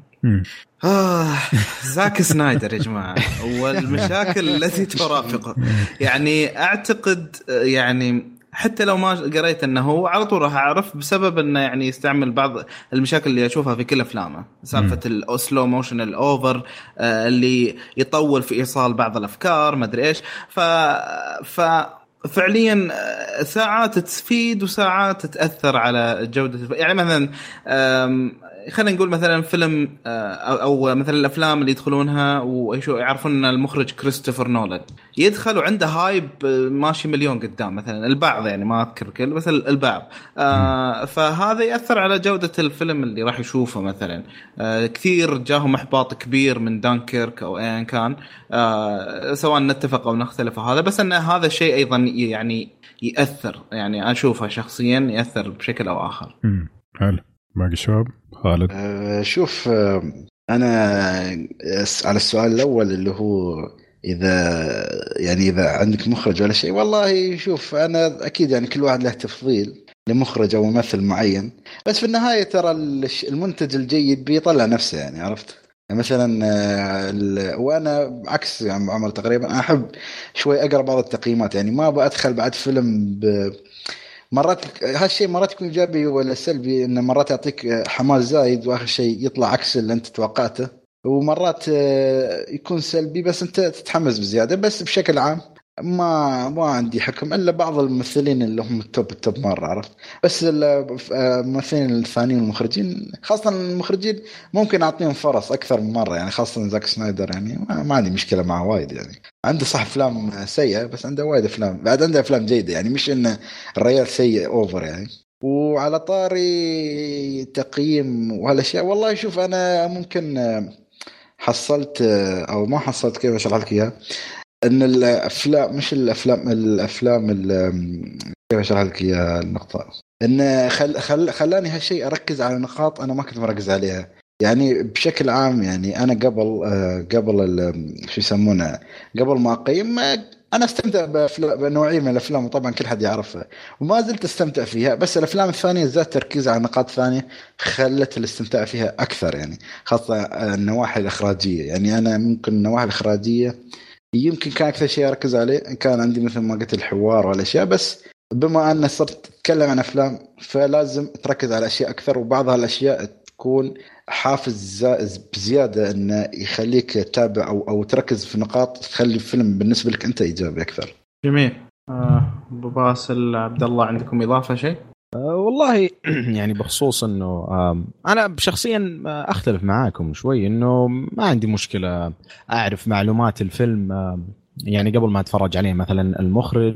زاك سنايدر يا جماعة والمشاكل التي ترافقه. يعني أعتقد يعني حتى لو ما قريت انه هو على طول راح اعرف بسبب انه يعني يستعمل بعض المشاكل اللي اشوفها في كل افلامه، سالفه السلو موشن الاوفر اللي يطول في ايصال بعض الافكار ما ادري ايش. فعليا ساعات تفيد وساعات تاثر على جوده. يعني مثلا خلينا نقول مثلا فيلم او مثلا الافلام اللي يدخلونها ويشو يعرفون ان المخرج كريستوفر نولان يدخل وعنده هايب ماشي مليون قدام مثلا، البعض يعني ما اذكر كل بس البعض فهذا ياثر على جوده الفيلم اللي راح يشوفه. مثلا كثير جاهم احباط كبير من دانكيرك او ايا كان، سواء نتفق او نختلف هذا، بس ان هذا الشيء ايضا يعني ياثر، يعني اشوفه شخصيا ياثر بشكل او اخر. حلو. باقي شباب خالد. شوف انا على السؤال الاول اللي هو اذا عندك مخرج ولا شيء، والله شوف انا اكيد يعني كل واحد له تفضيل لمخرج او ممثل معين، بس في النهايه ترى المنتج الجيد بيطلع نفسه يعني، عرفت؟ مثلا وانا عكس يعني عمر تقريبا احب شوي اقرا بعض التقييمات، يعني ما بادخل بعد فيلم مرات هالشيء مرات يكون ايجابي ولا سلبي، ان مرات يعطيك حماس زايد واخر شيء يطلع عكس اللي انت توقعته، ومرات يكون سلبي بس انت تتحمس بزياده. بس بشكل عام ما عندي حكم الا بعض الممثلين اللي هم التوب مره، عرفت؟ بس الممثلين الثانيين والمخرجين، خاصه المخرجين ممكن اعطيهم فرص اكثر من مره، يعني خاصه زاك سنايدر يعني ما عندي مشكله معه وايد، يعني عنده صح افلام سيئه بس عنده وايد افلام، بعد عنده افلام جيده، يعني مش انه الرجال سيء اوفر يعني. وعلى طاري تقييم وهالاشياء، والله شوف انا ممكن حصلت او ما حصلت، كيف اشرح لك اياها، ان الافلام مش الافلام كيف اشرح لك اياها النقطه، ان خلاني هالشيء اركز على نقاط انا ما كنت مركز عليها. يعني بشكل عام يعني انا قبل شو يسمونه، قبل ما اقيم انا استمتع بنوعيه من الافلام، وطبعا كل حد يعرفها وما زلت استمتع فيها، بس الافلام الثانيه زادت تركيز على نقاط ثانيه خلت الاستمتاع فيها اكثر، يعني خاصه النواحي الاخراجيه. يعني انا ممكن النواحي الاخراجيه يمكن كان أكثر شيء أركز عليه، كان عندي مثل ما قلت الحوار والأشياء، بس بما أن صرت أتكلم عن أفلام فلازم تركز على أشياء أكثر، وبعض الأشياء تكون حافز بزيادة إنه يخليك تتابع أو تركز في نقاط تخلي الفيلم بالنسبة لك أنت إيجابي أكثر. جميل. أبو باسل عبد الله عندكم إضافة شيء؟ والله يعني بخصوص انه انا شخصيا اختلف معاكم شوي، انه ما عندي مشكله اعرف معلومات الفيلم يعني قبل ما اتفرج عليه، مثلا المخرج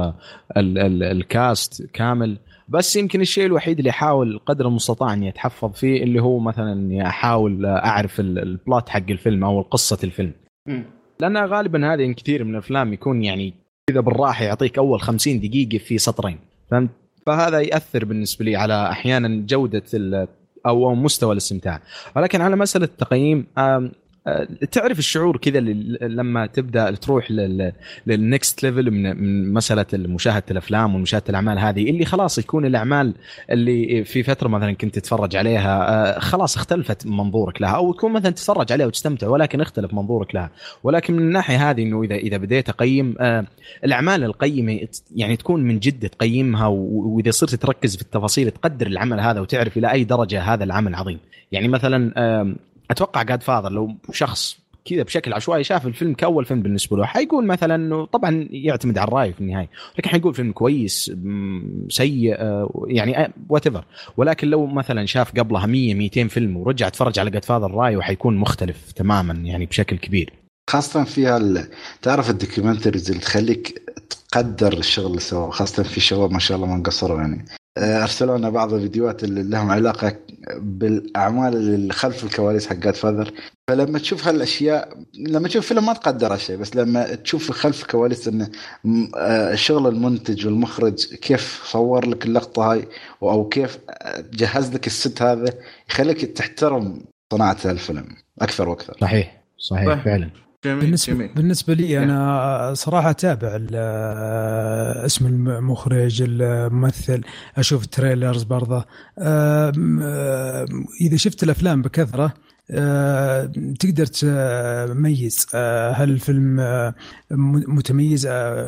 الكاست كامل، بس يمكن الشيء الوحيد اللي احاول قدر المستطاع اني اتحفظ فيه اللي هو مثلا اني احاول اعرف البلوت حق الفيلم او قصه الفيلم، لان غالبا هذه كثير من الافلام يكون يعني كذا بالراحه يعطيك اول 50 دقيقه في سطرين، فهمت؟ فهذا يأثر بالنسبة لي على أحيانا جودة أو مستوى الاستمتاع. ولكن على مسألة التقييم، تعرف الشعور كذا لما تبدأ تروح للنكست ليفل من مسألة مشاهدة الأفلام ومشاهدة الأعمال هذه، اللي خلاص يكون الأعمال اللي في فترة مثلا كنت تتفرج عليها خلاص اختلفت منظورك لها، أو تكون مثلا تتفرج عليها وتستمتع ولكن اختلف منظورك لها. ولكن من الناحية هذه إنه إذا بديت أقيم الأعمال القيمة يعني تكون من جد تقيمها، وإذا صرت تركز في التفاصيل تقدر العمل هذا وتعرف إلى أي درجة هذا العمل عظيم. يعني مثلا اتوقع جاد فاذر لو شخص كذا بشكل عشوائي شاف الفيلم كأول فيلم بالنسبه له حيقول مثلا انه طبعا يعتمد على الراي في النهايه، لكن حيقول فيلم كويس سيء يعني whatever. ولكن لو مثلا شاف قبلها 100-200 فيلم ورجع اتفرج على جاد فاذر رايه وحيكون مختلف تماما يعني بشكل كبير، خاصه فيها تعرف الدوكيومنتريز اللي تخليك تقدر الشغل اللي سواه، خاصه في شباب ما شاء الله ما قصروا، يعني أرسلوا لنا بعض الفيديوهات اللي لهم علاقة بالأعمال اللي خلف الكواليس حقات فاذر. فلما تشوف هالأشياء، لما تشوف فيلم ما تقدر هالشيء، بس لما تشوف خلف الكواليس إنه شغل المنتج والمخرج كيف صور لك اللقطة هاي أو كيف جهز لك الست هذا، يخليك تحترم صناعة الفيلم أكثر وأكثر. صحيح فعلا. بالنسبة لي أنا صراحة أتابع اسم المخرج الممثل، أشوف التريلرز برضه، إذا شفت الأفلام بكثرة تقدر تميز هل الفيلم متميز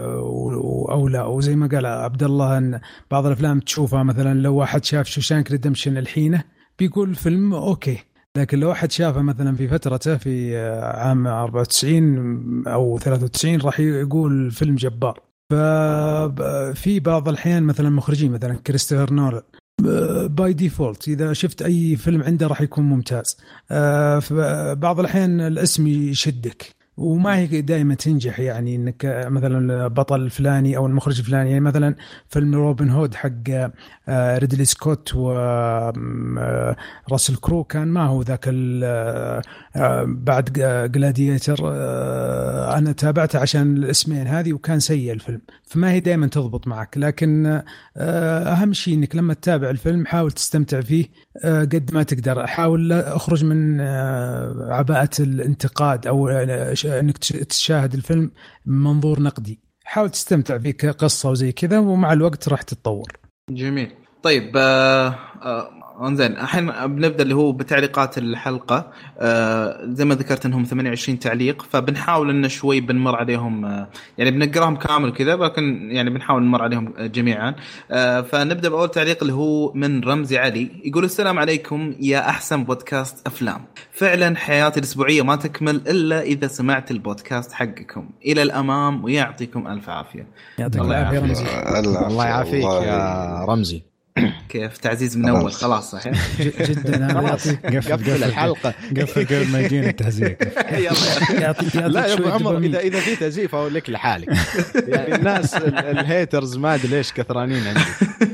أو لا. وزي ما قال عبد الله أن بعض الأفلام تشوفها مثلا لو واحد شاف شوشانك ريدمشن الحين بيقول الفيلم أوكي، لكن لو واحد شافه مثلا في فترته في عام 94 أو 93 راح يقول فيلم جبار. ففي بعض الأحيان مثلا مخرجين مثلا كريستوفر نولان باي ديفولت إذا شفت أي فيلم عنده راح يكون ممتاز. بعض الأحيان الاسم يشدك وما هي دائما تنجح، يعني انك مثلا بطل الفلاني او المخرج الفلاني. يعني مثلا فيلم روبن هود حق ريدلي سكوت وراسل كرو كان ما هو ذاك بعد جلاديتر انا تابعته عشان الاسمين هذه وكان سيء الفيلم. فما هي دائما تضبط معك، لكن اهم شيء انك لما تتابع الفيلم حاول تستمتع فيه قد ما تقدر. حاول لا اخرج من عباءة الانتقاد او انك تشاهد الفيلم بمنظور نقدي. حاول تستمتع فيه كقصة وزي كذا، ومع الوقت راح تتطور. جميل. طيب انزين الحين بنبدا اللي هو بتعليقات الحلقه. زي ما ذكرت انهم 28 تعليق، فبنحاول ان شوي بنمر عليهم، يعني بنقراهم كامل كذا، لكن يعني بنحاول نمر عليهم جميعا. فنبدا باول تعليق اللي هو من رمزي علي، يقول السلام عليكم يا احسن بودكاست افلام. فعلا حياتي الاسبوعيه ما تكمل الا اذا سمعت البودكاست حقكم. الى الامام ويعطيكم الف عافيه. يعطيك العافيه رمزي. الله يعافيك يا رمزي. كيف تعزيز من اول خلاص صحيح جدا. قفل الحلقه قفل قبل ما يجينا التهزيق. لا يا ابو عمر اذا في تزييف اقول لك لحالك. يعني الناس الهيترز ما ادري ليش كثرانين عندي.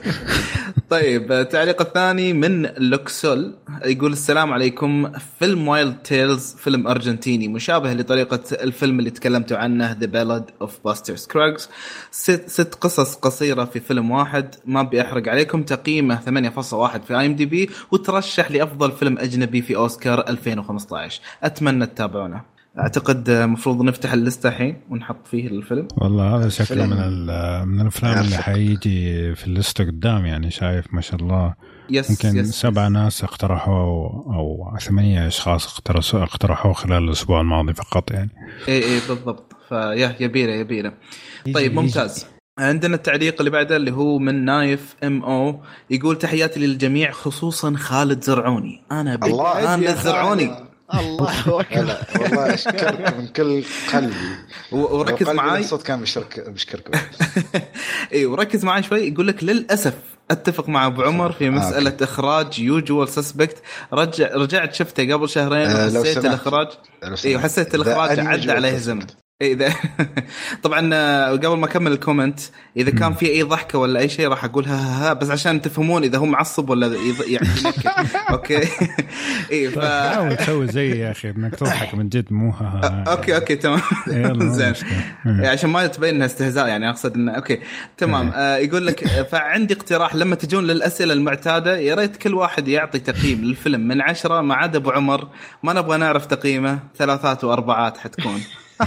طيب التعليق الثاني من لوكسول، يقول السلام عليكم. فيلم وايلد تيلز فيلم أرجنتيني مشابه لطريقة الفيلم اللي تكلمتوا عنه The Ballad of Buster Scruggs. 6 قصص قصيرة في فيلم واحد. ما بيحرق عليكم. تقييمه 8.1 في IMDb، وترشح لأفضل فيلم أجنبي في أوسكار 2015. أتمنى تتابعونه. أعتقد مفروض نفتح الليستة الحين ونحط فيه الفيلم. والله هذا شكله من الأفلام اللي حيجي في الليستة قدام. يعني شايف ما شاء الله يمكن 7 ناس اقترحوا أو 8 أشخاص اقترحوا خلال الأسبوع الماضي فقط. يعني إيه بالضبط. يبيله. طيب ممتاز. عندنا التعليق اللي بعده اللي هو من نايف MO، يقول تحياتي للجميع خصوصا خالد زرعوني. أنا خالد زرعوني. الله أكبر. والله أشكرك من كل قلبي. وركز معاي. الصوت كان بشكرك. إيه وركز معاي شوي. يقول لك للأسف أتفق مع أبو عمر في مسألة إخراج يوجوال سسبكت. رجعت شفته قبل شهرين وحسيت الإخراج. إيه وحسيت الإخراج عدى عليه زمن. إذا طبعا قبل ما أكمل الكومنت، إذا كان في أي ضحكة ولا أي شيء راح أقولها بس عشان تفهمون إذا هم معصب ولا يعني أوكي. إيه حاول تسوي زي يا أخي إنك تضحك من جد مو أوكي تمام زين عشان ما تبين إنها استهزاء. يعني أقصد إنه أوكي تمام. يقول لك فعندي اقتراح لما تجون للأسئلة المعتادة يا ريت كل واحد يعطي تقييم للفيلم من 10 ما عدا أبو عمر. ما نبغى نعرف تقييمه 3 و4 حتكون.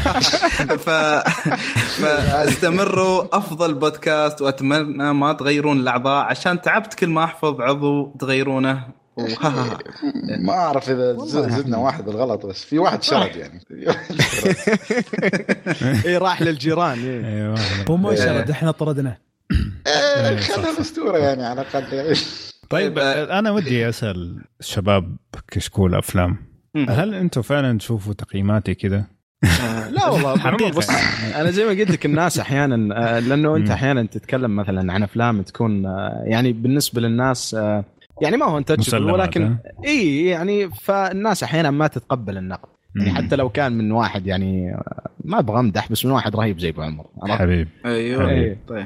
فاستمروا أفضل بودكاست، وأتمنى ما تغيرون الأعضاء عشان تعبت كل ما أحفظ عضو تغيرونه. ما أعرف إذا زدنا واحد بالغلط، بس في واحد شرد يعني. إيه راح للجيران. إيه هو ما شرد إحنا طردنا. خلنا الأسطورة يعني على الأقل. طيب أنا ودي أسأل الشباب كشكول أفلام، هل أنتوا فعلا تشوفوا تقييماتي كده؟ لا والله حقيقة. بص أنا زي ما قلت لك الناس أحيانا لأنه أنت أحيانا تتكلم مثلا عن أفلام تكون يعني بالنسبة للناس يعني ما هو أنت ولكن إيه يعني فالناس أحيانا ما تتقبل النقد. يعني حتى لو كان من واحد يعني ما أبغى أمدح بس من واحد رهيب زي أبو عمر حبيب. أيوه طيب.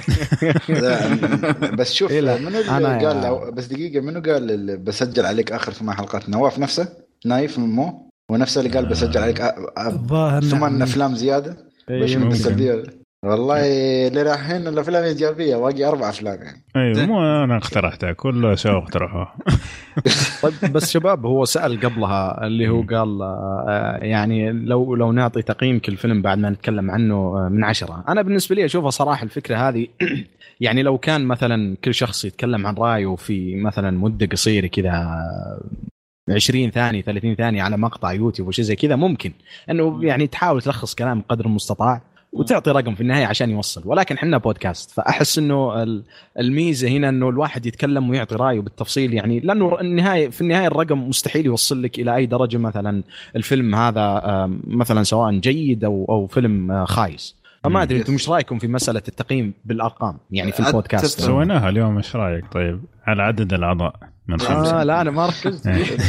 بس شوف من اللي قال بس دقيقة منو قال بسجل عليك آخر 8 حلقات؟ نواف نفسه نايف مو ونفسه اللي قال بسجل عليك 8 أفلام زيادة. باش من السلبية والله اللي رايحين الأفلام إيجابية واقي 4 أفلام يعني. أيوة مو أنا اقترحتها كله شو اقترحوها. طيب بس شباب هو سأل قبلها اللي هو قال يعني لو نعطي تقييم كل فيلم بعد ما نتكلم عنه من 10. أنا بالنسبة لي أشوفها صراحة الفكرة هذه يعني لو كان مثلا كل شخص يتكلم عن رأيه في مثلا مدة قصيرة كذا 20 ثانية 30 ثانية على مقطع يوتيوب وشيء زي كذا، ممكن انه يعني تحاول تلخص كلام قدر المستطاع وتعطي رقم في النهاية عشان يوصل. ولكن حنا بودكاست، فأحس إنه الميزة هنا إنه الواحد يتكلم ويعطي رأيه بالتفصيل، يعني لأنه في النهاية الرقم مستحيل يوصل لك إلى أي درجة مثلا الفيلم هذا مثلا سواء جيد أو فيلم خايس. فما أدري أنتم مش رأيكم في مسألة التقييم بالأرقام يعني في البودكاست؟ سويناها اليوم، مش رأيك طيب على عدد الأعضاء من 5؟ لا أنا ما ركزت.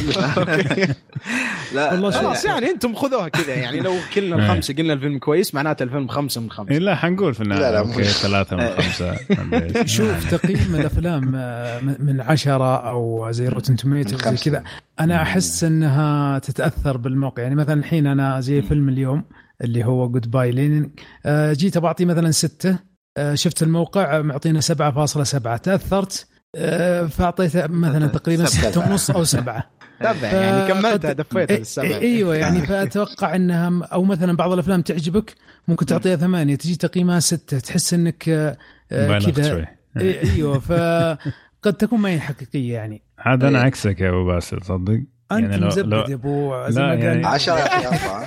لا والله خلاص يعني أنتم خذوها كذا، يعني لو كلنا الخمسة قلنا الفيلم كويس معناته الفيلم 5 من 5. لا حنقول في النهاية أوكي 3 من 5. شوف تقييم الأفلام من 10 أو زي روتن توميتو زي كذا، أنا أحس أنها تتأثر بالموقع. يعني مثلا الحين أنا زي فيلم اليوم اللي هو جود باي لينين، جيت بعطي مثلا 6، شفت الموقع معطينا 7.7، تأثرت فأعطيته مثلا تقريبا 6.5 أو 7. يعني كملتها دفيتها للسبعة. ايوه يعني فأتوقع انها او مثلا بعض الافلام تعجبك ممكن تعطيها 8 تجي تقييمها 6، تحس انك كذا. ايوه فقد تكون ما هي حقيقيه يعني. هذا انا عكسك يا ابو باسل صدق. انت يعني مزبد يا ابو زي ما قال 10 4.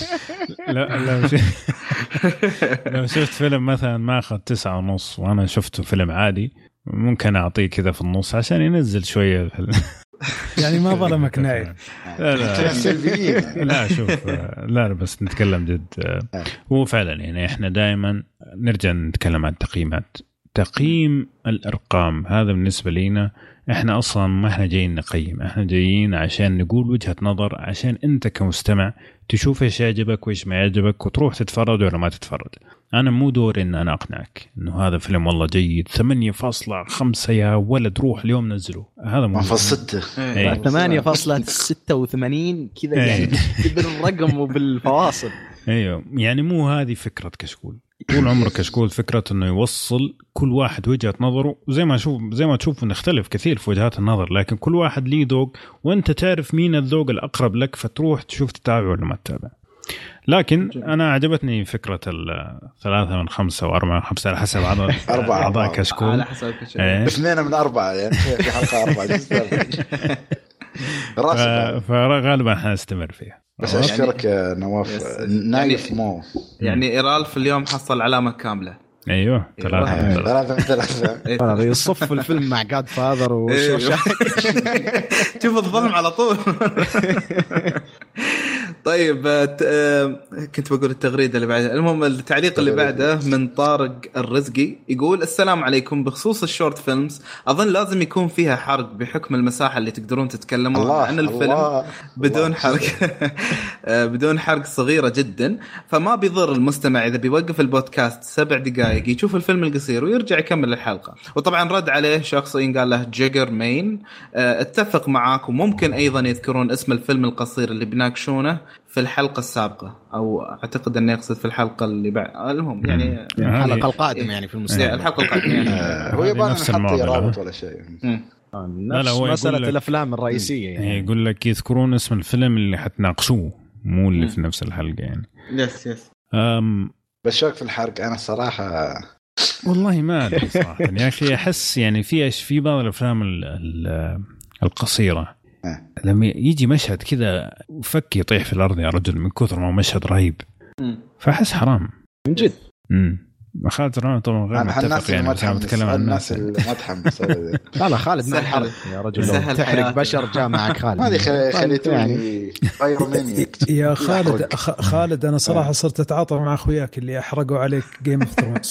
لو شفت فيلم مثلا ما اخذ 9.5 وانا شفته فيلم عادي ممكن اعطيه كذا في النص عشان ينزل شويه يعني ما ظلمك نايف. لا شوف لا بس نتكلم جد. هو فعلا يعني احنا دائما نرجع نتكلم عن التقييمات، تقييم الارقام هذا بالنسبه لينا احنا اصلا ما احنا جايين نقيم، احنا جايين عشان نقول وجهة نظر عشان انت كمستمع تشوف ايش يعجبك وايش ما يعجبك وتروح تتفرج ولا ما تتفرج. انا مو دوري ان انا اقنعك انه هذا فيلم والله جيد 8.5 يا ولد روح اليوم نزله، هذا مو 6 8.86 كذا يعني بالرقم وبالفواصل. ايوه يعني مو هذه فكرة كشكول. طول عمرك كشكول فكرة انه يوصل كل واحد وجهة نظره، وزي ما تشوف نختلف كثير في وجهات النظر لكن كل واحد ليه ذوق وانت تعرف مين الذوق الاقرب لك فتروح تشوف تتابع ولا ما تتابع. لكن انا عجبتني فكرة 3 من 5 و4 من 5 على حسب عدد اعضاء كشكول، على حسب كشكول 2 من 4 يعني في حلقة 4 فغالبا حنستمر فيها. بس أشكرك يا نواف نايف مو يعني إيرالف اليوم حصل علامة كاملة. أيوه 3 يصف الفيلم مع جاد فاذر شوف الظلم على طول. طيب كنت بقول التغريدة اللي بعدها، المهم التعليق اللي بعده من طارق الرزقي يقول السلام عليكم، بخصوص الشورت فيلمز أظن لازم يكون فيها حرق بحكم المساحة اللي تقدرون تتكلمون عن الفيلم بدون حرق بدون حرق صغيرة جدا، فما بيضر المستمع إذا بيوقف البودكاست 7 دقائق يشوف الفيلم القصير ويرجع يكمل الحلقة. وطبعا رد عليه شخصيا قال له جيجر مين اتفق معاك، وممكن أيضا يذكرون اسم الفيلم القصير اللي بناقشونه في الحلقة السابقة، أو أعتقد أنه يقصد في الحلقة اللي بعد. المهم يعني الحلقة القادمة يعني في المستقبل الحلقة القادمة يعني هو يبغى نحط رابط ولا شيء. لا هو مسألة الأفلام الرئيسية يعني يقول لك يذكرون اسم الفيلم اللي حتناقشوه مو اللي في نفس الحلقة يعني. يس بس شوك في الحرق أنا الصراحة والله ما أدري صراحة يا أخي أحس يعني في بعض الأفلام القصيرة لما يجي مشهد كذا فك يطيح في الأرض يا رجل من كثر ما مشهد رهيب فأحس حرام من جد. خالد رمضان طبعا غير متفق يعني بس نتكلم عن الناس اللي ما تحمس. لا خالد ما حرق يا رجل تحرق بشر جاء معك خالد هذه خليتوني غير مني يا خالد أنا صراحة صرت أتعاطى مع أخوياك اللي أحرقوا عليك جيم اوف ثرونز.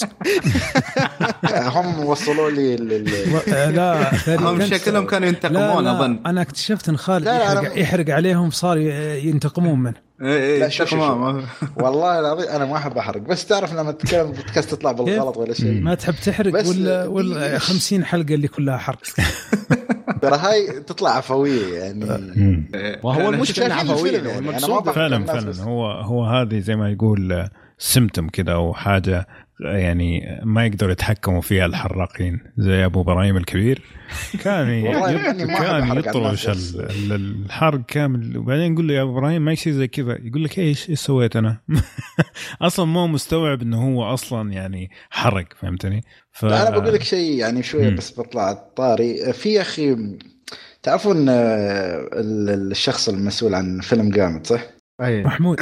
هم وصلوا لي لا هم شكلهم كانوا ينتقمون أظن. أنا اكتشفت إن خالد يحرق عليهم صار ينتقمون منه. لا شوف والله العظيم انا ما احب احرق، بس تعرف لما تتكلم بودكاست تطلع بالغلط ولا شيء ما تحب تحرق ولا 50 حلقه اللي كلها حرق. ترى هاي تطلع عفويه يعني وهو المشكله عفويه فعلا هو هذه زي ما يقول سمتم كده او حاجه يعني ما يقدروا يتحكموا فيها الحراقين زي ابو ابراهيم الكبير كان يطرش الحرق كامل وبعدين يقول له يا ابو ابراهيم ما يصير زي كذا، يقول لك ايش سويت انا اصلا مو مستوعب انه هو اصلا يعني حرق فهمتني. انا بقول لك شيء يعني شويه بس بطلع الطاري في اخي تعرفون الشخص المسؤول عن فيلم جامد صح؟ أي. محمود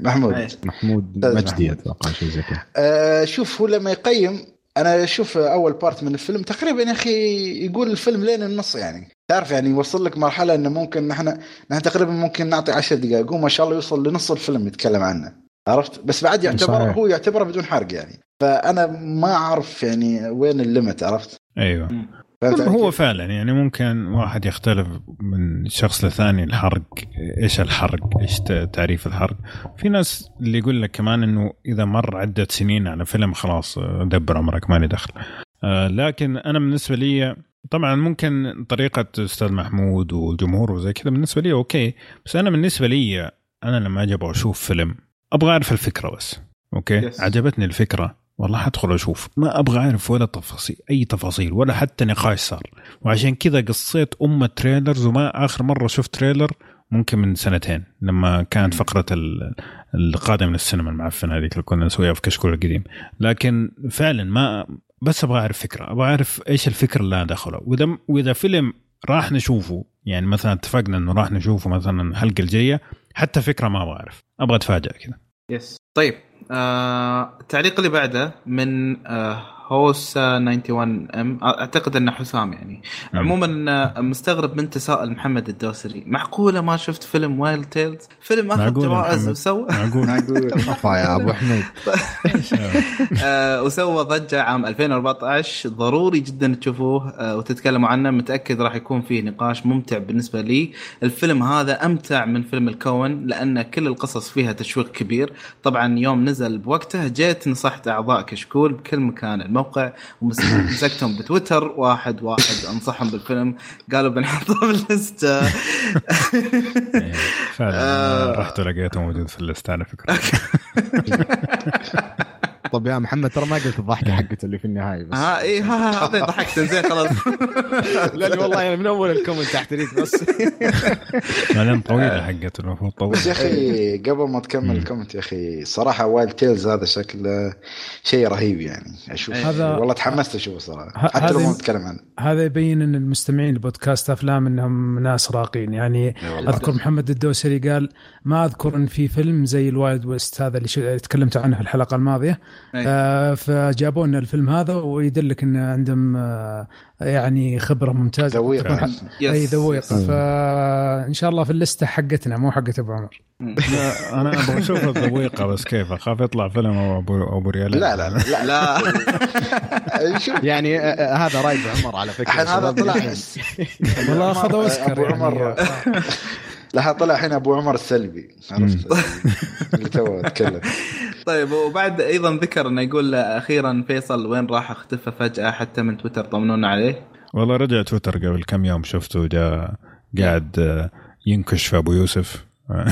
مجدي اتوقع شيء زي كذا. شوف هو لما يقيم، انا اشوف اول بارت من الفيلم تقريبا يا اخي يقول الفيلم لين النص، يعني تعرف يعني يوصل لك مرحله انه ممكن نحن تقريبا ممكن نعطي 10 دقائق وما شاء الله يوصل لنص الفيلم يتكلم عنه، عرفت؟ بس بعد هو يعتبره بدون حرق يعني، فانا ما اعرف يعني وين الليمت، عرفت؟ ايوه هو فعلا يعني ممكن واحد يختلف من شخص لثاني الحرق، ايش الحرق، ايش تعريف الحرق. في ناس اللي يقول لك كمان انه اذا مر عدة سنين على فيلم خلاص دبر عمرك ماني دخل. لكن انا بالنسبه لي طبعا ممكن طريقه استاذ محمود والجمهور وزي كذا بالنسبه لي اوكي، بس انا بالنسبه لي انا لما اجي اشوف فيلم ابغى اعرف الفكره بس. اوكي عجبتني الفكره والله حدخل أشوف، ما أبغى أعرف ولا تفاصيل، أي تفاصيل ولا حتى نقاش صار. وعشان كذا قصيت تريلرز، وما آخر مرة شفت تريلر ممكن من 2 لما كانت فقرة القادم من السينما المعفنة هذيك اللي كنا نسويها في كشكول القديم. لكن فعلا ما بس أبغى أعرف فكرة، أبغى أعرف إيش الفكرة اللي أنا دخله. وإذا فيلم راح نشوفه يعني مثلا اتفقنا إنه راح نشوفه مثلا الحلقة الجاية، حتى فكرة ما أبغى أعرف، أبغى أتفاجأ كذا. يس طيب التعليق اللي بعده من هوسا 91M، اعتقد انه حسام يعني. عموما مستغرب من تساؤل محمد الدوسري، معقوله ما شفت فيلم وايلد تيلز؟ فيلم اخذ جوائز وسوى معقول يا ابو حميد وسوى ضجه عام 2014. ضروري جدا تشوفوه وتتكلموا عنه، متاكد راح يكون فيه نقاش ممتع. بالنسبه لي الفيلم هذا امتع من فيلم الكون، لان كل القصص فيها تشويق كبير. طبعا يوم نزل بوقته جيت نصحت اعضاء كشكول بكل مكان الموقع، ومسكتهم بتويتر واحد انصحهم بالفيلم، قالوا بنحطه بالليست. فعلا رحت لقيته موجود في الليست على فكرة. طب يا محمد ترى ما قلت الضحكة حقته اللي في النهاية بس. هذا ضحكت زين خلاص. لا والله يعني من أول الكومنت تحت ريت بس. مالين طويلة حقته المفروض طويلة. بس يا أخي قبل ما تكمل الكومنت يا أخي صراحة وايلد تيلز هذا شكل شيء رهيب يعني. أشوف والله تحمست أشوفه صراحة حتى لو ما نتكلم عنه. هذا يبين إن المستمعين لبودكاست أفلام إنهم ناس راقين يعني. أذكر محمد الدوسري قال ما أذكر إن في فيلم زي الوايلد ويست هذا اللي تكلمت عنه في الحلقة الماضية. فجابونا الفيلم هذا ويدلك ان عندهم يعني خبره ممتازه اي ذويق. فان شاء الله في الليسته حقتنا مو حقه ابو عمر. انا ابغى اشوف الذويقه بس كيف اخاف يطلع فيلم ابو ريال. لا يعني هذا راي عمر على فكره. هذا طلع والله اخذ اوسكار ابو عمر. لا طلع الحين ابو عمر السلبي، عرفت اللي تو اتكلم. طيب وبعد ايضا ذكر انه يقول اخيرا فيصل وين راح، اختفى فجأة حتى من تويتر، طمنونا عليه. والله رجع تويتر قبل كم يوم، شفته جاء قاعد ينكش في ابو يوسف.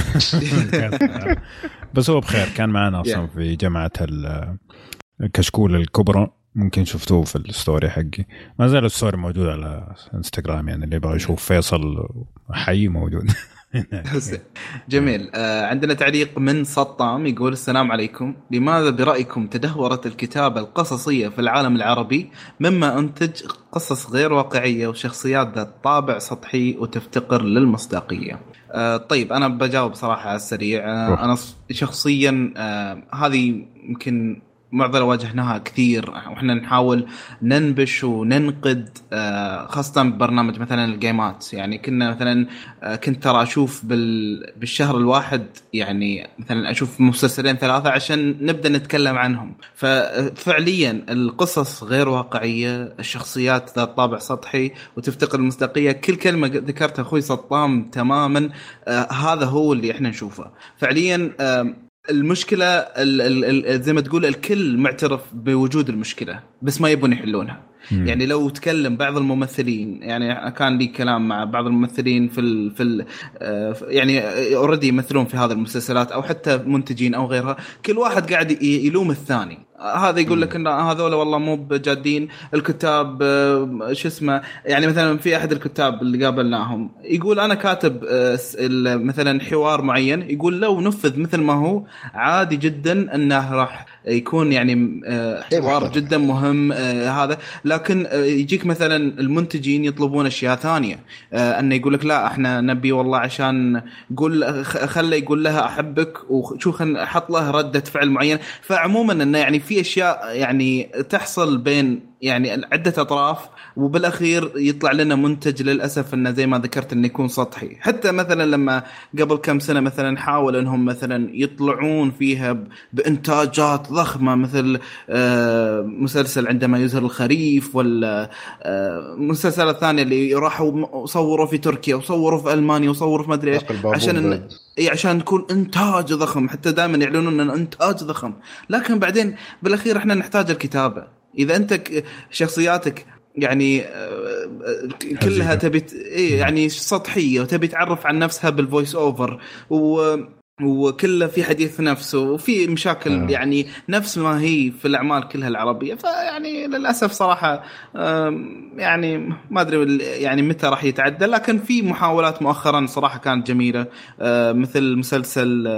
بس هو بخير، كان معنا اصلا في جامعة الكشكول الكبرى، ممكن شفتوه في الستوري حقي، ما زال الستوري موجود على انستغرام يعني اللي يبغى يشوف فيصل حي موجود. جميل. عندنا تعليق من سطام يقول السلام عليكم، لماذا برأيكم تدهورت الكتابة القصصية في العالم العربي مما أنتج قصص غير واقعية وشخصيات ذات طابع سطحي وتفتقر للمصداقية؟ طيب أنا بجاوب صراحة على السريع. أنا شخصيا هذه يمكن معضلة واجهناها كثير وإحنا نحاول ننبش وننقد، خاصة ببرنامج مثلا الجيمات. يعني كنا مثلا كنت ترى أشوف بالشهر الواحد يعني مثلا أشوف مسلسلين 3 عشان نبدأ نتكلم عنهم. ففعليا القصص غير واقعية، الشخصيات ذات طابع سطحي وتفتقر المصداقية. كل كلمة ذكرتها أخوي سطام تماما، هذا هو اللي إحنا نشوفه فعليا. المشكلة زي ما تقول الكل معترف بوجود المشكلة بس ما يبون يحلونها. يعني لو تكلم بعض الممثلين، يعني كان لي كلام مع بعض الممثلين في يعني اوريدي يمثلون في هذه المسلسلات او حتى منتجين او غيرها، كل واحد قاعد يلوم الثاني. هذا يقول لك ان هذول والله مو بجادين، الكتاب شو اسمه. يعني مثلا في احد الكتاب اللي قابلناهم يقول انا كاتب مثلا حوار معين، يقول لو نفذ مثل ما هو عادي جدا انه راح يكون يعني حوار جدا مهم هذا. لكن يجيك مثلا المنتجين يطلبون اشياء ثانيه، انه يقول لك لا احنا نبي والله عشان قول خلي يقول لها احبك وشو خل احط له رده فعل معين. فعموما انه يعني في اشياء يعني تحصل بين يعني عده اطراف، وبالاخير يطلع لنا منتج للاسف انه زي ما ذكرت انه يكون سطحي. حتى مثلا لما قبل كم سنه مثلا حاول انهم مثلا يطلعون فيها بانتاجات ضخمه مثل مسلسل عندما يزهر الخريف، ولا مسلسلات ثانيه اللي راحوا صوروا في تركيا وصوروا في المانيا وصوروا في ما ادري ايش عشان تكون انتاج ضخم. حتى دائما يعلنون ان انتاج ضخم، لكن بعدين بالاخير احنا نحتاج الكتابه. اذا انت شخصياتك يعني كلها تبي يعني سطحيه وتبي تعرف عن نفسها بالفويس اوفر وكله في حديث نفسه وفي مشاكل يعني نفس ما هي في الأعمال كلها العربية، فيعني للأسف صراحة يعني ما أدري يعني متى راح يتعدل. لكن في محاولات مؤخرا صراحة كانت جميلة، مثل مسلسل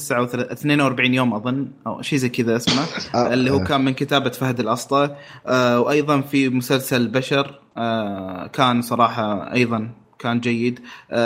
42 يوم أظن أو شيء زي كذا اسمه، اللي هو كان من كتابة فهد الأسطى. وأيضا في مسلسل بشر كان صراحة أيضا كان جيد.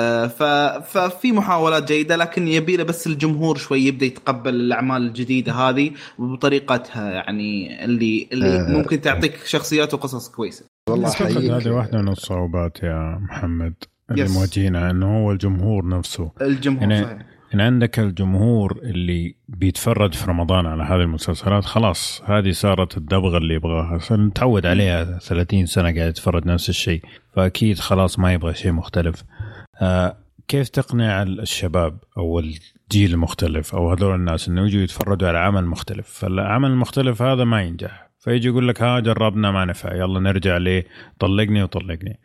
ففي محاولات جيدة، لكن يبيله بس الجمهور شوي يبدأ يتقبل الأعمال الجديدة هذه بطريقتها، يعني اللي ممكن تعطيك شخصيات وقصص كويسة. والله هذه واحدة من الصعوبات يا محمد اللي مواجهينها، إنه هو الجمهور نفسه. الجمهور يعني إن عندك الجمهور اللي بيتفرج في رمضان على هذه المسلسلات، خلاص هذه صارت الدبغة اللي يبغاها، نتعود عليها 30 سنة قاعد يتفرج نفس الشيء، فأكيد خلاص ما يبغى شيء مختلف. كيف تقنع الشباب أو الجيل المختلف أو هذول الناس إنه يجوا يتفرجوا على عمل مختلف؟ فالعمل المختلف هذا ما ينجح، فيجي يقول لك ها جربنا ما نفع، يلا نرجع ليه طلقني وطلقني.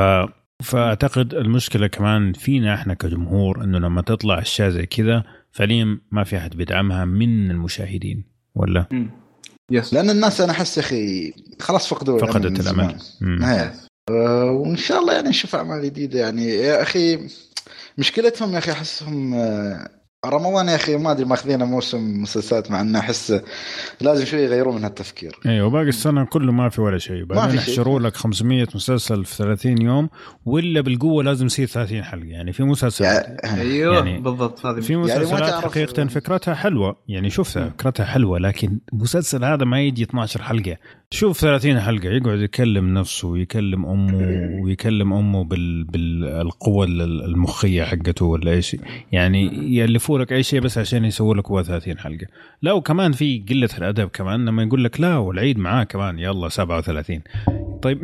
فأعتقد المشكلة كمان فينا احنا كجمهور، انه لما تطلع اشياء زي كذا فعليا ما في احد بيدعمها من المشاهدين، ولا لان الناس انا احس اخي خلاص فقدت الامل. وان شاء الله يعني نشوف اعمال جديده. يعني يا اخي مشكلتهم يا اخي احسهم رمضان يا اخي ما ادري ماخذين موسم مسلسلات، مع انه احس لازم شوي يغيروا من هالتفكير. ايوه وباقي السنه كله ما في ولا شيء، بعدين يحشروا لك 500 مسلسل في 30 يوم، ولا بالقوه لازم يصير 30 حلقه. يعني في مسلسلات ايوه يعني بالضبط، هذه في مسلسلات يعني حقيقه فكرتها حلوه، يعني شوفها فكرتها حلوه، لكن المسلسل هذا ما يجي 12 حلقه، شوف 30 حلقه يقعد يكلم نفسه ويكلم امه ويكلم امه بالقوه المخيه حقته ولا ايش، يعني يالفوا لك اي شيء بس عشان يسووا لك هو 30 حلقه. لا وكمان في قله الادب كمان لما يقول لك لا والعيد معاه كمان يلا 37. طيب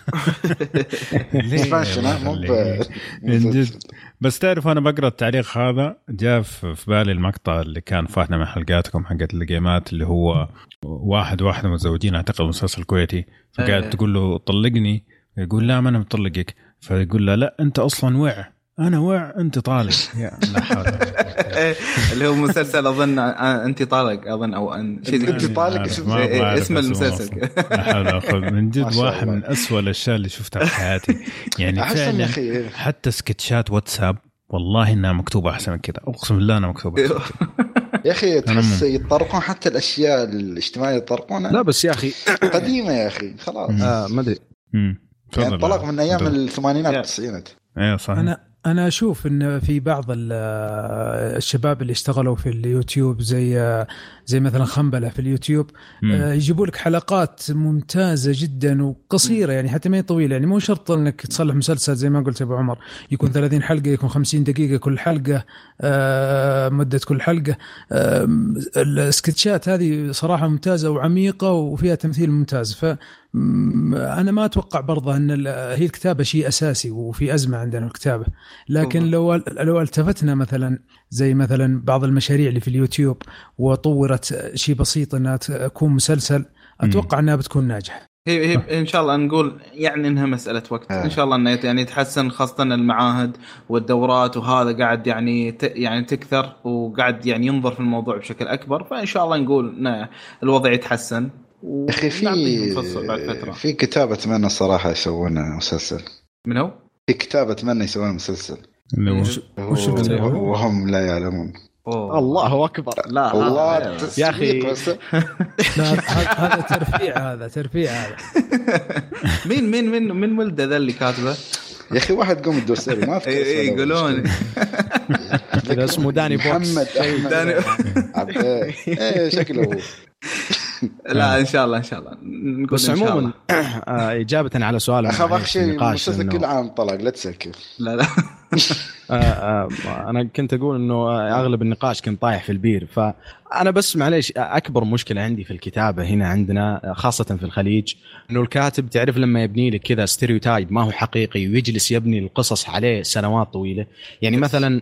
بس تعرف انا بقرا التعليق هذا جاء في بالي المقطع اللي كان فاتنا من حلقاتكم حقت الجيمات، اللي هو واحد متزوجين اعتقد مسلسل كويتي، فقاعد تقول له طلقني، يقول لا ما انا مطلقك، فيقول له لا انت اصلا انا وع انت طالق. يا لا حول اللي هو مسلسل اظن انت طالق اظن او شيء انت طالق اسم المسلسل. من جد واحد من أسوأ الاشياء اللي شفتها في حياتي. يعني فعلا حتى سكتشات واتساب والله انها مكتوبه احسن من كذا، اقسم بالله انها مكتوبه يا اخي تحس يطرقون حتى الاشياء الاجتماعيه يطرقونها. لا بس يا اخي قديمه يا اخي خلاص ما ادري يعني طلق من ايام الثمانينات والتسعينات. ايه صحيح. أنا أشوف إن في بعض الشباب اللي اشتغلوا في اليوتيوب زي مثلا خنبلة في اليوتيوب يجيبوا لك حلقات ممتازة جدا وقصيرة، يعني حتى ما هي طويلة، يعني مو شرط إنك تصلح مسلسل زي ما قلت أبو عمر يكون 30 حلقة، يكون 50 دقيقة كل حلقة، مدة كل حلقة. السكتشات هذه صراحة ممتازة وعميقة وفيها تمثيل ممتاز. فأنا ما أتوقع برضه أن هي الكتابة شيء أساسي وفي أزمة عندنا الكتابة، لكن لو التفتنا مثلا زي مثلا بعض المشاريع اللي في اليوتيوب وطورت شيء بسيط أنها تكون مسلسل، أتوقع أنها بتكون ناجحة. هي إن شاء الله نقول يعني إنها مسألة وقت إن شاء الله إنه يعني يتحسن، خاصة المعاهد والدورات وهذا قاعد يعني تكثر وقاعد يعني ينظر في الموضوع بشكل أكبر، فإن شاء الله نقول الوضع يتحسن. أخي في كتابة أتمنى الصراحة يسوون مسلسل. من هو؟ في كتابة أتمنى يسوون مسلسل وهم لا يعلمون. الله اكبر. لا الله يا اخي هذا ترفيع هذا من ولده ذا اللي كاتبه يا اخي واحد قوم الدوسري ما افتكر يقولون كذا اسمه داني بوكس محمد داني شكله لا ان شاء الله نقول بس عموما اجابه على سؤال اخذ شيء مسلسل كل عام طلق لا تسكر. لا انا كنت اقول انه اغلب النقاش كان طايح في البير. فانا بس معليش اكبر مشكله عندي في الكتابه هنا عندنا خاصه في الخليج انه الكاتب تعرف لما يبني لك كذا ستيريوتايب ما هو حقيقي ويجلس يبني القصص عليه سنوات طويله. يعني مثلا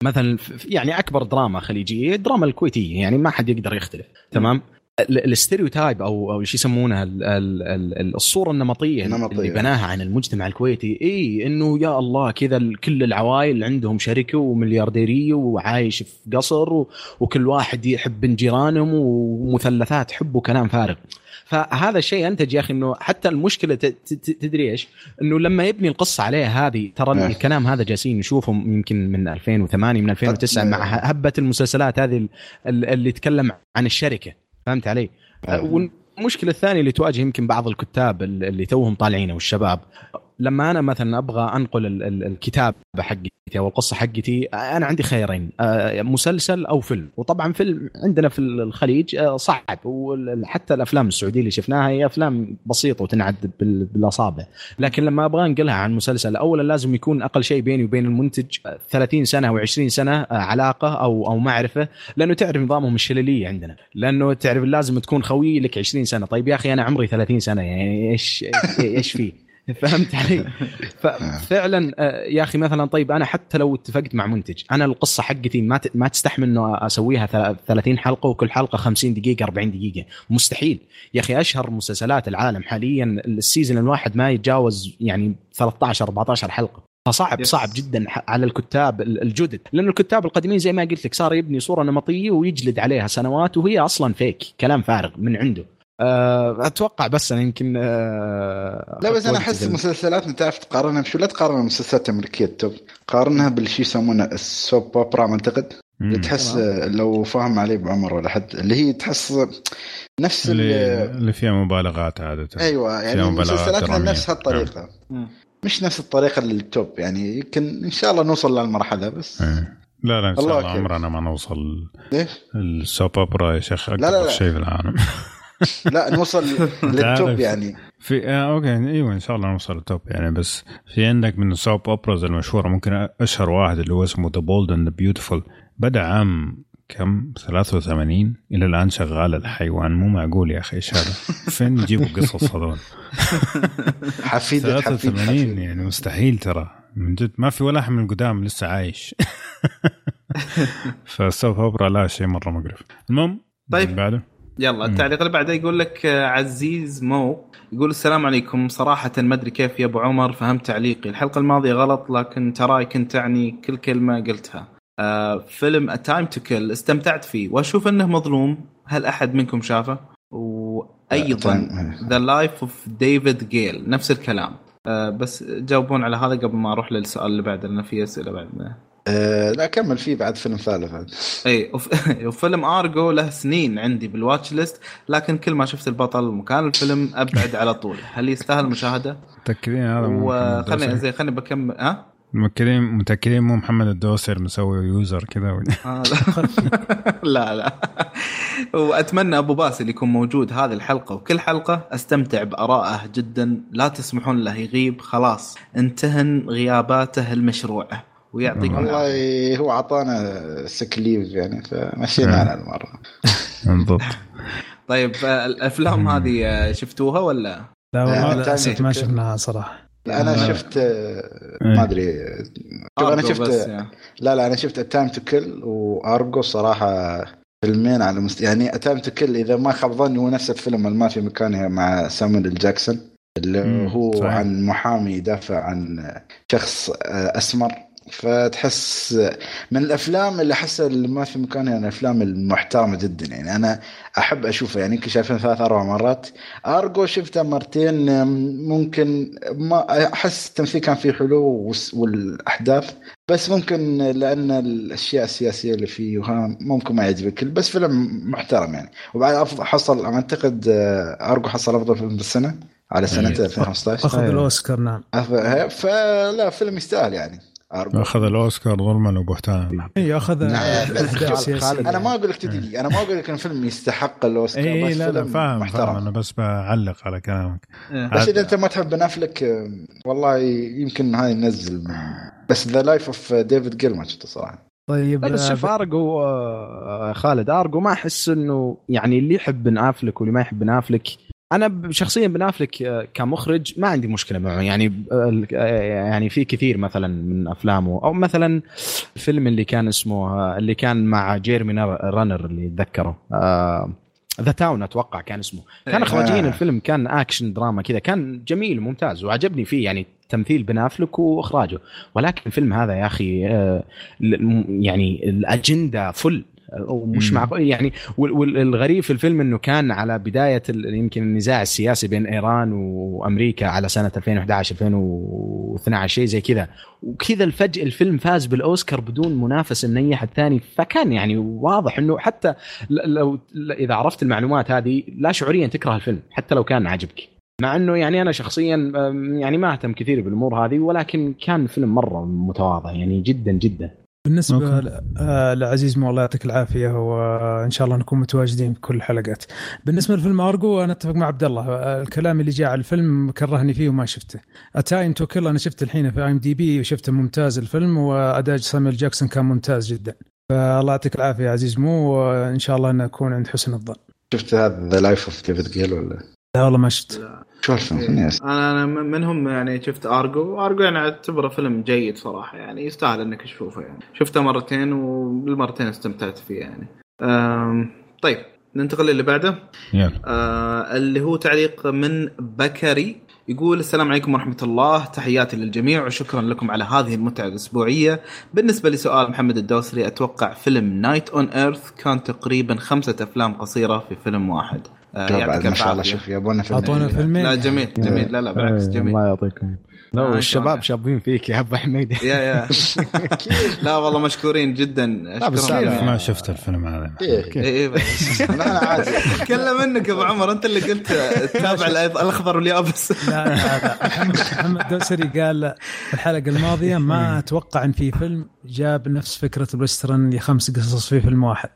يعني اكبر دراما خليجيه الدراما الكويتيه يعني ما حد يقدر يختلف تمام. الستيريوتايب او ايش يسمونها الصوره النمطيه اللي بناها عن المجتمع الكويتي انه يا الله كذا كل العوائل عندهم شركه ومليارديريه وعايش في قصر وكل واحد يحب بنت جيرانهم ومثلثات حب وكلام فارغ. فهذا الشيء انتج يا اخي انه حتى المشكله تدري ايش انه لما يبني القصه عليها هذه ترى الكلام هذا جالسين نشوفهم يمكن من 2008 من 2009 مع هبه المسلسلات هذه اللي تتكلم عن الشركه. فهمت علي؟ والمشكلة الثانية اللي تواجه يمكن بعض الكتاب اللي توهم طالعين والشباب لما أنا مثلا أبغى أنقل الكتاب حقتي أو القصة حقتي أنا عندي خيارين مسلسل أو فيلم. وطبعا فيلم عندنا في الخليج صعب وحتى الأفلام السعودية اللي شفناها هي أفلام بسيطة وتنعد بالأصابع. لكن لما أبغى أنقلها عن مسلسل أولا لازم يكون أقل شيء بيني وبين المنتج 30 سنة و20 سنة علاقة أو معرفة لأنه تعرف نظامهم الشللية عندنا لأنه تعرف لازم تكون خوي لك 20 سنة. طيب يا أخي أنا عمري 30 سنة يعني إيش فيه؟ فهمت علي؟ ففعلا يا أخي مثلا طيب أنا حتى لو اتفقت مع منتج أنا القصة حقتي ما تستحمل إنه أسويها 30 حلقة وكل حلقة 50 دقيقة 40 دقيقة مستحيل يا أخي. أشهر مسلسلات العالم حاليا السيزن الواحد ما يتجاوز يعني 13-14 حلقة. فصعب جدا على الكتاب الجدد لأن الكتاب القديمين زي ما قلت لك صار يبني صورة نمطية ويجلد عليها سنوات وهي أصلا فيك كلام فارغ من عنده. اتوقع بس انا يمكن لا بس انا احس مسلسلات تعرف تقارنها بشو لا تقارنها بمسلسلات امريكيه التوب قارنها بالشي يسمونه السوب اوبرا منتقد اللي تحس لو فاهم عليه بعمر ولا حد اللي هي تحس نفس اللي فيها مبالغات عاده. ايوه يعني مسلسلاتنا نفس هالطريقه مش نفس الطريقه للتوب يعني يمكن ان شاء الله نوصل للمرحله بس لا ان شاء الله عمرنا ما نوصل السوب اوبرا يا شيخ اكبر شيء في العالم. لا نوصل للتوب يعني في اوكي ايوه ان شاء الله نوصل للتوب يعني. بس في عندك من السوب اوبراز المشهوره ممكن اشهر واحد اللي هو اسمه The Bold and the Beautiful بدا عام كم 83 الى الان شغال. الحيوان مو معقول يا اخي ايش هذا فين يجيبوا قصص هذول حفيدة 83 يعني مستحيل ترى من جد ما في ولا أحد من القدام لسه عايش. فالسوب اوبرا لا شيء مره مقرف. المهم طيب بعده يلا التعليق اللي بعده يقول لك عزيز مو يقول السلام عليكم صراحة ما أدري كيف يا أبو عمر فهمت تعليقي الحلقة الماضية غلط لكن تراي كنت تعني كل كلمة قلتها. فيلم A Time to Kill استمتعت فيه وأشوف أنه مظلوم. هل أحد منكم شافه؟ وأيضا The Life of David Gale نفس الكلام. بس جاوبون على هذا قبل ما أروح للسؤال اللي بعد لأن فيه أسئلة بعدنا. لا كمل فيه بعد فيلم ثالث هذا. اي وفيلم ارجو له سنين عندي بالواتش ليست لكن كل ما شفت البطل مكان الفيلم ابعد على طول. هل يستاهل المشاهده؟ متاكدين هذا خليني بكمل متاكدين مو محمد الدوسر مسوي يوزر كذا لا واتمنى ابو باسل يكون موجود هذه الحلقه وكل حلقه استمتع بارائه جدا. لا تسمحون له يغيب خلاص انتهن غياباته المشروعه ويعطيكم والله هو عطانا سكليف يعني فمشينا على المرة. بالضبط. طيب الأفلام هذه شفتوها ولا؟ لا والله ما شفناها صراحة. لا أنا شفت ما أدري أنا شفت لا أنا شفت A Time to Kill وأرجو صراحة فيلمين على يعني A Time to Kill إذا ما خاب ظني هو نفس الفيلم اللي ما في مكانه مع سامويل جاكسون اللي هو صحيح. عن محامي يدافع عن شخص أسمر. فتحس من الافلام اللي احسها اللي ما في مكانها يعني الافلام المحترمه جدا يعني انا احب اشوفها يعني يمكن شايفين 3-4 مرات. ارجو شفتها مرتين ممكن ما احس التمثيل كان فيه حلو والاحداث بس ممكن لأن الأشياء السياسية اللي فيه ممكن ما يعجبك، بس فيلم محترم يعني. وبعد حصل أعتقد أرجو حصل أفضل فيلم بالسنة على سنة 2015، أخذ الأوسكار. نعم فلا فيلم يستاهل يعني. أخذ الأوسكار ظلما وبهتانا. إيه أخذ. أنا ما أقول لك تدري، أنا ما أقول لك إن الفيلم يستحق الأوسكار، إيه بس لا فيلم فاهم محترم. أنا بس بعلق على كلامك. بس إذا أنت ما تحب بن أفلك والله يمكن هاي ننزل من بس ذا لايف اوف ديفيد جيل ما شفته صراحه. طيب بس شوف أرجو خالد أرجو ما أحس إنه يعني اللي يحب بن أفلك واللي ما يحب بن أفلك، أنا شخصيا بن أفلك كمخرج ما عندي مشكلة معه يعني في كثير مثلا من أفلامه، أو مثلا الفيلم اللي كان اسمه اللي كان مع جيرمي رانر اللي أتذكره ذا تاون أتوقع كان اسمه، كان إخراجيين الفيلم كان أكشن دراما كذا، كان جميل ممتاز وعجبني فيه يعني تمثيل بن أفلك وإخراجه. ولكن الفيلم هذا يا أخي يعني الأجندة فل ومش معقول يعني. والغريب في الفيلم انه كان على بدايه يمكن النزاع السياسي بين ايران وامريكا على سنه 2011 2012 شيء زي كذا، وكذا الفجأة الفيلم فاز بالاوسكار بدون منافسه من اي احد ثاني. فكان يعني واضح انه حتى لو اذا عرفت المعلومات هذه لا شعوريا تكره الفيلم حتى لو كان عجبك، مع انه يعني انا شخصيا يعني ما اهتم كثير بالامور هذه، ولكن كان فيلم مره متواضع يعني جدا جدا. بالنسبة لعزيز الله يعطيك العافية، وإن شاء الله نكون متواجدين في كل الحلقات. بالنسبة للفيلم أرجو أنا أتفق مع عبد الله، الكلام اللي جاء على الفيلم كرهني فيه وما شفته. أتاين تو كيل أنا شفت الحين في IMDb وشفته ممتاز الفيلم، وأداء سامويل جاكسون كان ممتاز جدا. فالله يعطيك العافية عزيز مو، وإن شاء الله نكون عند حسن الظن. شفت هذا ذا لايف اوف ديفيد جيل ولا لا والله ما شفت. شو الفيلم؟ انا منهم يعني شفت ارجو يعني اعتبره فيلم جيد صراحه، يعني يستاهل انك تشوفه يعني. شفته مرتين والمرتين استمتعت فيه يعني. طيب ننتقل اللي بعده. اللي هو تعليق من بكري يقول السلام عليكم ورحمة الله، تحياتي للجميع وشكرا لكم على هذه المتعة الأسبوعية. بالنسبة لسؤال محمد الدوسري، أتوقع فيلم نايت أون إيرث كان تقريبا 5 أفلام قصيرة في فيلم واحد. ما شاء الله. شوف يابونا فيلمين. لا جميل لا بالعكس جميل. الله يعطيكم. لا الشباب شابين فيك يا أبو حميد. يا لا والله مشكورين جدا. لا بس ما شفت الفيلم هذا. إيه أنا عادي. كلم منك أبو عمر، أنت اللي قلت تابع الأخضر واليابس. لا هذا محمد دوسري قال في الحلقة الماضية ما أتوقع إن في فيلم جاب نفس فكرة الويسترن ل5 قصص في فيلم واحد.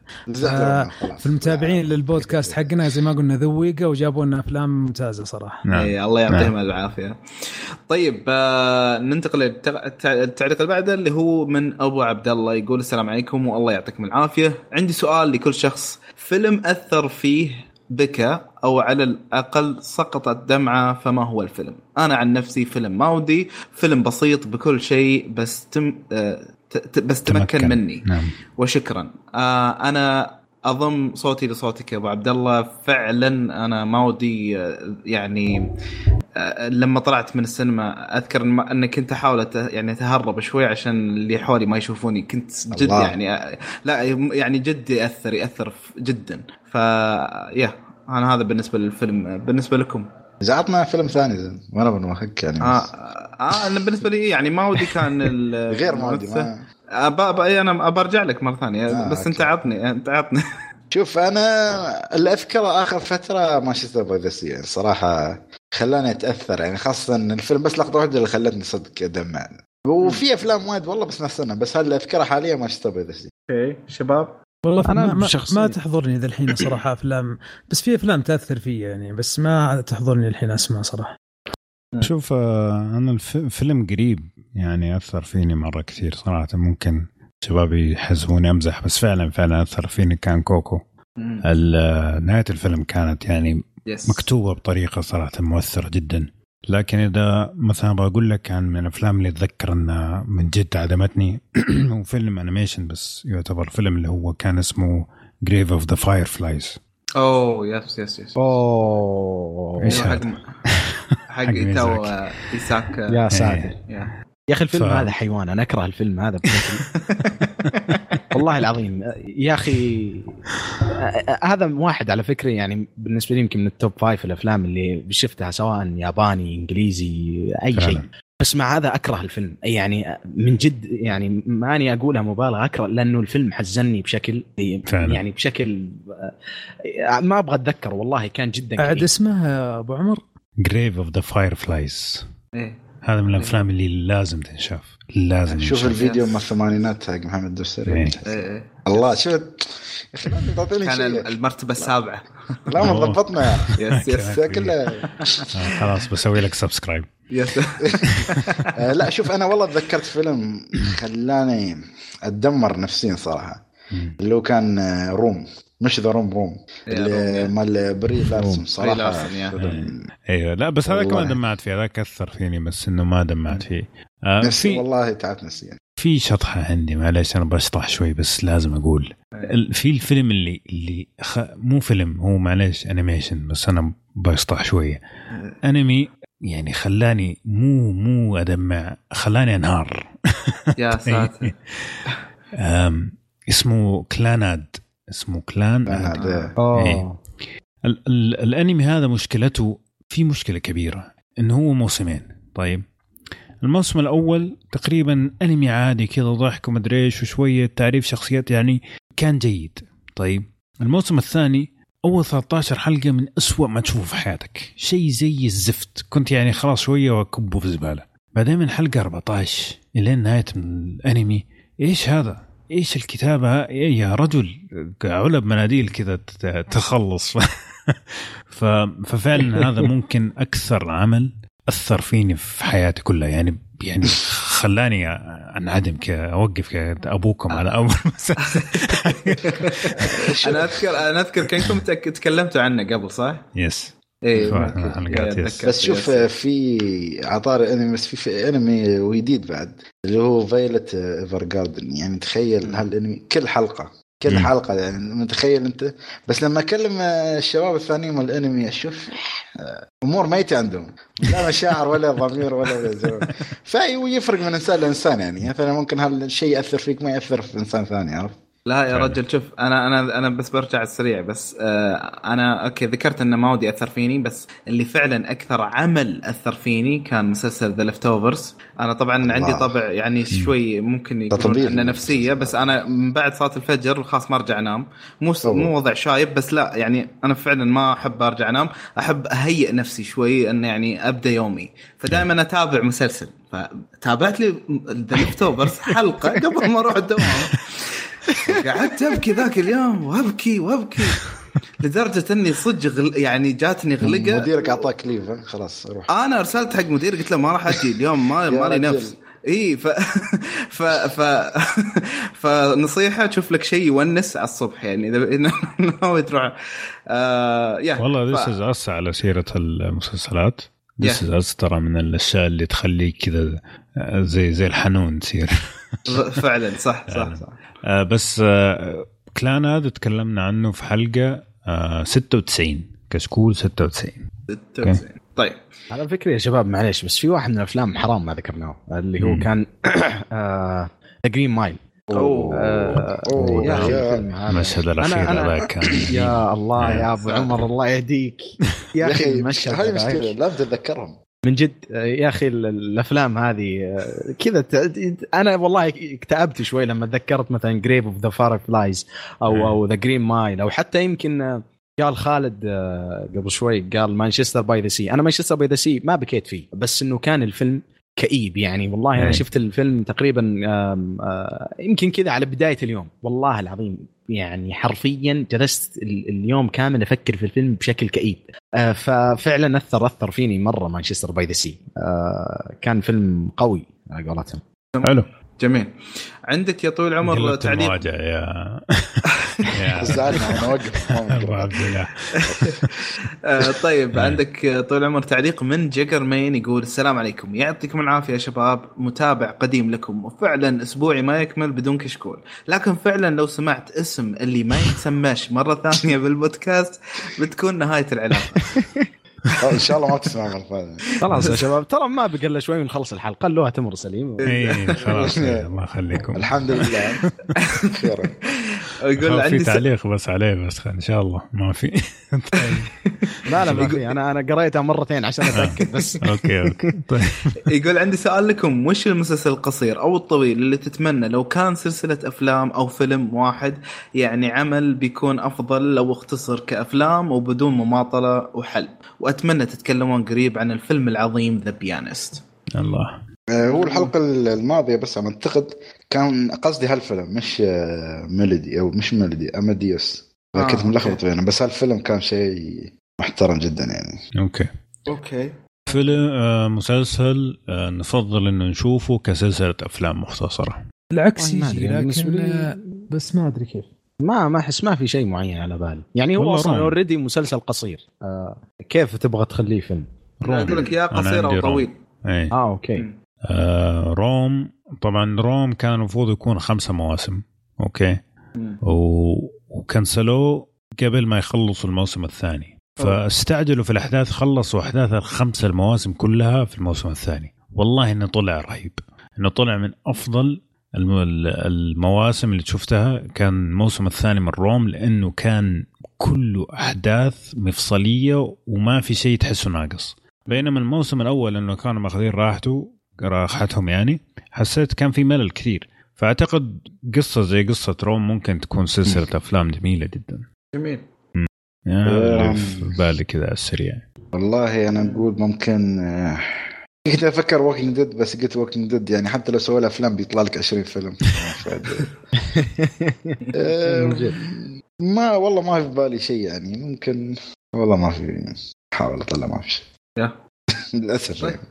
في المتابعين للبودكاست حقنا زي ما قلنا ذويقة وجابوا لنا أفلام ممتازة صراحة. الله يعطيهم العافية. طيب ننتقل للتعليق اللي بعده اللي هو من أبو عبد الله، يقول السلام عليكم والله يعطيكم العافية. عندي سؤال لكل شخص، فيلم أثر فيه بكى أو على الأقل سقطت دمعة، فما هو الفيلم؟ أنا عن نفسي فيلم ماودي، فيلم بسيط بكل شيء بس تمكن مني. وشكرا. أنا أضم صوتي لصوتك يا أبو عبد الله، فعلا أنا ماودي يعني لما طلعت من السينما أذكر أنك كنت أحاول يعني أتهرب شوي عشان اللي حولي ما يشوفوني، كنت جد يعني لا يعني جد يأثر جدا. أنا هذا بالنسبة للفيلم. بالنسبة لكم زعطنا فيلم ثاني وأنا بنوهك يعني. أنا بالنسبة لي يعني ماودي كان غير ماودي أنا برجع لك مرة ثانية بس أنت عطني شوف أنا اللي أذكره آخر فترة ما شفته بس يعني صراحة خلاني أتأثر يعني، خاصة الفيلم بس لقطة واحدة اللي خلتني صدق دمع. وفي أفلام وايد والله بس نفسنا، بس هل أذكره حاليا ما شفته بس. شباب والله أنا ما تحضرني ذا الحين صراحة أفلام، بس في أفلام تأثر فيه يعني، بس ما تحضرني الحين أسمع صراحة. شوف أنا الفيلم قريب يعني أثر فيني مرة كثير صراحة، ممكن شبابي يحسبوني أمزح بس فعلا أثر فيني كان كوكو. نهاية الفيلم كانت يعني مكتوبة بطريقة صراحة مؤثرة جدا. لكن إذا مثلا بقول لك عن من الأفلام اللي أتذكر أنها من جد عدمتني هو فيلم أنيميشن بس يعتبر فيلم اللي هو كان اسمه Grave of the Fireflies. يس إيش حق تو إيساك يا ساتر يا أخي الفيلم هذا حيوان، أنا أكره الفيلم هذا والله العظيم يا أخي. هذا واحد على فكرة يعني بالنسبة لي يمكن من التوب 5 الأفلام اللي شفتها سواء ياباني إنجليزي أي شيء. بس مع هذا أكره الفيلم يعني من جد، يعني ماني أقولها مبالغة، أكره لأنه الفيلم حزني بشكل فعلا. يعني بشكل ما أبغى أتذكر والله، كان جدا عاد اسمها أبو عمر Grave of the Fireflies. هذا من الأفلام اللي لازم تنشاف، لازم شوف الفيديو من الثمانينات حق محمد الدوسري. الله شو كان المرتبة السابعة. لا ما ضبطنا يس كله خلاص بسوي لك سبسكرايب. لا شوف أنا والله تذكرت فيلم خلاني أتدمر نفسيا صراحة، اللي هو كان روم، مش ذا روم اللي مال بري لارسون صراحة. ايوه لا بس هذا كمان دمعت فيه، هذا كثر فيني بس انه ما دمعت فيه. نفسي والله تعبت نفسيا. في شطحة عندي معليش انا بشطح شوي بس لازم اقول في الفيلم اللي مو فيلم، هو معليش انيميشن بس انا بشطح شوية. انمي يعني خلاني مو ادمع، خلاني انهار. يا ساتر. اسمه كلاناد. الانمي هذا مشكلته في مشكلة كبيرة انه هو موسمين. طيب الموسم الاول تقريبا انمي عادي كذا، ضحك ومدري ايش وشوية تعريف شخصيات يعني كان جيد. طيب الموسم الثاني اول 13 حلقة من أسوأ ما تشوفه في حياتك، شيء زي الزفت، كنت يعني خلاص شوية وأكبه في الزبالة. بعدين من حلقة 14 إلى نهاية الانمي ايش هذا؟ ايش الكتابة يا رجل؟ علب مناديل كذا تخلص. ففعلا هذا ممكن أكثر عمل أثر فيني في حياتي كلها، يعني خلاني أنعدم أوقف أبوكم على أول مسلسل. أنا أذكر كنتم تكلمتوا عنه قبل صح؟ يس. بس شوف في عطار انمي، بس في انمي وجديد بعد اللي هو فايلت ايفرغاردن. يعني تخيل هالانمي كل حلقة يعني متخيل انت. بس لما اكلم الشباب الثانيين من الانمي اشوف امور ميتة عندهم، لا مشاعر ولا ضمير ولا زوج. فيفرق من انسان لانسان، يعني مثلا ممكن هالشيء ياثر فيك ما ياثر في انسان ثاني، عارف؟ لا يا رجل شوف انا بس برجع السريع. بس انا اوكي ذكرت انه ما ودي اثر فيني، بس اللي فعلا اكثر عمل اثر فيني كان مسلسل ذا ليفتوفرز. انا طبعا عندي طبع يعني شوي ممكن يكون انه نفسيه، بس انا من بعد صلاه الفجر خلاص ما ارجع انام. مو وضع شايب، بس لا يعني انا فعلا ما احب ارجع انام، احب اهيئ نفسي شوي ان يعني ابدا يومي. فدائما اتابع مسلسل، فتابعت لي ذا ليفتوفرز حلقه قبل ما اروح الدوام. قعدت أبكي ذاك اليوم وأبكي لدرجة أني صدق يعني جاتني غلقة. مديرك أعطاك ليف خلاص أروح. أنا أرسلت حق مدير قلت له ما راح أجي اليوم، ما لي نفس. إيه فنصيحة تشوف لك شيء يونس على الصبح، يعني إذا ناوي تروح. والله this is us على سيرة المسلسلات. this is us ترى من الأشياء اللي تخليك كذا زي الحنون تصير. فعلا صح. بس كلان هذا تكلمنا عنه في حلقة 96 كشكول 96. طيب على فكرة يا شباب معليش، بس في واحد من الأفلام حرام ما ذكرناه اللي هو كان The Green Mile. يا أخي المشهد الأخير هذا كان يا الله يا أبو عمر الله يهديك يا أخي. المشهد هاي مشكلة لا تتذكرهم من جد يا أخي. الأفلام هذه كذا أنا والله اكتئبت شوي لما تذكرت مثلا Grave of the Fireflies أو The Green Mile، أو حتى يمكن قال خالد قبل شوي قال مانشستر باي ذا سي. أنا مانشستر باي ذا سي ما بكيت فيه، بس إنه كان الفيلم كئيب يعني. والله أنا شفت الفيلم تقريبا يمكن كذا على بداية اليوم، والله العظيم يعني حرفيا جلست اليوم كامل أفكر في الفيلم بشكل كئيب. ففعلا أثر فيني مرة مانشستر باي ذا سي. كان فيلم قوي على قولتهم. حلو جميل. عندك يا طويل العمر تعليق يا زعلنا انا اوقف. طيب عندك طويل العمر تعليق من جيجر مين يقول السلام عليكم، يعطيكم العافيه يا شباب، متابع قديم لكم، وفعلا اسبوعي ما يكمل بدون كشكول، لكن فعلا لو سمعت اسم اللي ما يتسماش مره ثانيه بالبودكاست بتكون نهايه العلاقه. ان شاء الله ما تسمع مرة ثانية. خلاص يا شباب ترى ما بقى الا شوي ونخلص الحلقه، خلوها تمر سليم. اي خلاص الله يخليكم. الحمد لله. يقول عندي تعليق بس عليه بس ان شاء الله ما في. لا ما في، انا قريتها مرتين عشان اتاكد بس. اوكي طيب. يقول عندي سؤال لكم، وش المسلسل القصير او الطويل اللي تتمنى لو كان سلسلة افلام او فيلم واحد، يعني عمل بيكون افضل لو اختصر كافلام وبدون مماطلة وحل، واتمنى تتكلمون قريب عن الفيلم العظيم ذا بيانست. الله. هو الحلقة الماضية بس أعتقد كان قصدي هالفيلم مش ميلودي أو مش ميلودي أماديوس، كنت ملخبط بينه، بس هالفيلم كان شيء محترم جدا يعني. أوكي. فيلم مسلسل نفضل إنه نشوفه كسلسلة أفلام مختصرة. العكس يجي، لكن بس ما أدري كيف، ما أحس ما في شيء معين على بالي يعني. هو أصلا أوريدي مسلسل قصير، كيف تبغى تخليه فيلم؟ أقول لك يا قصير أو طويل. أوكي. روم طبعا روم كان المفروض يكون 5 مواسم. اوكي. وكنسلوه قبل ما يخلصوا الموسم الثاني، فاستعجلوا في الاحداث، خلصوا احداث ال5 المواسم كلها في الموسم الثاني. والله انه طلع رهيب، انه طلع من افضل المواسم اللي شفتها كان الموسم الثاني من روم، لانه كان كله احداث مفصليه وما في شيء تحسه ناقص. بينما الموسم الأول إنه كانوا ماخذين راحتهم يعني، حسيت كان في ملل كثير. فأعتقد قصة زي قصة روم ممكن تكون سلسلة أفلام جميلة جدا. جميل. يعني في بالي كذا على السريع. والله أنا أقول ممكن كنت أفكر ووكينج ديد، بس قلت ووكينج ديد يعني حتى لو سووا له أفلام بيطلع لك 20 فيلم. ما والله ما في بالي شيء يعني، ممكن والله ما في، حاول أطلع ما في شيء للأسف. طيب.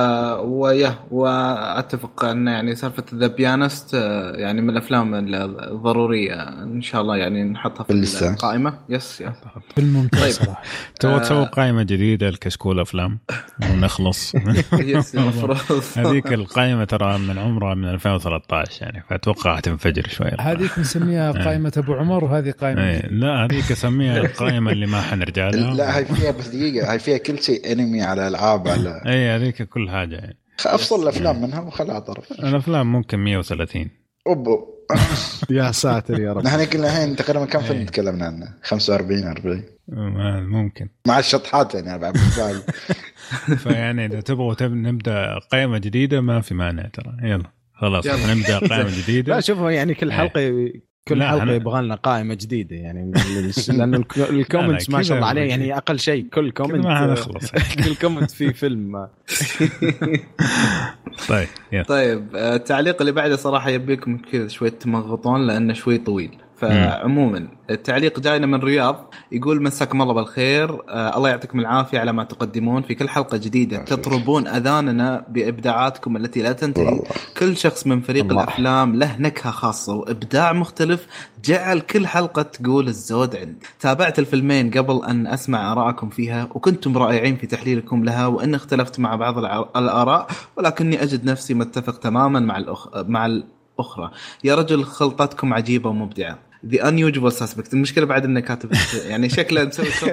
وأتفق أن يعني سالفة ذا بيانست يعني من الأفلام الضرورية إن شاء الله يعني نحطها في القائمة. يس بالممتاز صراحة. تسوي قائمة جديدة الكشكول أفلام ونخلص. يس المفروض. هذيك القائمة ترى من عمرها من 2013 يعني، فأتوقع هتنفجر شوية. هذيك نسميها قائمة أبو عمر، وهذه قائمة لا هذيك اسميها القائمة اللي ما حنرجع لها. لا هاي فيها بس دقيقة، هاي فيها كل شيء انمي على العاب على هذيك كل حاجة يعني. افصل الافلام منها وخلها طرف. الافلام ممكن 130. يا ساتر يا رب. نحن كلنا الحين تقريبا كم فيلم تكلمنا عنه؟ 45 40 ممكن مع الشطحات يعني بعد بالي. فيعني اذا تبغوا نبدا قائمه جديده ما في مانع ترى. يلا خلاص نبدا قائمه جديده. لا شوفوا يعني كل حلقه يبغى لنا قائمه جديده يعني، لأن الكومنتس ما شاء الله عليه يعني أقل شيء كل كومنت ما نخلص. كل كومنت فيه فيلم. طيب التعليق اللي بعده صراحة يبيكم كذا شوية تمغطون لأنه شوي طويل. فعموما التعليق جاينا من رياض، يقول مساكم الله بالخير، الله يعطيكم العافية على ما تقدمون في كل حلقة جديدة، تطربون أذاننا بإبداعاتكم التي لا تنتهي. كل شخص من فريق الأفلام له نكهة خاصة وإبداع مختلف جعل كل حلقة تقول الزود عندي. تابعت الفيلمين قبل أن أسمع آراءكم فيها، وكنتم رائعين في تحليلكم لها، وإن اختلفت مع بعض الآراء ولكني أجد نفسي متفق تماما مع الأخرى. يا رجل خلطتكم عجيبة ومبدعة. The unusual suspect. المشكلة بعد إنه كاتب يعني شكله مسوي صوت.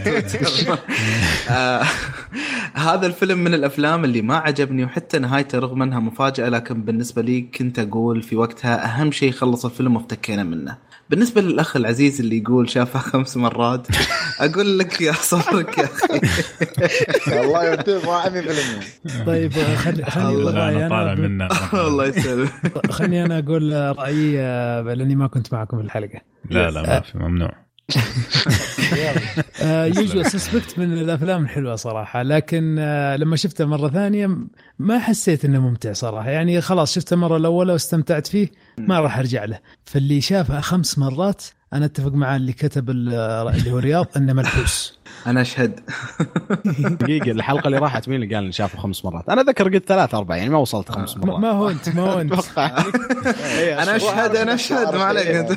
هذا الفيلم من الأفلام اللي ما عجبني، وحتى نهايته رغم أنها مفاجأة لكن بالنسبة لي كنت أقول في وقتها أهم شيء خلص الفيلم وافتكينا منه. بالنسبة للأخ العزيز اللي يقول شافها 5 مرات، أقول لك يا صبرك يا أخي. الله يرتب واعمي فيلم. طيب خليني طالع منا. الله يسلم. خليني أنا أقول رأيي لأني ما كنت معكم في الحلقة. لا ما في، ممنوع. يوجوال سسبكت من الأفلام الحلوة صراحة، لكن لما شفته مرة ثانية ما حسيت إنه ممتع صراحة يعني. خلاص شفته مرة الأولى واستمتعت فيه، ما راح أرجع له. فاللي شافها 5 مرات أنا أتفق مع اللي كتب اللي هو رياض إنه ملحوس. أنا أشهد. دقيقة الحلقة اللي راحت مين اللي قال شافه 5 مرات؟ أنا ذكر قلت 3 4 يعني ما وصلت 5 مرات. ما هو أنت أنا أشهد ما عليك أنت.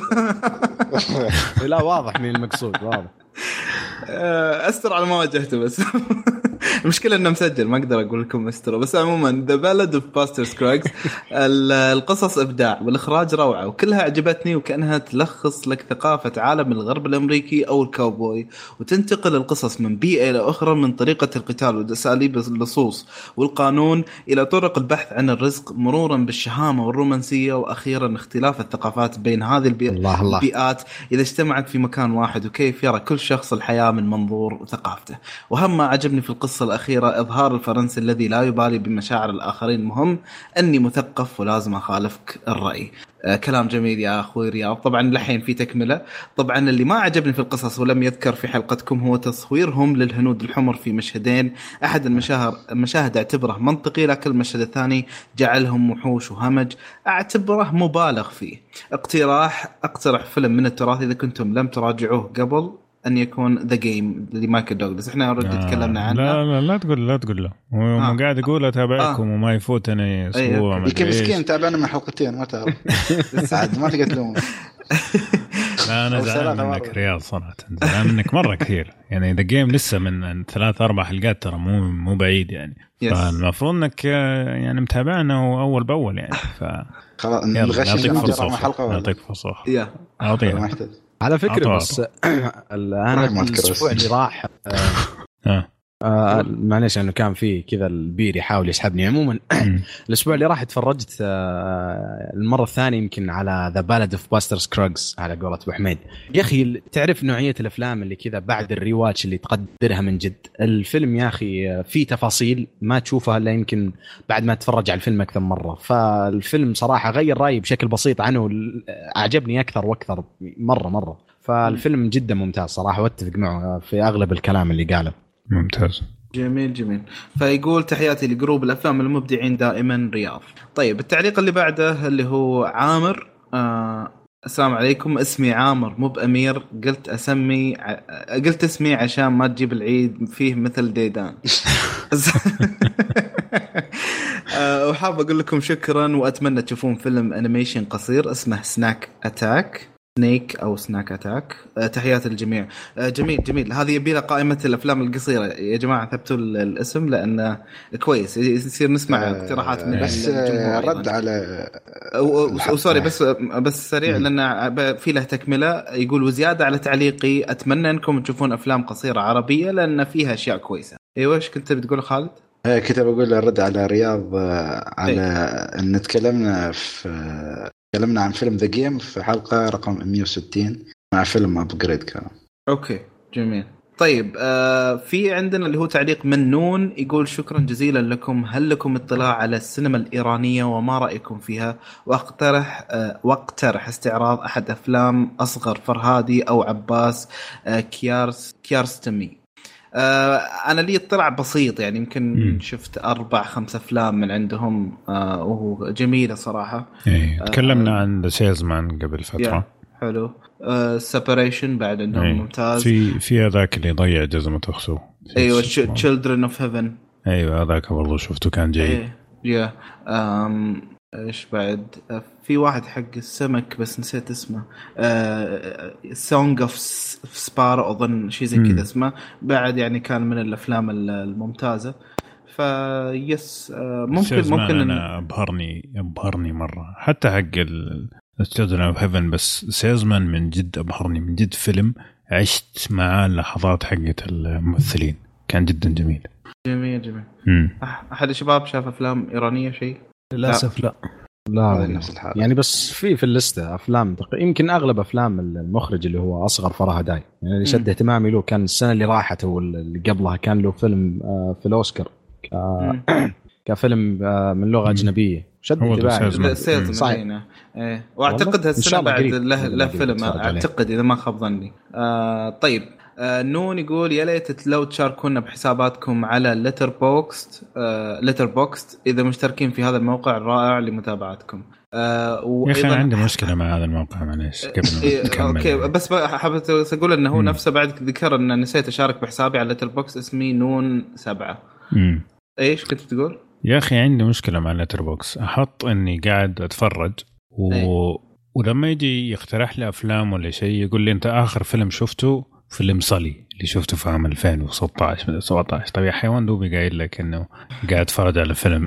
لا واضح مين المقصود، واضح. أستر على ما واجهته بس. المشكلة إنه مسجل ما أقدر أقول لكم مسترو، بس عموما The Ballad of Buster Scruggs القصص إبداع والإخراج روعة وكلها عجبتني، وكأنها تلخص لك ثقافة عالم الغرب الأمريكي أو الكاوبوي، وتنتقل القصص من بيئة إلى أخرى، من طريقة القتال وأساليب اللصوص والقانون إلى طرق البحث عن الرزق، مرورا بالشهامة والرومانسية، وأخيرا اختلاف الثقافات بين هذه البيئات إذا اجتمعت في مكان واحد، وكيف يرى كل شخص الحياة من منظور ثقافته. وهم ما عجبني في القصة الأخيرة إظهار الفرنسي الذي لا يبالي بمشاعر الآخرين، مهم أني مثقف ولازم أخالفك الرأي. كلام جميل يا أخوي رياض. طبعا لحين في تكملة. طبعا اللي ما عجبني في القصص ولم يذكر في حلقتكم هو تصويرهم للهنود الحمر في مشهدين. أحد المشاهد اعتبره منطقي، لكن المشهد الثاني جعلهم وحوش وهمج، اعتبره مبالغ فيه. اقترح فيلم من التراث إذا كنتم لم تراجعوه قبل أن يكون ذا جيم لمايكل دوغلاس. إحنا أوريدي تكلمنا عنه. لا تقول له هو قاعد يقول أتابعكم وما يفوتني أسبوع. يمكن مسكين تابعنا من حلقتين ما تعرف. سعد ما تقتلون. لا أنا زعلان منك رياض صراحة، زعلان منك مرة كثير. يعني ذا جيم لسه من 3-4 حلقات ترى، مو بعيد يعني. فالمفروض إنك يعني متابعنا أول بأول يعني. خلاص نعطيك فرصة. أعطيها. على فكرة بس أنا الأسبوع اللي راح معلش أنه كان فيه كذا البير يحاول يسحبني. عموما الأسبوع اللي راح اتفرجت المرة الثانية يمكن على The Ballad of Buster Scruggs على قولة أبو حميد. يا أخي تعرف نوعية الأفلام اللي كذا بعد الريواتش اللي تقدرها من جد. الفيلم يا أخي فيه تفاصيل ما تشوفها إلا يمكن بعد ما تتفرج على الفيلم أكثر مرة. فالفيلم صراحة غير رأيي بشكل بسيط عنه، أعجبني أكثر وأكثر مرة. فالفيلم جدا ممتاز صراحة، واتفق معه في أغلب الكلام اللي قاله. ممتاز جميل. فيقول تحياتي لجروب الأفلام المبدعين دائما رياض. طيب التعليق اللي بعده اللي هو عامر. السلام عليكم، اسمي عامر مو بأمير، قلت اسمي عشان ما تجيب العيد فيه مثل ديدان. وحاب أقول لكم شكرا، وأتمنى تشوفون فيلم أنيميشن قصير اسمه سناك أتاك. تحيات الجميع. جميل. هذه يبيلها قائمة الأفلام القصيرة يا جماعة، ثبتوا الاسم لأنه كويس يصير نسمع اقتراحات من بس رد على سوري بس سريع لأن في له تكملة. يقول وزيادة على تعليقي، أتمنى أنكم تشوفون أفلام قصيرة عربية لأن فيها أشياء كويسة. أيوة إيش كنت بتقول خالد؟ كنت بقول رد على رياض على أن تكلمنا عن فيلم ذا جيم في حلقة رقم 160 مع فيلم أبجريد كان. أوكي جميل. طيب في عندنا اللي هو تعليق من نون، يقول شكرا جزيلا لكم، هل لكم اطلاع على السينما الإيرانية وما رأيكم فيها؟ واقترح استعراض أحد أفلام أصغر فرهادي أو عباس كيارستمي. أنا لي اطلاع بسيط يعني، يمكن شفت 4-5 أفلام من عندهم وهو جميلة صراحة. تكلمنا عن The Salesman قبل فترة. حلو. Separation بعد عندهم ممتاز. في هذاك اللي ضيع جزمة أخته. أيوة Children of Heaven. أيوة هذاك والله شفته كان جيد. إيش بعد في واحد حق السمك بس نسيت اسمه. Song of Sparrow أظن شيء زي كذا اسمه. بعد يعني كان من الأفلام الممتازة. فيس ممكن أنا أبهرني مرة حتى حق Children of Heaven، بس سيزمان من جد أبهرني من جد. فيلم عشت معاه اللحظات حقت الممثلين، كان جدا جميل. أحد الشباب شاف أفلام إيرانية شيء؟ للأسف لا نفس الحال يعني، بس في الليستة أفلام يمكن أغلب أفلام المخرج اللي هو أصغر فرهداي يعني اللي شد اهتمامي له كان السنة اللي راحت واللي قبلها كان له فيلم في الأوسكار كفيلم من لغة أجنبية شد انتباهي صحيح. واعتقد هالسنة بعد له فيلم اعتقد اذا ما خاب ظني. طيب نون يقول يا ليت لو تشاركونا بحساباتكم على ليتربوكست اذا مشتركين في هذا الموقع الرائع لمتابعتكم. يا اخي عندي مشكله مع هذا الموقع معليش قبل نكمل. اوكي بس حبيت اقول انه هو نفسه بعد ذكر ان نسيت اشارك بحسابي على ليتربوكست اسمي نون 7. ايش كنت تقول؟ يا أخي عندي مشكلة مع الليتربوكس، أحط إني قاعد أتفرج ولما يجي يقترح لي أفلام ولا شيء يقول لي أنت آخر فيلم شفته فيلم صلي شفته في عام 2016 من 17. طبيعي حيوان دوبي قايل لك انه قاعد اتفرج على فيلم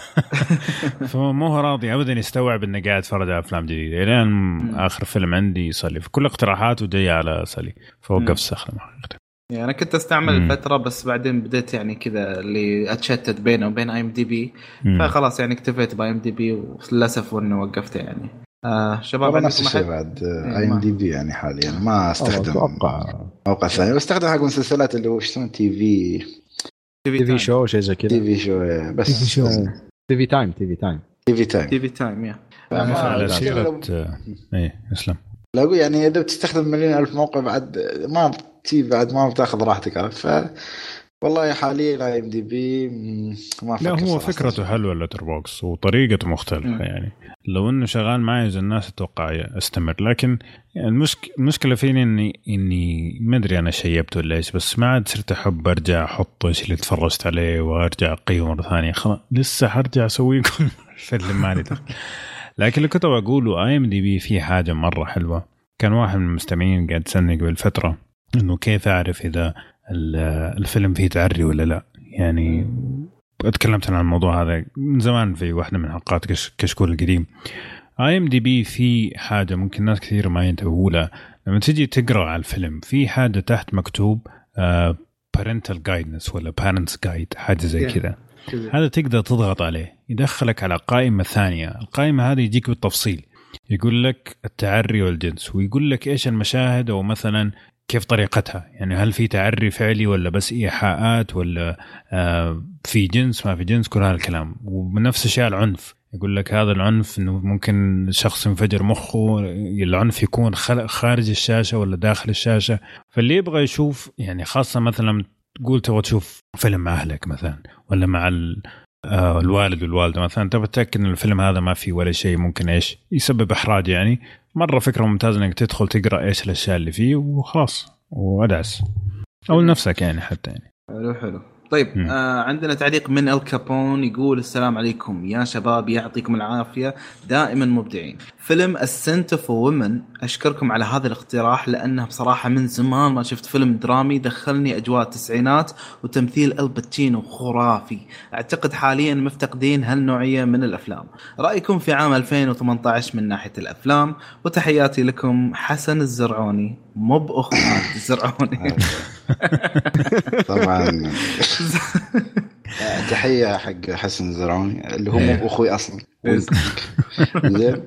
فمو هو راضي ابدا يستوعب انه قاعد اتفرج على افلام جديده. الان اخر فيلم عندي صلي في كل اقتراحاته جايه على صلي فوقف استخدم حقيقه. يعني انا كنت استعمل الفتره بس بعدين بديت يعني كذا اللي اتشتت بينه وبين IMDb فخلاص يعني اكتفيت بIMDb وللاسف انه وقفت يعني. شباب نفس الشيء بعد IMDb يعني حاليا ما استخدم موقع ثاني واستخدم حق مسلسلات اللي هو شلون تي في شو شيء زي كذا تي في شو بس تي في تايم تي في تايم يا على سيرة ايه اسلم. لا أقول يعني إذا بتستخدم مليون ألف موقع بعد ما بتاخذ راحتك عارف. والله حاليا IMDb ما لا هو فكرته حلوة لتربوكس وطريقته مختلفة يعني لو إنه شغال معي إذا الناس تتوقع استمر. لكن يعني المشكلة فيني إني ما أدري أنا شيبته ولا إيش بس ما عاد صرت أحب أرجع أحط إيش اللي تفرجت عليه وأرجع أقيم مرة ثانية. خلاص لسه حرجع أسوي كل فيلم ما لي دخل. لكن اللي كنت بقوله IMDb فيه حاجة مرة حلوة. كان واحد من المستمعين قاعد يسألني قبل فترة إنه كيف أعرف إذا الفيلم فيه تعري ولا لا. يعني اتكلمت عن الموضوع هذا من زمان في واحدة من حلقات كشكول القديم. IMDb في حاجة ممكن ناس كثير ما ينتبهوا لها. لما تيجي تقرأ على الفيلم في حاجة تحت مكتوب parental guidance ولا parents guide حاجة زي كذا. هذا تقدر تضغط عليه يدخلك على قائمة ثانية. القائمة هذه يجيك بالتفصيل يقول لك التعري والجنس ويقول لك إيش المشاهد أو مثلا كيف طريقتها. يعني هل في تعري فعلي ولا بس إيحاءات ولا في جنس ما في جنس كل هذا الكلام. وبنفس الشيء العنف يقول لك هذا العنف إنه ممكن شخص ينفجر مخه. العنف يكون خارج الشاشة ولا داخل الشاشة. فاللي يبغى يشوف يعني خاصة مثلا تقول تبغى تشوف فيلم مع أهلك مثلا ولا مع الوالد والوالدة مثلا تبغى تتأكد إن الفيلم هذا ما فيه ولا شيء ممكن إيش يسبب إحراج. يعني مرة فكرة ممتازة إنك تدخل تقرأ إيش الأشياء اللي فيه وخلاص وأدعس أو لنفسك يعني حتى يعني. حلو. طيب عندنا تعليق من الكابون يقول السلام عليكم يا شباب يعطيكم العافية دائما مبدعين. فيلم السنت اوف وومن أشكركم على هذا الاقتراح لأنه بصراحة من زمان ما شفت فيلم درامي دخلني أجواء التسعينات وتمثيل الباتشينو خرافي. أعتقد حاليا مفتقدين هالنوعية من الأفلام. رأيكم في عام 2018 من ناحية الأفلام وتحياتي لكم حسن الزرعوني مو بأخو الزرعوني. طبعا تحية حق حسن الزرعوني اللي هو مو أخوي أصلا. زين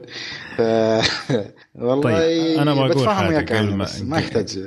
والله طيب أنا بقول حاجة ما يحتاج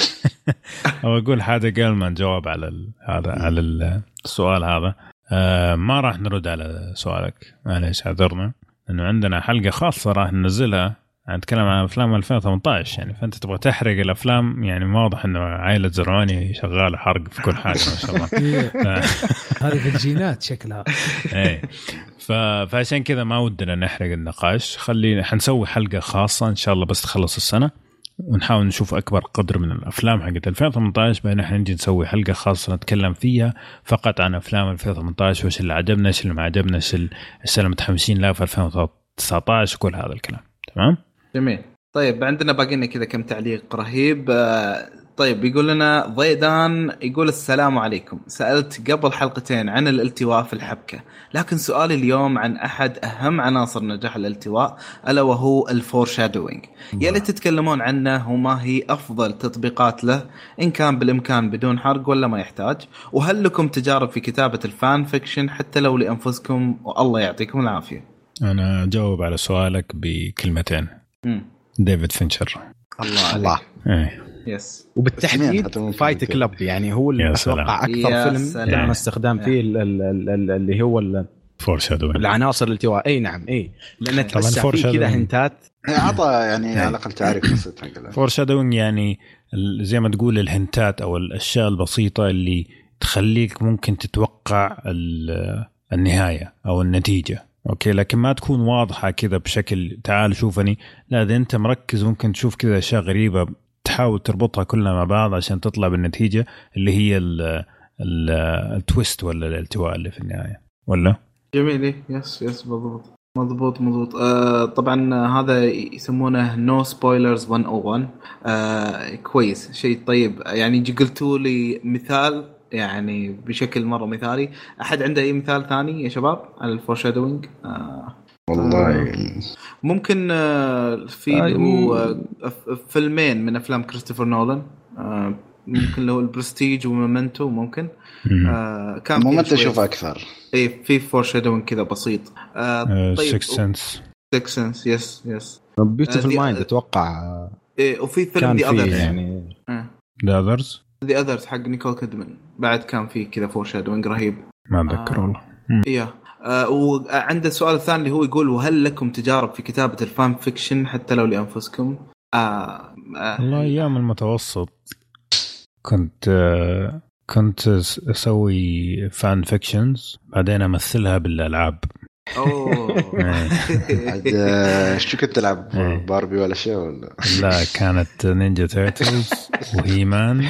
أو أقول حاجة قبل ما نجاوب على هذا على السؤال هذا. ما راح نرد على سؤالك معليش اعذرنا إنه عندنا حلقة خاصة راح ننزلها نتكلم عن أفلام 2018 يعني. فأنت تبغى تحرق الأفلام يعني واضح إنه عائلة زرعوني شغالة حرق في كل حاجة ما شاء الله. هذه في الجينات شكلها. إيه فعشان كذا ما ودنا نحرق النقاش. خلينا حنسوي حلقة خاصة إن شاء الله بس تخلص السنة ونحاول نشوف أكبر قدر من الأفلام حقت 2018 بين إحنا نجي نسوي حلقة خاصة نتكلم فيها فقط عن أفلام 2018 وإيش اللي عجبنا إيش اللي ما عجبنا إيش اللي متحمسين له في 2019 كل هذا الكلام. تمام جميل. طيب عندنا باقينا كذا كم تعليق رهيب. طيب بيقول لنا ضيدان يقول السلام عليكم. سألت قبل حلقتين عن الالتواء في الحبكة لكن سؤالي اليوم عن أحد أهم عناصر نجاح الالتواء ألا وهو الفورشادوينج. يلي تتكلمون عنه وما هي أفضل تطبيقات له إن كان بالإمكان بدون حرق ولا ما يحتاج. وهل لكم تجارب في كتابة الفان فيكشن حتى لو لأنفسكم والله يعطيكم العافية. أنا أجاوب على سؤالك بكلمتين. ديفيد فينشر. الله يس. وبالتحديد فايت كلاب يعني هو اللي أتوقع أكثر فيلم كان استخدام فيه اللي هو فورشادوينج العناصر الالتواء. أي نعم أي لأن تحس فيه كذا هنتات عطى يعني على الأقل تعرف قصتها. فورشادوينج يعني زي ما تقول الهنتات أو الأشياء البسيطة اللي تخليك ممكن تتوقع النهاية أو النتيجة. أوكي لكن ما تكون واضحة كذا بشكل تعال شوفني. لا إذا أنت مركز ممكن تشوف كذا أشياء غريبة تحاول تربطها كلها مع بعض عشان تطلع بالنتيجة اللي هي التويست ولا الالتواء اللي في النهاية ولا. جميل. يس بالضبط. مضبوط. طبعا هذا يسمونه نو سبويلرز 101. كويس، شيء طيب. يعني قلتوا لي مثال يعني بشكل مرة مثالي. أحد عنده أي مثال ثاني يا شباب على الفورشادوينج؟ والله ممكن في هو فيلمين من أفلام كريستوفر نولان، ممكن له البرستيج ومومنتو. ممكن كان مومنتو أشوف أكثر. إيه في فورشادوينج كذا بسيط. طيب Sixth Sense يس بيوتيفول مايند أتوقع. إيه وفي فيلم The Others يعني The Others حق نيكول كيدمان بعد كان فيه كذا فورشادوينج رهيب. ما أتذكر والله. إيه وعنده السؤال الثاني اللي هو يقول وهل لكم تجارب في كتابة الفان فيكشن حتى لو لأنفسكم؟ والله أيام المتوسط كنت أسوي فان فيكشنز بعدين أمثلها بالألعاب. شو كنت تلعب باربي ولا شيء ولا؟ لا كانت نينجا تيرتلز وهيمان.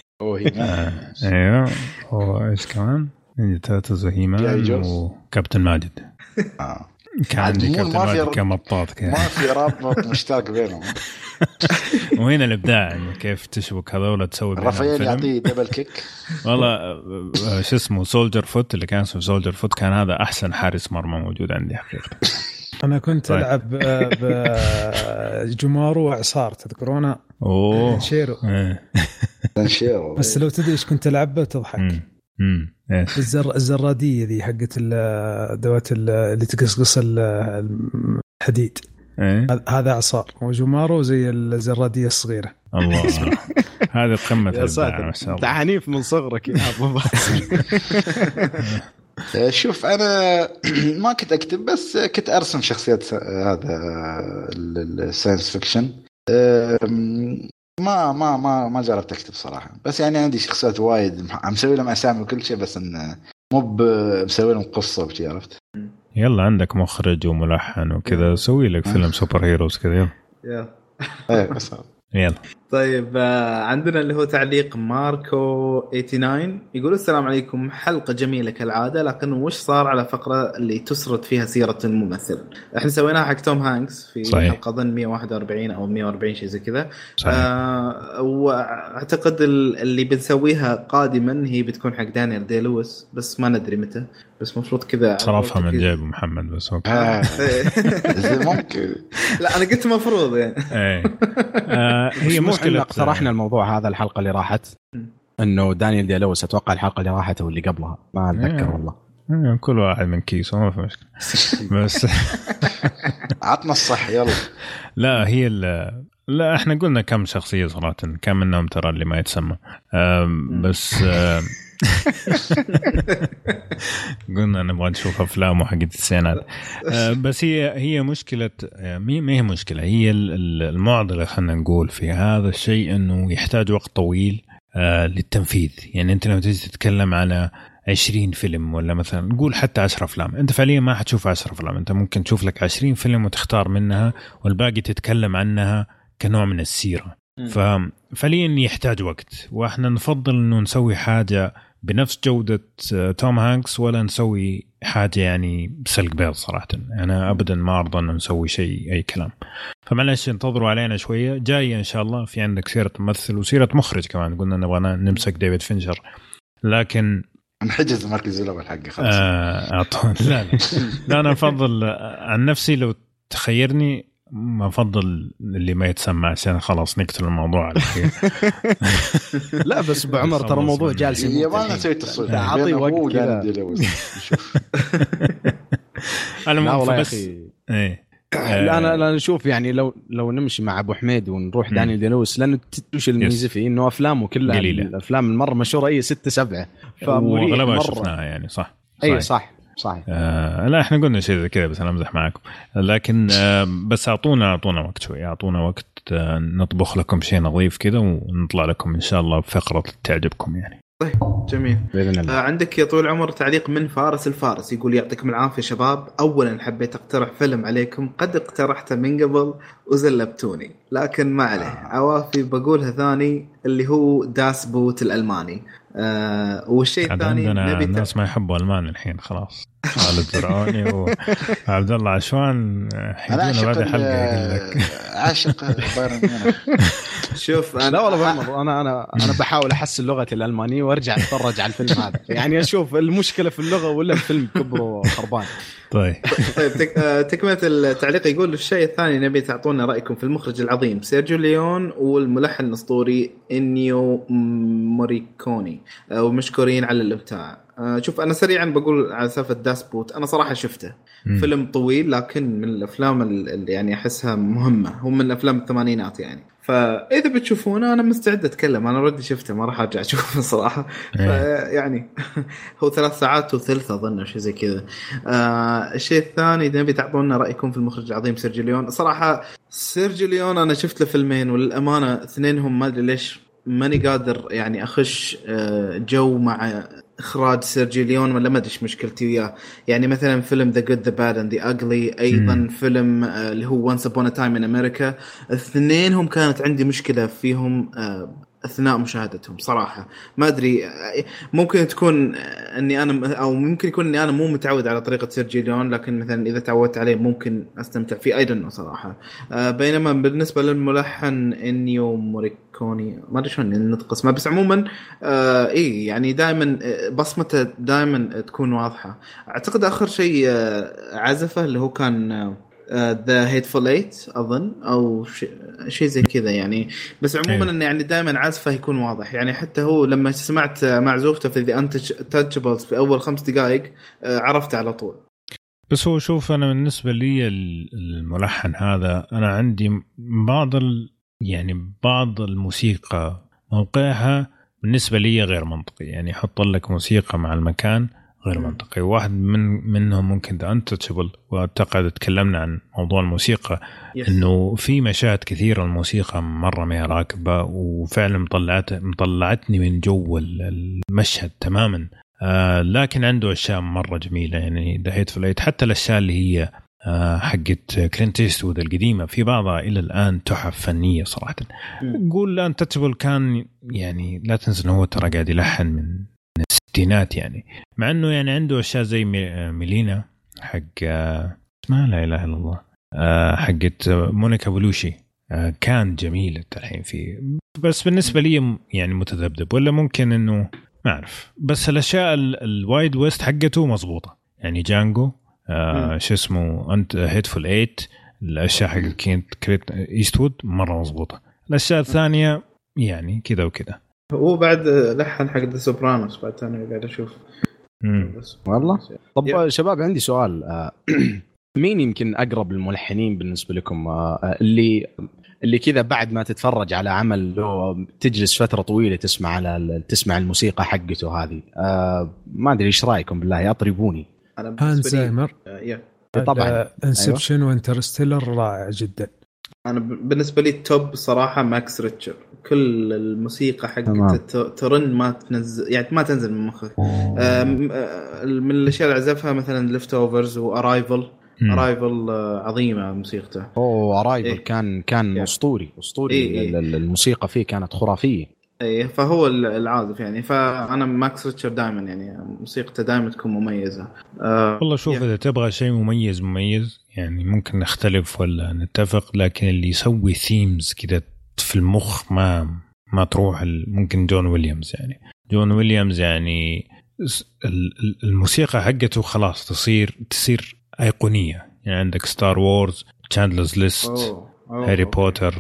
ايوه وايش كمان نينجا تيرتلز وهيمان وكابتن ماجد. كان عندي كابتن ماجد كمطاط ما في رابط مشترك بينهم. وين الابداع يعني كيف تشبك هذول تسوي رافائيل يعطيه دبل كيك. والله شو اسمه سولجر فوت اللي كان اسمه سولجر فوت كان هذا احسن حارس مرمى موجود عندي حقيقة. انا كنت العب بجمارو واعصار تذكرونه؟ شيرو بس لو تدري ايش كنت العب تضحك. الزراديه ذي حقت الادوات اللي تقصقص الحديد. هذا اعصار وجمارو زي الزراديه الصغيره. الله هذه قمه الابداع ما شاء الله. انت عنيف من صغرك يا ابو شوف انا ما كنت اكتب بس كنت ارسم شخصيات هذا الساينس فيكشن. ما جربت اكتب صراحه بس يعني عندي شخصيات وايد مسوي لهم اسامي وكل شيء بس انه مو مسوي لهم قصه بشي عرفت. يلا عندك مخرج وملحن وكذا سوي لك فيلم سوبر هيروز كذا يلا. طيب عندنا اللي هو تعليق ماركو 89 يقول السلام عليكم، حلقة جميلة كالعادة، لكن وش صار على فقرة اللي تسرد فيها سيرة الممثل؟ احنا سويناها حق توم هانكس في حلقة ظن 141 أو 140 شيء زي كذا. واعتقد اللي بنسويها قادما هي بتكون حق دانيال دي لويس بس ما ندري متى، بس مفروض كذا صرفها من جيب محمد بس ممكن. لا أنا قلت مفروض يعني. هي مشكلة اقترحنا الموضوع هذا الحلقة اللي راحت انه دانيال دي لويس اتوقع الحلقة اللي راحت او اللي قبلها ما اتذكر والله. كل واحد من كيسه ما في مشكلة بس عطنا الصح يلا. لا هي لا احنا قلنا كم شخصية صراحة كم منهم ترى اللي ما يتسمى بس قلنا نبغى نشوف افلام وحقت السينات. بس هي مشكله ما هي مشكله، هي المعضله خلينا نقول في هذا الشيء انه يحتاج وقت طويل للتنفيذ. يعني انت لما تيجي تتكلم على 20 فيلم ولا مثلا نقول حتى 10 أفلام، انت فعليا ما حتشوف 10 أفلام، انت ممكن تشوف لك 20 فيلم وتختار منها والباقي تتكلم عنها كنوع من السيره. ففعليا يحتاج وقت، واحنا نفضل انه نسوي حاجه بنفس جودة توم هانكس ولا نسوي حاجة يعني بسلق بيض. صراحة أنا أبدا ما أرضى أن نسوي شيء أي كلام، فمعلش انتظروا علينا شوية. جاية إن شاء الله في عندك سيرة ممثل وسيرة مخرج كمان، قلنا نبغى نمسك ديفيد فينشر لكن نحجز مركز الأول حقه خلاص. لا أنا أفضل عن نفسي لو تخيرني ما أفضل اللي ما يتسمع عشان خلاص نقتل الموضوع على خير. لا بس بعمر ترى الموضوع جالس هي ما نسوي تصويت عطي وقت كذا. أنا بس إيه لا نشوف يعني لو نمشي مع أبو حميد ونروح دانيال دي لويس، لأنه تدوش الميزة فيه إنه أفلامه كلها الأفلام المرة مشهورة أي 6-7 وأغلبها شفناها يعني صح. أي صح. لا احنا قلنا شيء زي كذا بس انا امزح معكم، لكن بس اعطونا وقت شوي، اعطونا وقت نطبخ لكم شيء نظيف كذا ونطلع لكم ان شاء الله بفقرة تعجبكم يعني. طيب جميل باذن الله. عندك يا طويل العمر تعليق من فارس الفارس، يقول يعطيكم العافيه شباب، اولا حبيت اقترح فيلم عليكم قد اقترحته من قبل وزلبتوني، لكن ما عليه عوافي بقولها ثاني، اللي هو داس بوت الالماني. والشيء الثاني نبي الناس ما يحبوا المان الحين خلاص. خالد زرعوني وعبد الله عشوان حيجونا بعد حلقه يقول لك عاشق بايرن ميونخ. شوف لا والله انا بحاول احسن لغتي الالمانيه وارجع اتفرج على الفيلم هذا، يعني اشوف المشكله في اللغه ولا الفيلم كبره خربان. طيب تكمله التعليق يقول الشيء الثاني نبي تعطونا رايكم في المخرج العظيم سيرجيو ليون والملحن الاسطوري انيو موريكوني، ومشكورين على الابداع. شوف أنا سريعا بقول على سالفة داس بوت، أنا صراحة شفته فيلم طويل لكن من الأفلام اللي يعني أحسها مهمة، هو من أفلام الثمانينات يعني، فإذا بتشوفونه أنا مستعد أتكلم، أنا ردي شفته ما راح أرجع أشوفه صراحة. يعني هو 3 ساعات وثلث أظن أو شيء زي كذا. الشيء الثاني نبي تعطونا رأيكم في المخرج العظيم سيرجيو ليون. صراحة سيرجيو ليون أنا شفت له فيلمين وللأمانة اثنينهم ما أدري ليش ماني قادر يعني أخش جو مع إخراج سيرجيو ليون، ولا ما أدري مشكلتي وياه. يعني مثلا فيلم The Good, The Bad and The Ugly، أيضا فيلم اللي هو Once Upon a Time in America، اثنينهم كانت عندي مشكلة فيهم أثناء مشاهدتهم صراحة. ما أدري ممكن تكون أني أنا أو ممكن يكون أني أنا مو متعود على طريقة سيرجيو ليون، لكن مثلا إذا تعودت عليه ممكن أستمتع فيه أيضا صراحة. بينما بالنسبة للملحن إنيو موريكوني ما أدري شلون النطق اسمه، بس عموما إيه يعني دائما بصمته دائما تكون واضحة. أعتقد آخر شيء عزفه اللي هو كان The Hateful Eight أظن أو شيء زي كذا يعني، بس عموما إنه يعني دائما عزفه يكون واضح. يعني حتى هو لما سمعت معزوفته في The Untouchables في أول 5 دقائق عرفت على طول. بس هو شوف أنا بالنسبة لي الملحن هذا أنا عندي بعض الموسيقى موقعها بالنسبة لي غير منطقي، يعني يحط لك موسيقى مع المكان غير منطقي. واحد منهم ممكن The Untouchable، واعتقد تكلمنا عن موضوع الموسيقى انه في مشاهد كثيرة الموسيقى مرة ما راكبة، وفعلا مطلعتني من جو المشهد تماما. لكن عنده اشياء مرة جميلة، يعني The Hateful Eight حتى الاشياء اللي هي حقت كلينت إيستوود القديمة في بعضها إلى الآن تحف فنية صراحة. قول Untouchable كان يعني لا تنسى أنه هو ترى قاعد يلحن من الستينات، يعني مع أنه يعني عنده أشياء زي ميلينا حق اسمها لا إله إلا الله حقت مونيكا بلوشي كان جميل الحين فيه، بس بالنسبة لي يعني متذبذب، ولا ممكن أنه ما أعرف. بس الأشياء الوايد ويست حقته مزبوطة، يعني جانجو شو اسمه أنت هيتفول 8 الأشياء حق كلينت إيستوود مرة مزبوطة. الأشياء الثانية يعني كذا وكذا. هو بعد لحن حق ذا سوبرانوس بعد ثاني قاعد أشوف والله. طب شباب عندي سؤال، مين يمكن أقرب الملحنين بالنسبة لكم اللي كذا بعد ما تتفرج على عمل لو تجلس فترة طويلة تسمع الموسيقى حقته هذه؟ ما أدري إيش رأيكم بالله، أطربوني. هانز زايمر طبعا انسبشن وانترستيلر رائع جدا. أنا بالنسبة لي التوب صراحة ماكس ريتشر، كل الموسيقى حقته ترن ما تنزل، يعني ما تنزل من مخك. من الأشياء اللي عزفها مثلا ليفت أوفرز وأرايفل. أرايفل عظيمة موسيقته. أرايفل كان أسطوري. الموسيقى فيه كانت خرافية. فهو العازف يعني، فأنا ماكس ريتشر دائما يعني موسيقته دائما تكون مميزة. والله شوف إذا تبغى شيء مميز يعني ممكن نختلف ولا نتفق، لكن اللي يسوي ثيمز كده في المخ ما تروح ممكن جون ويليامز يعني الموسيقى حقته خلاص تصير أيقونية. يعني عندك ستار وورز، تشاندلرز ليست، هاري بوتر،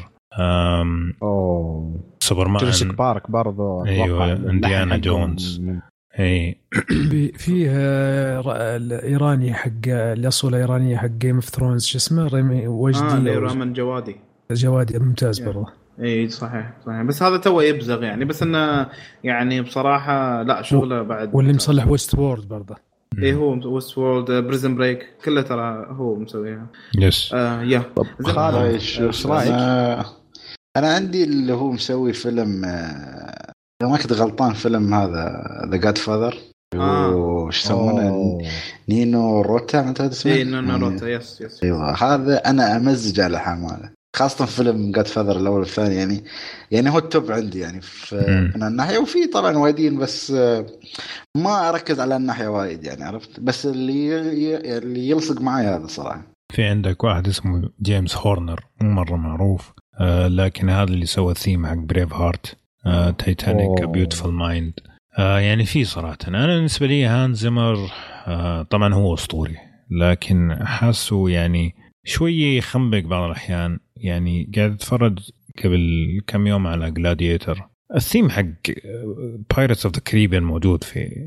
سوبرمان، جوراسيك بارك برضو، ايوه انديانا جونز. اي فيه الايراني حق الاصول الايرانيه حق جيم اوف ثرونز، شو اسمه رامي وجدي رامن جوادي ممتاز برضه. اي صحيح بس هذا تو يبزغ يعني، بس انه يعني بصراحه لا شغله بعد. واللي مصلح ويست وورد برضه. ايه هو ويست وورد، بريزن بريك كله ترى هو مسويها. يس يا خالد ايش رايك؟ انا عندي اللي هو مسوي فيلم ما كنت غلطان فيلم هذا ذا جاد فاذر، وش يسمونه نينو روتا ما تعرف اسمه؟ اي نينو روتا يس ايوه هذا انا امزج على حماله، خاصه فيلم جاد فاذر الاول والثاني يعني هو التوب عندي يعني من الناحيه، وفي طبعا وايدين بس ما اركز على الناحيه وايد يعني عرفت، بس اللي يلصق معي هذا صراحه. في عندك واحد اسمه جيمس هورنر مو مره معروف، لكن هذا اللي سوى الثيم حق بريف هارت، تايتانيك، بيوتيفول مايند. يعني في صراحه انا بالنسبه لي هانز زيمر طبعا هو اسطوري، لكن حاسه يعني شويه يخنبق بعض الاحيان. يعني قاعد اتفرج قبل كم يوم على جلاديتر، الثيم حق بايرتس اوف ذا كاريبيان موجود في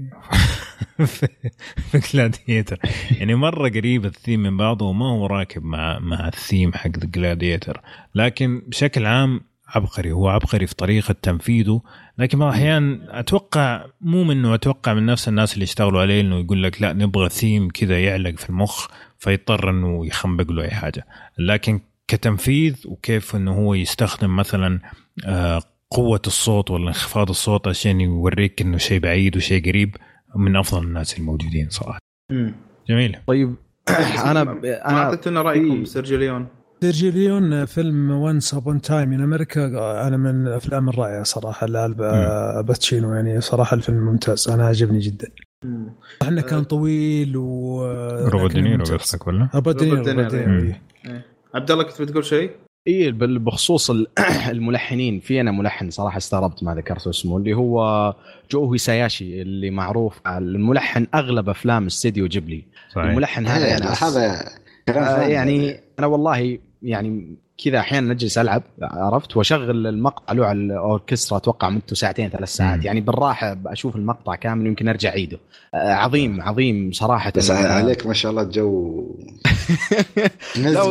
جلاديتر، يعني مره قريب الثيم من بعضه وما هو راكب مع الثيم حق جلاديتر، لكن بشكل عام عبقري. هو عبقري في طريقه تنفيذه، لكن بعض الاحيان اتوقع من نفس الناس اللي اشتغلوا عليه انه يقول لك لا نبغى ثيم كذا يعلق في المخ، فيضطر انه يخنبق له اي حاجه. لكن كتنفيذ وكيف انه هو يستخدم مثلا قوة الصوت ولا انخفاض الصوت عشان يوريك انه شيء بعيد وشيء قريب، من افضل الناس الموجودين صراحة. جميل. طيب انا اعطيتنا رايكم سيرجيو ليون فيلم وانس أبون تايم إن أمريكا، أنا من الأفلام الرائعة صراحة باتشينو، يعني صراحة الفيلم ممتاز، أنا عجبني جدا. إحنا كان طويل روبرت دينيرو قصدك ولا؟ روبرت دينيرو. عبد الله كنت بتقول شيء؟ إيه بخصوص الملحنين، في أنا ملحن صراحة استغربت ما ذكرته اسمه، اللي هو جو هيساياشي، اللي معروف الملحن أغلب أفلام استديو جيبلي. الملحن هذا يعني أنا والله يعني كذا أحيانا نجلس ألعب عرفت وأشغل المقطع له على الأوركسترا، أتوقع مدته 2-3 ساعات يعني بالراحة أشوف المقطع كامل ويمكن أرجع عيده. عظيم صراحة. بس عليك ما شاء الله الجو. لا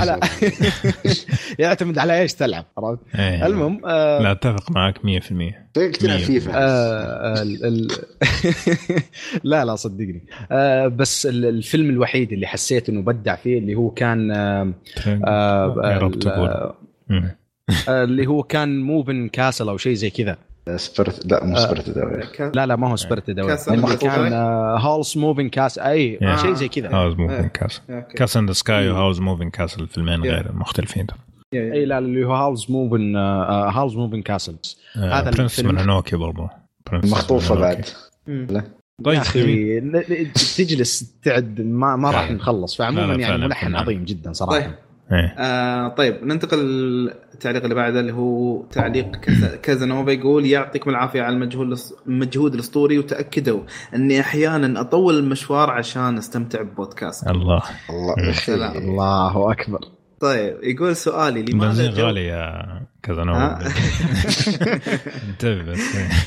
يعتمد على إيش تلعب عرفت. المهم لا أتفق معك 100%. كتير خفيفة. لا صدقني. بس الفيلم الوحيد اللي حسيت إنه بدع فيه اللي هو كان اللي هو كان موفن كاسل أو شيء زي كذا. سبرت لا مو سبرت دوري. لا ما هو سبرت دوري، كان هاوس موفين كاس أي شيء زي كذا. هاوس موفين كاس كاس إن ذا سكاي وهاوس موفين كاسل فيلمين غير مختلفين. أي لا اللي هو هاوس موفين كاسل. هذا الفيلم من هنوكي برضو مخطوفة بعد. طيب تجلس تعد ما راح نخلص. فعموما يعني ملحن عظيم جدا صراحة. طيب ننتقل للتعليق اللي بعده، اللي هو تعليق كازانوفا، يقول يعطيكم العافية على المجهود الأسطوري، وتأكدوا أني أحيانا أطول المشوار عشان أستمتع ببودكاست. الله أكبر. طيب يقول سؤالي لماذا غالي يا كازانوفا؟ انتبه بس.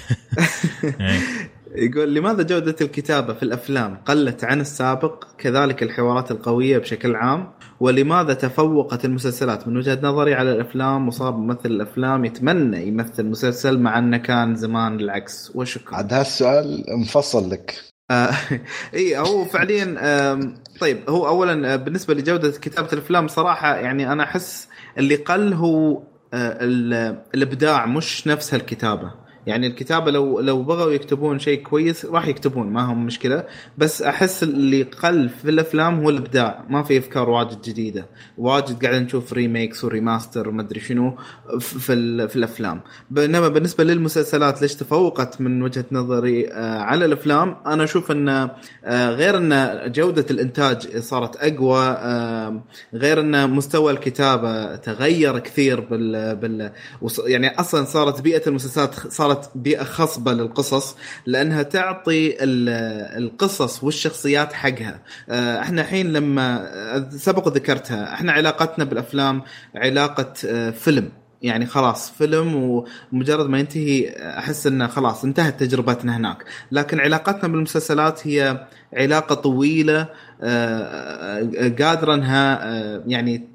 يقول لماذا جودة الكتابة في الأفلام قلت عن السابق، كذلك الحوارات القوية بشكل عام، ولماذا تفوقت المسلسلات من وجهة نظري على الأفلام، وصار ممثل الأفلام يتمنى يمثل مسلسل مع أنه كان زمان العكس؟ وشكرا. هذا السؤال مفصل لك. اي هو فعليا. طيب هو اولا بالنسبه لجوده كتابه الافلام صراحه يعني انا احس اللي قل هو الابداع، مش نفس الكتابه. يعني الكتابة لو بغوا يكتبون شيء كويس راح يكتبون، ما هم مشكلة، بس أحس اللي قل في الأفلام هو الإبداع. ما في أفكار واجد جديدة، واجد قاعد نشوف ريميكس وريماستر وما أدري شنو في الأفلام. بينما بالنسبة للمسلسلات ليش تفوقت من وجهة نظري على الأفلام، أنا أشوف أن غير أن جودة الإنتاج صارت أقوى، غير أن مستوى الكتابة تغير كثير يعني أصلا صارت بيئة المسلسلات صارت بيئة خصبة للقصص، لأنها تعطي القصص والشخصيات حقها. احنا حين لما سبق ذكرتها، احنا علاقتنا بالأفلام علاقة فيلم، يعني خلاص فيلم ومجرد ما ينتهي أحس أنه خلاص انتهت تجربتنا هناك. لكن علاقتنا بالمسلسلات هي علاقة طويلة، قادرة أنها يعني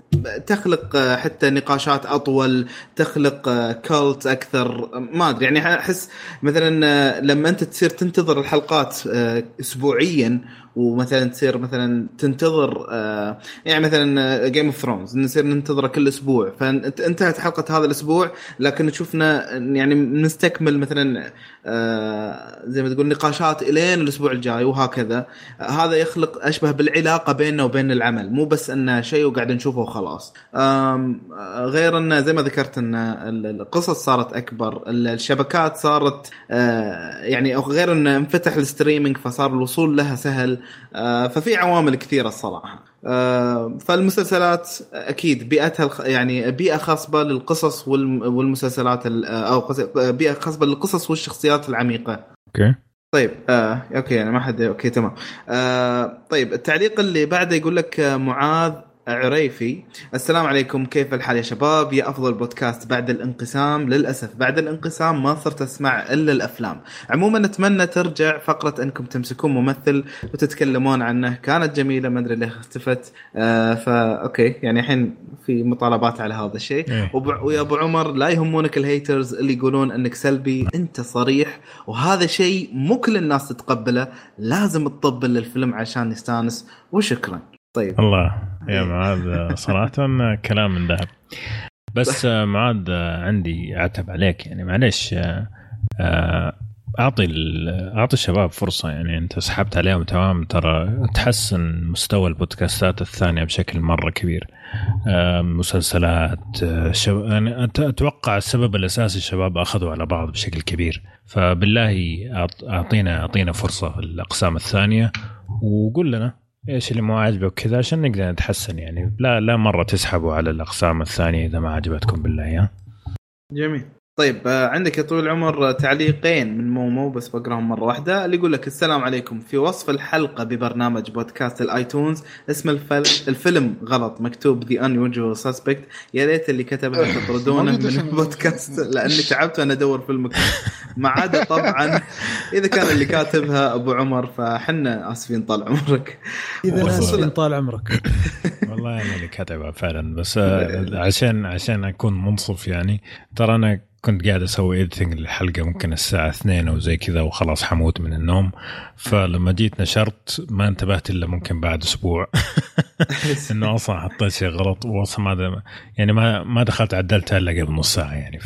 تخلق حتى نقاشات أطول، تخلق كولت أكثر. ما أدري يعني أحس مثلا لما أنت تصير تنتظر الحلقات أسبوعيا، ومثلا تصير مثلا تنتظر يعني مثلا جيم اوف ثرونز نصير ننتظره كل اسبوع، فانتهت حلقه هذا الاسبوع لكن شفنا يعني نستكمل مثلا زي ما تقول نقاشات الين الاسبوع الجاي وهكذا. هذا يخلق اشبه بالعلاقه بيننا وبين العمل، مو بس انه شيء وقاعد نشوفه وخلاص. غير انه زي ما ذكرت ان القصص صارت اكبر، الشبكات صارت يعني غير انه انفتح الستريمينج فصار الوصول لها سهل. ففي عوامل كثيرة الصراحة. فالمسلسلات أكيد بيئتها يعني بيئة خاصة للقصص والمسلسلات، أو بيئة خاصة للقصص والشخصيات العميقة. أوكي. طيب أوكي يعني ما حد أوكي تمام. طيب التعليق اللي بعده يقول لك معاذ عريفي: السلام عليكم، كيف الحال يا شباب؟ يا أفضل بودكاست بعد الانقسام. للأسف بعد الانقسام ما صرت أسمع إلا الأفلام. عموما نتمنى ترجع فقرة أنكم تمسكون ممثل وتتكلمون عنه، كانت جميلة، ما أدري ليه اختفت. فأوكي يعني الحين في مطالبات على هذا الشيء. ويا أبو عمر لا يهمونك الهيترز اللي يقولون أنك سلبي، أنت صريح وهذا شيء مو كل الناس تتقبله، لازم تطبل للفيلم عشان نستانس. وشكرا. طيب الله يا معاذ صراحة كلام من ذهب. بس معاذ عندي عتب عليك يعني، معليش أعطي الشباب فرصة يعني. أنت سحبت عليهم تمام، ترى تحسن مستوى البودكاستات الثانية بشكل مرة كبير. مسلسلات أنا أتوقع السبب الأساسي الشباب أخذوا على بعض بشكل كبير، فبالله أعطينا فرصة في الأقسام الثانية وقول لنا ايش اللي مو عاجبك كذا عشان نقدر نتحسن يعني. لا مرة تسحبوا على الأقسام الثانية إذا ما عجبتكم بالله. يا جميل. طيب عندك يا طويل العمر تعليقين من مومو بس بقراهم مرة واحدة. اللي يقول لك: السلام عليكم، في وصف الحلقة ببرنامج بودكاست الايتونز اسم الفيلم غلط، مكتوب The Unusual Suspect. يا ريت اللي كتبها تطردونه من البودكاست لأني تعبت وأنا أدور في المكان، ما عدا طبعا إذا كان اللي كاتبها أبو عمر فحنا آسفين طال عمرك. إذا آسفين طال عمرك. والله أنا اللي كاتبها فعلا، بس عشان أكون منصف يعني، ترى أنا كنت قاعد أسوي إيديتنج للحلقة ممكن الساعة 2 أو زي كذا وخلاص حموت من النوم، فلما جيت نشرت ما انتبهت إلا ممكن بعد أسبوع إنه أصلا حطيت شيء غلط، وأصلا ما دخلت عدلتها إلا قبل نص ساعة يعني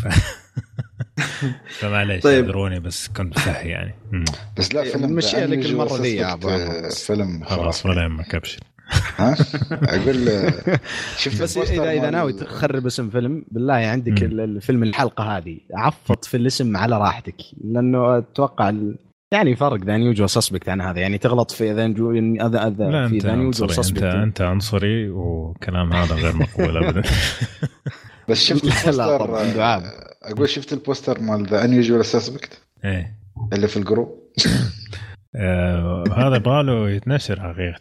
فمعليش اعذروني بس كنت سهي يعني. بس لا فيلم مش لك المرة دي يا أبو فيلم خلاص ولا يهمك أبشر. ها اقول شفت بس اذا ناوي تخرب اسم فيلم بالله عندك الفيلم الحلقه هذه عفط في الاسم على راحتك، لانه اتوقع يعني فرق ذا نيوجو سسبكت عن هذا يعني. تغلط في ذا في ذا نيوجو سسبكت، انت عنصري وكلام هذا غير مقبول ابدا. بس شفت البوستر اقول شفت البوستر مال ذا نيوجو سسبكت ايه اللي في الجروب هذا باله يتنشر حقيقة.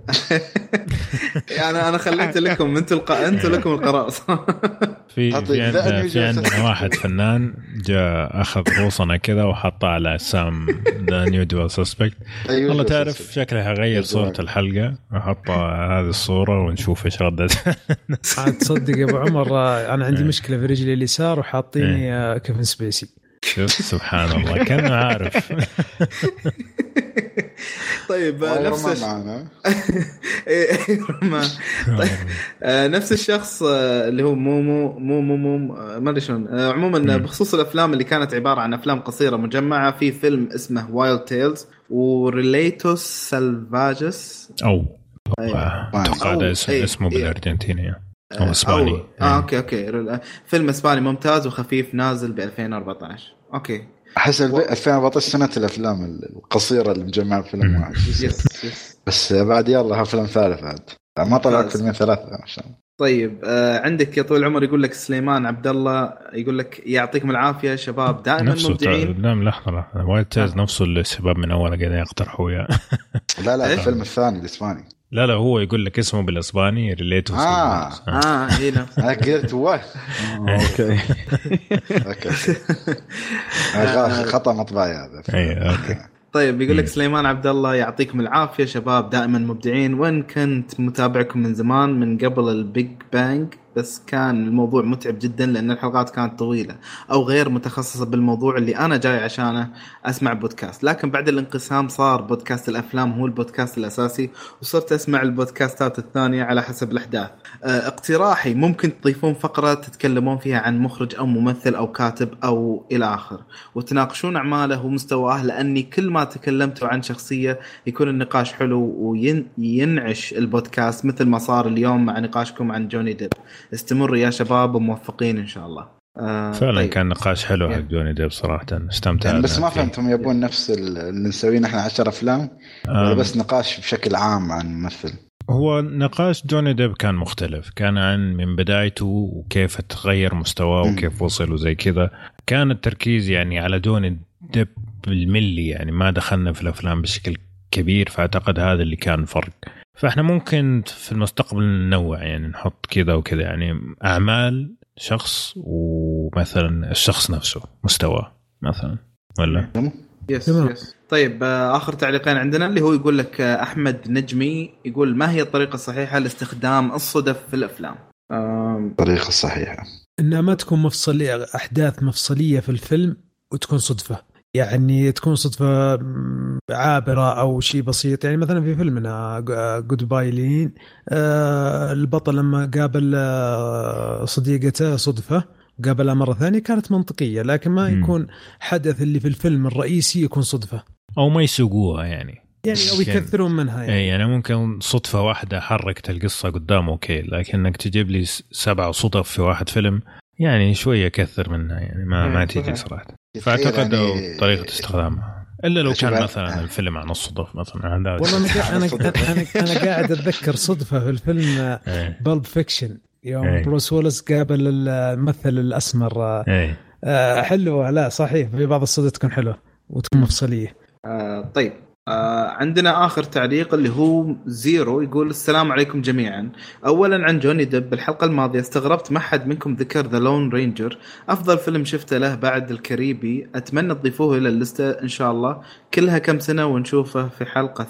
يعني أنا خليت لكم أنتوا لكم القرار. في عندنا واحد فنان جاء أخذ روصنا كذا وحطها على سام ذا نيو دوال سسبكت. والله تعرف شكلها غير صورة الحلقة وحط هذه الصورة ونشوف إيش ردت. تصدق يا أبو عمر أنا عندي مشكلة في رجلي اليسار وحاطيني كيفن سبيسي. شوف سبحان الله كان عارف. طيب نفس الشخص اللي هو مو ما ادري شلون. عموما بخصوص الافلام اللي كانت عباره عن افلام قصيره مجمعه، في فيلم اسمه وايلد تيلز وريليتوس سالفاجس او هذا اسمه بالارجنتينيه او اسباني. اوكي فيلم اسباني ممتاز وخفيف نازل ب 2014. اوكي احس 2014 سنه الافلام القصيره اللي مجمعه فيلم واحد. بس بعد يلا افلام ثالث عاد ما طلعت فيلمين ثلاثه عشان. طيب عندك يا طويل العمر يقول لك سليمان عبد الله يقول لك يعطيكم العافيه شباب دائما مبدعين. لا لحظه وايد تيز نفسه اللي الشباب من اول قاعدين يقترحوا يا لا الفيلم الثاني الاسباني. لا هو يقول لك اسمه بالاسباني ريليتوس. هنا قلت هو اوكي خطا مطبعي هذا. اوكي طيب بيقول لك سليمان عبد الله يعطيكم العافيه شباب دائما مبدعين. وين كنت متابعكم من زمان من قبل البيج بانج، بس كان الموضوع متعب جدا لأن الحلقات كانت طويلة أو غير متخصصة بالموضوع اللي أنا جاي عشانه أسمع بودكاست. لكن بعد الانقسام صار بودكاست الأفلام هو البودكاست الأساسي، وصرت أسمع البودكاستات الثانية على حسب الأحداث. اقتراحي ممكن تضيفون فقرة تتكلمون فيها عن مخرج أو ممثل أو كاتب أو إلى آخر، وتناقشون أعماله ومستواه، لأني كل ما تكلمتوا عن شخصية يكون النقاش حلو وينعش البودكاست مثل ما صار اليوم مع نقاشكم عن جوني ديب. استمروا يا شباب وموفقين إن شاء الله. فعلا طيب. كان نقاش حلو حق جوني ديب صراحة، استمتعنا يعني بس ما فهمتهم يبون نفس اللي نسويه نحن 10 أفلام ولا بس نقاش بشكل عام عن ممثل؟ هو نقاش جوني ديب كان مختلف، كان عن من بدايته وكيف تغير مستواه وكيف وصل وزي كذا. كان التركيز يعني على جوني ديب بالملي، يعني ما دخلنا في الأفلام بشكل كبير، فأعتقد هذا اللي كان فرق. فإحنا ممكن في المستقبل ننوع، يعني نحط كذا وكذا، يعني أعمال شخص ومثلا الشخص نفسه مستواه مثلا، ولا يس. طيب آخر تعليقين عندنا اللي هو يقول لك أحمد نجمي يقول ما هي الطريقة الصحيحة لاستخدام الصدف في الأفلام؟ الطريقة الصحيحة إنها ما تكون مفصلية، أحداث مفصلية في الفيلم وتكون صدفة، يعني تكون صدفة عابرة أو شيء بسيط. يعني مثلا في فيلمنا جود باي لين البطل لما قابل صديقته صدفة قابلها مرة ثانية كانت منطقية، لكن ما يكون حدث اللي في الفيلم الرئيسي يكون صدفة أو ما يسوقوها يعني أو يكثرون منها يعني ممكن صدفة واحدة حركت القصة قدامه أوكي، لكنك تجيب لي 7 صدف في واحد فيلم يعني شوية كثر منها، يعني ما تيجي صراحة. فأعتقد يعني طريقة استخدامها إلا لو كان مثلا الفيلم عن الصدف مثلا. والله أنا قاعد أتذكر صدفة في الفيلم بالب فيكشن يوم بروس ويلس قابل الممثل الأسمر حلوة. لا صحيح في بعض الصدف تكون حلوة وتكون مفصلية. طيب عندنا آخر تعليق اللي هو زيرو يقول السلام عليكم جميعا. أولا عن جوني ديب، الحلقة الماضية استغربت ما حد منكم ذكر ذا لون رينجر، أفضل فيلم شفته له بعد الكاريبي. أتمنى تضيفوه إلى الليستة إن شاء الله، كلها كم سنة ونشوفه في حلقة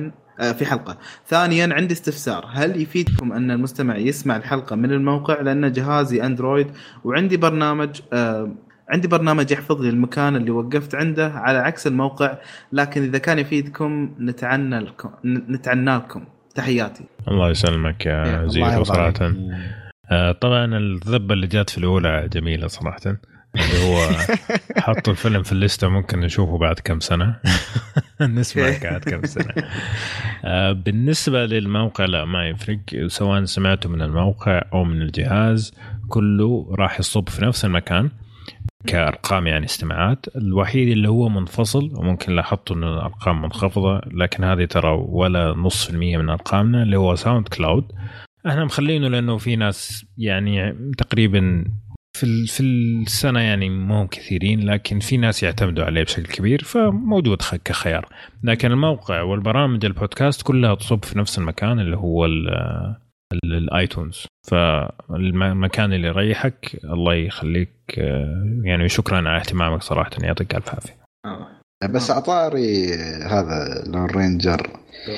ثانيا عندي استفسار، هل يفيدكم أن المستمع يسمع الحلقة من الموقع؟ لأن جهازي أندرويد وعندي برنامج يحفظ لي المكان اللي وقفت عنده على عكس الموقع، لكن إذا كان يفيدكم نتعنى لكم. تحياتي. الله يسلمك يا زيد صراحة. طبعا الذبة اللي جات في الأولى جميلة صراحة، اللي هو حطوا الفيلم في الليستة ممكن نشوفه بعد كم سنة نسمع بعد كم سنة. بالنسبة للموقع لا ما يفرق، سواء سمعته من الموقع أو من الجهاز كله راح يصب في نفس المكان كأرقام يعني استماعات. الوحيد اللي هو منفصل وممكن لاحظتوا أن الأرقام منخفضة، لكن هذه ترى ولا 0.5% من أرقامنا، اللي هو SoundCloud. احنا مخلينه لأنه في ناس يعني تقريبا في السنة يعني مو كثيرين، لكن في ناس يعتمدوا عليه بشكل كبير، فموجود كخيار. لكن الموقع والبرامج البودكاست كلها تصب في نفس المكان اللي هو الايتونز. فالمكان اللي يريحك الله يخليك، يعني شكرا على اهتمامك صراحة، يعطيك الف عافية. بس عطاري هذا لون رينجر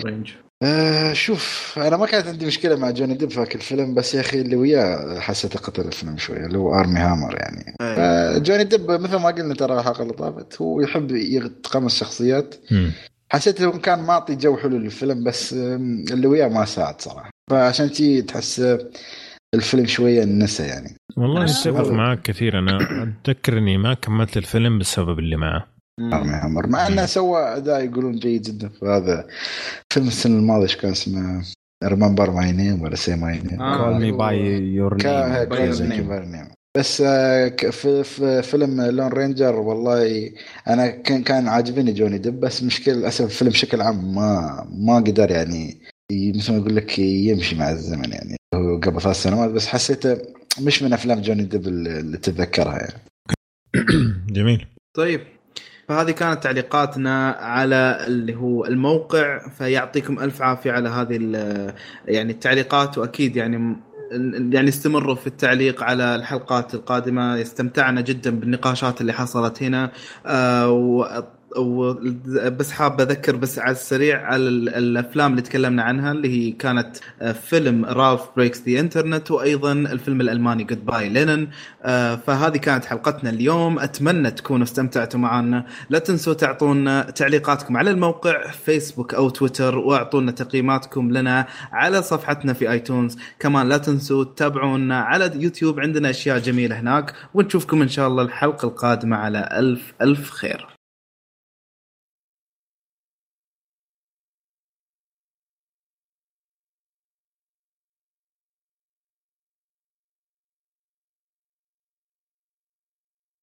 شوف أنا ما كانت عندي مشكلة مع جوني ديب في الفيلم، بس يا أخي اللي وياه حسيت قتل الفيلم شوية، اللي هو آرمي هامر يعني. جوني ديب مثل ما قلنا ترى حق اللي طابت هو يحب يتقمص شخصيات. حسيت لو كان معطي جو حلو للفيلم، بس اللي وياه ما ساعد صراحة، فعشان تي تحس الفيلم شوية نسى يعني. والله اتفق معك كثير. أنا أتذكر إني ما كملت الفيلم بسبب اللي معه آرمي هامر، مع أنه سوى أداء يقولون جيد جدا. فهذا فيلم السنة الماضية إيش كان اسمه Remember My Name ولا Say My Name Call Me By Your Name. بس في فيلم لون رينجر والله أنا كان عاجبني جوني ديب، بس مشكلة للأسف الفيلم بشكل عام ما قدر يعني مثل ما يقول لك يمشي مع الزمن، يعني هو قبل 3 سنوات بس حسيته مش من أفلام جوني ديب اللي تتذكرها يعني. جميل. طيب فهذه كانت تعليقاتنا على اللي هو الموقع، فيعطيكم ألف عافية على هذه يعني التعليقات، وأكيد يعني استمروا في التعليق على الحلقات القادمة. استمتعنا جدا بالنقاشات اللي حصلت هنا. بس حاب أذكر بس على السريع على الأفلام اللي تكلمنا عنها، اللي هي كانت فيلم رالف بريكس ذا إنترنت، وأيضا الفيلم الألماني Goodbye لينين. فهذه كانت حلقتنا اليوم، أتمنى تكونوا استمتعتوا معنا. لا تنسوا تعطونا تعليقاتكم على الموقع فيسبوك أو تويتر، وأعطونا تقييماتكم لنا على صفحتنا في آيتونز. كمان لا تنسوا تتابعونا على يوتيوب، عندنا أشياء جميلة هناك، ونشوفكم إن شاء الله الحلقة القادمة على ألف خير.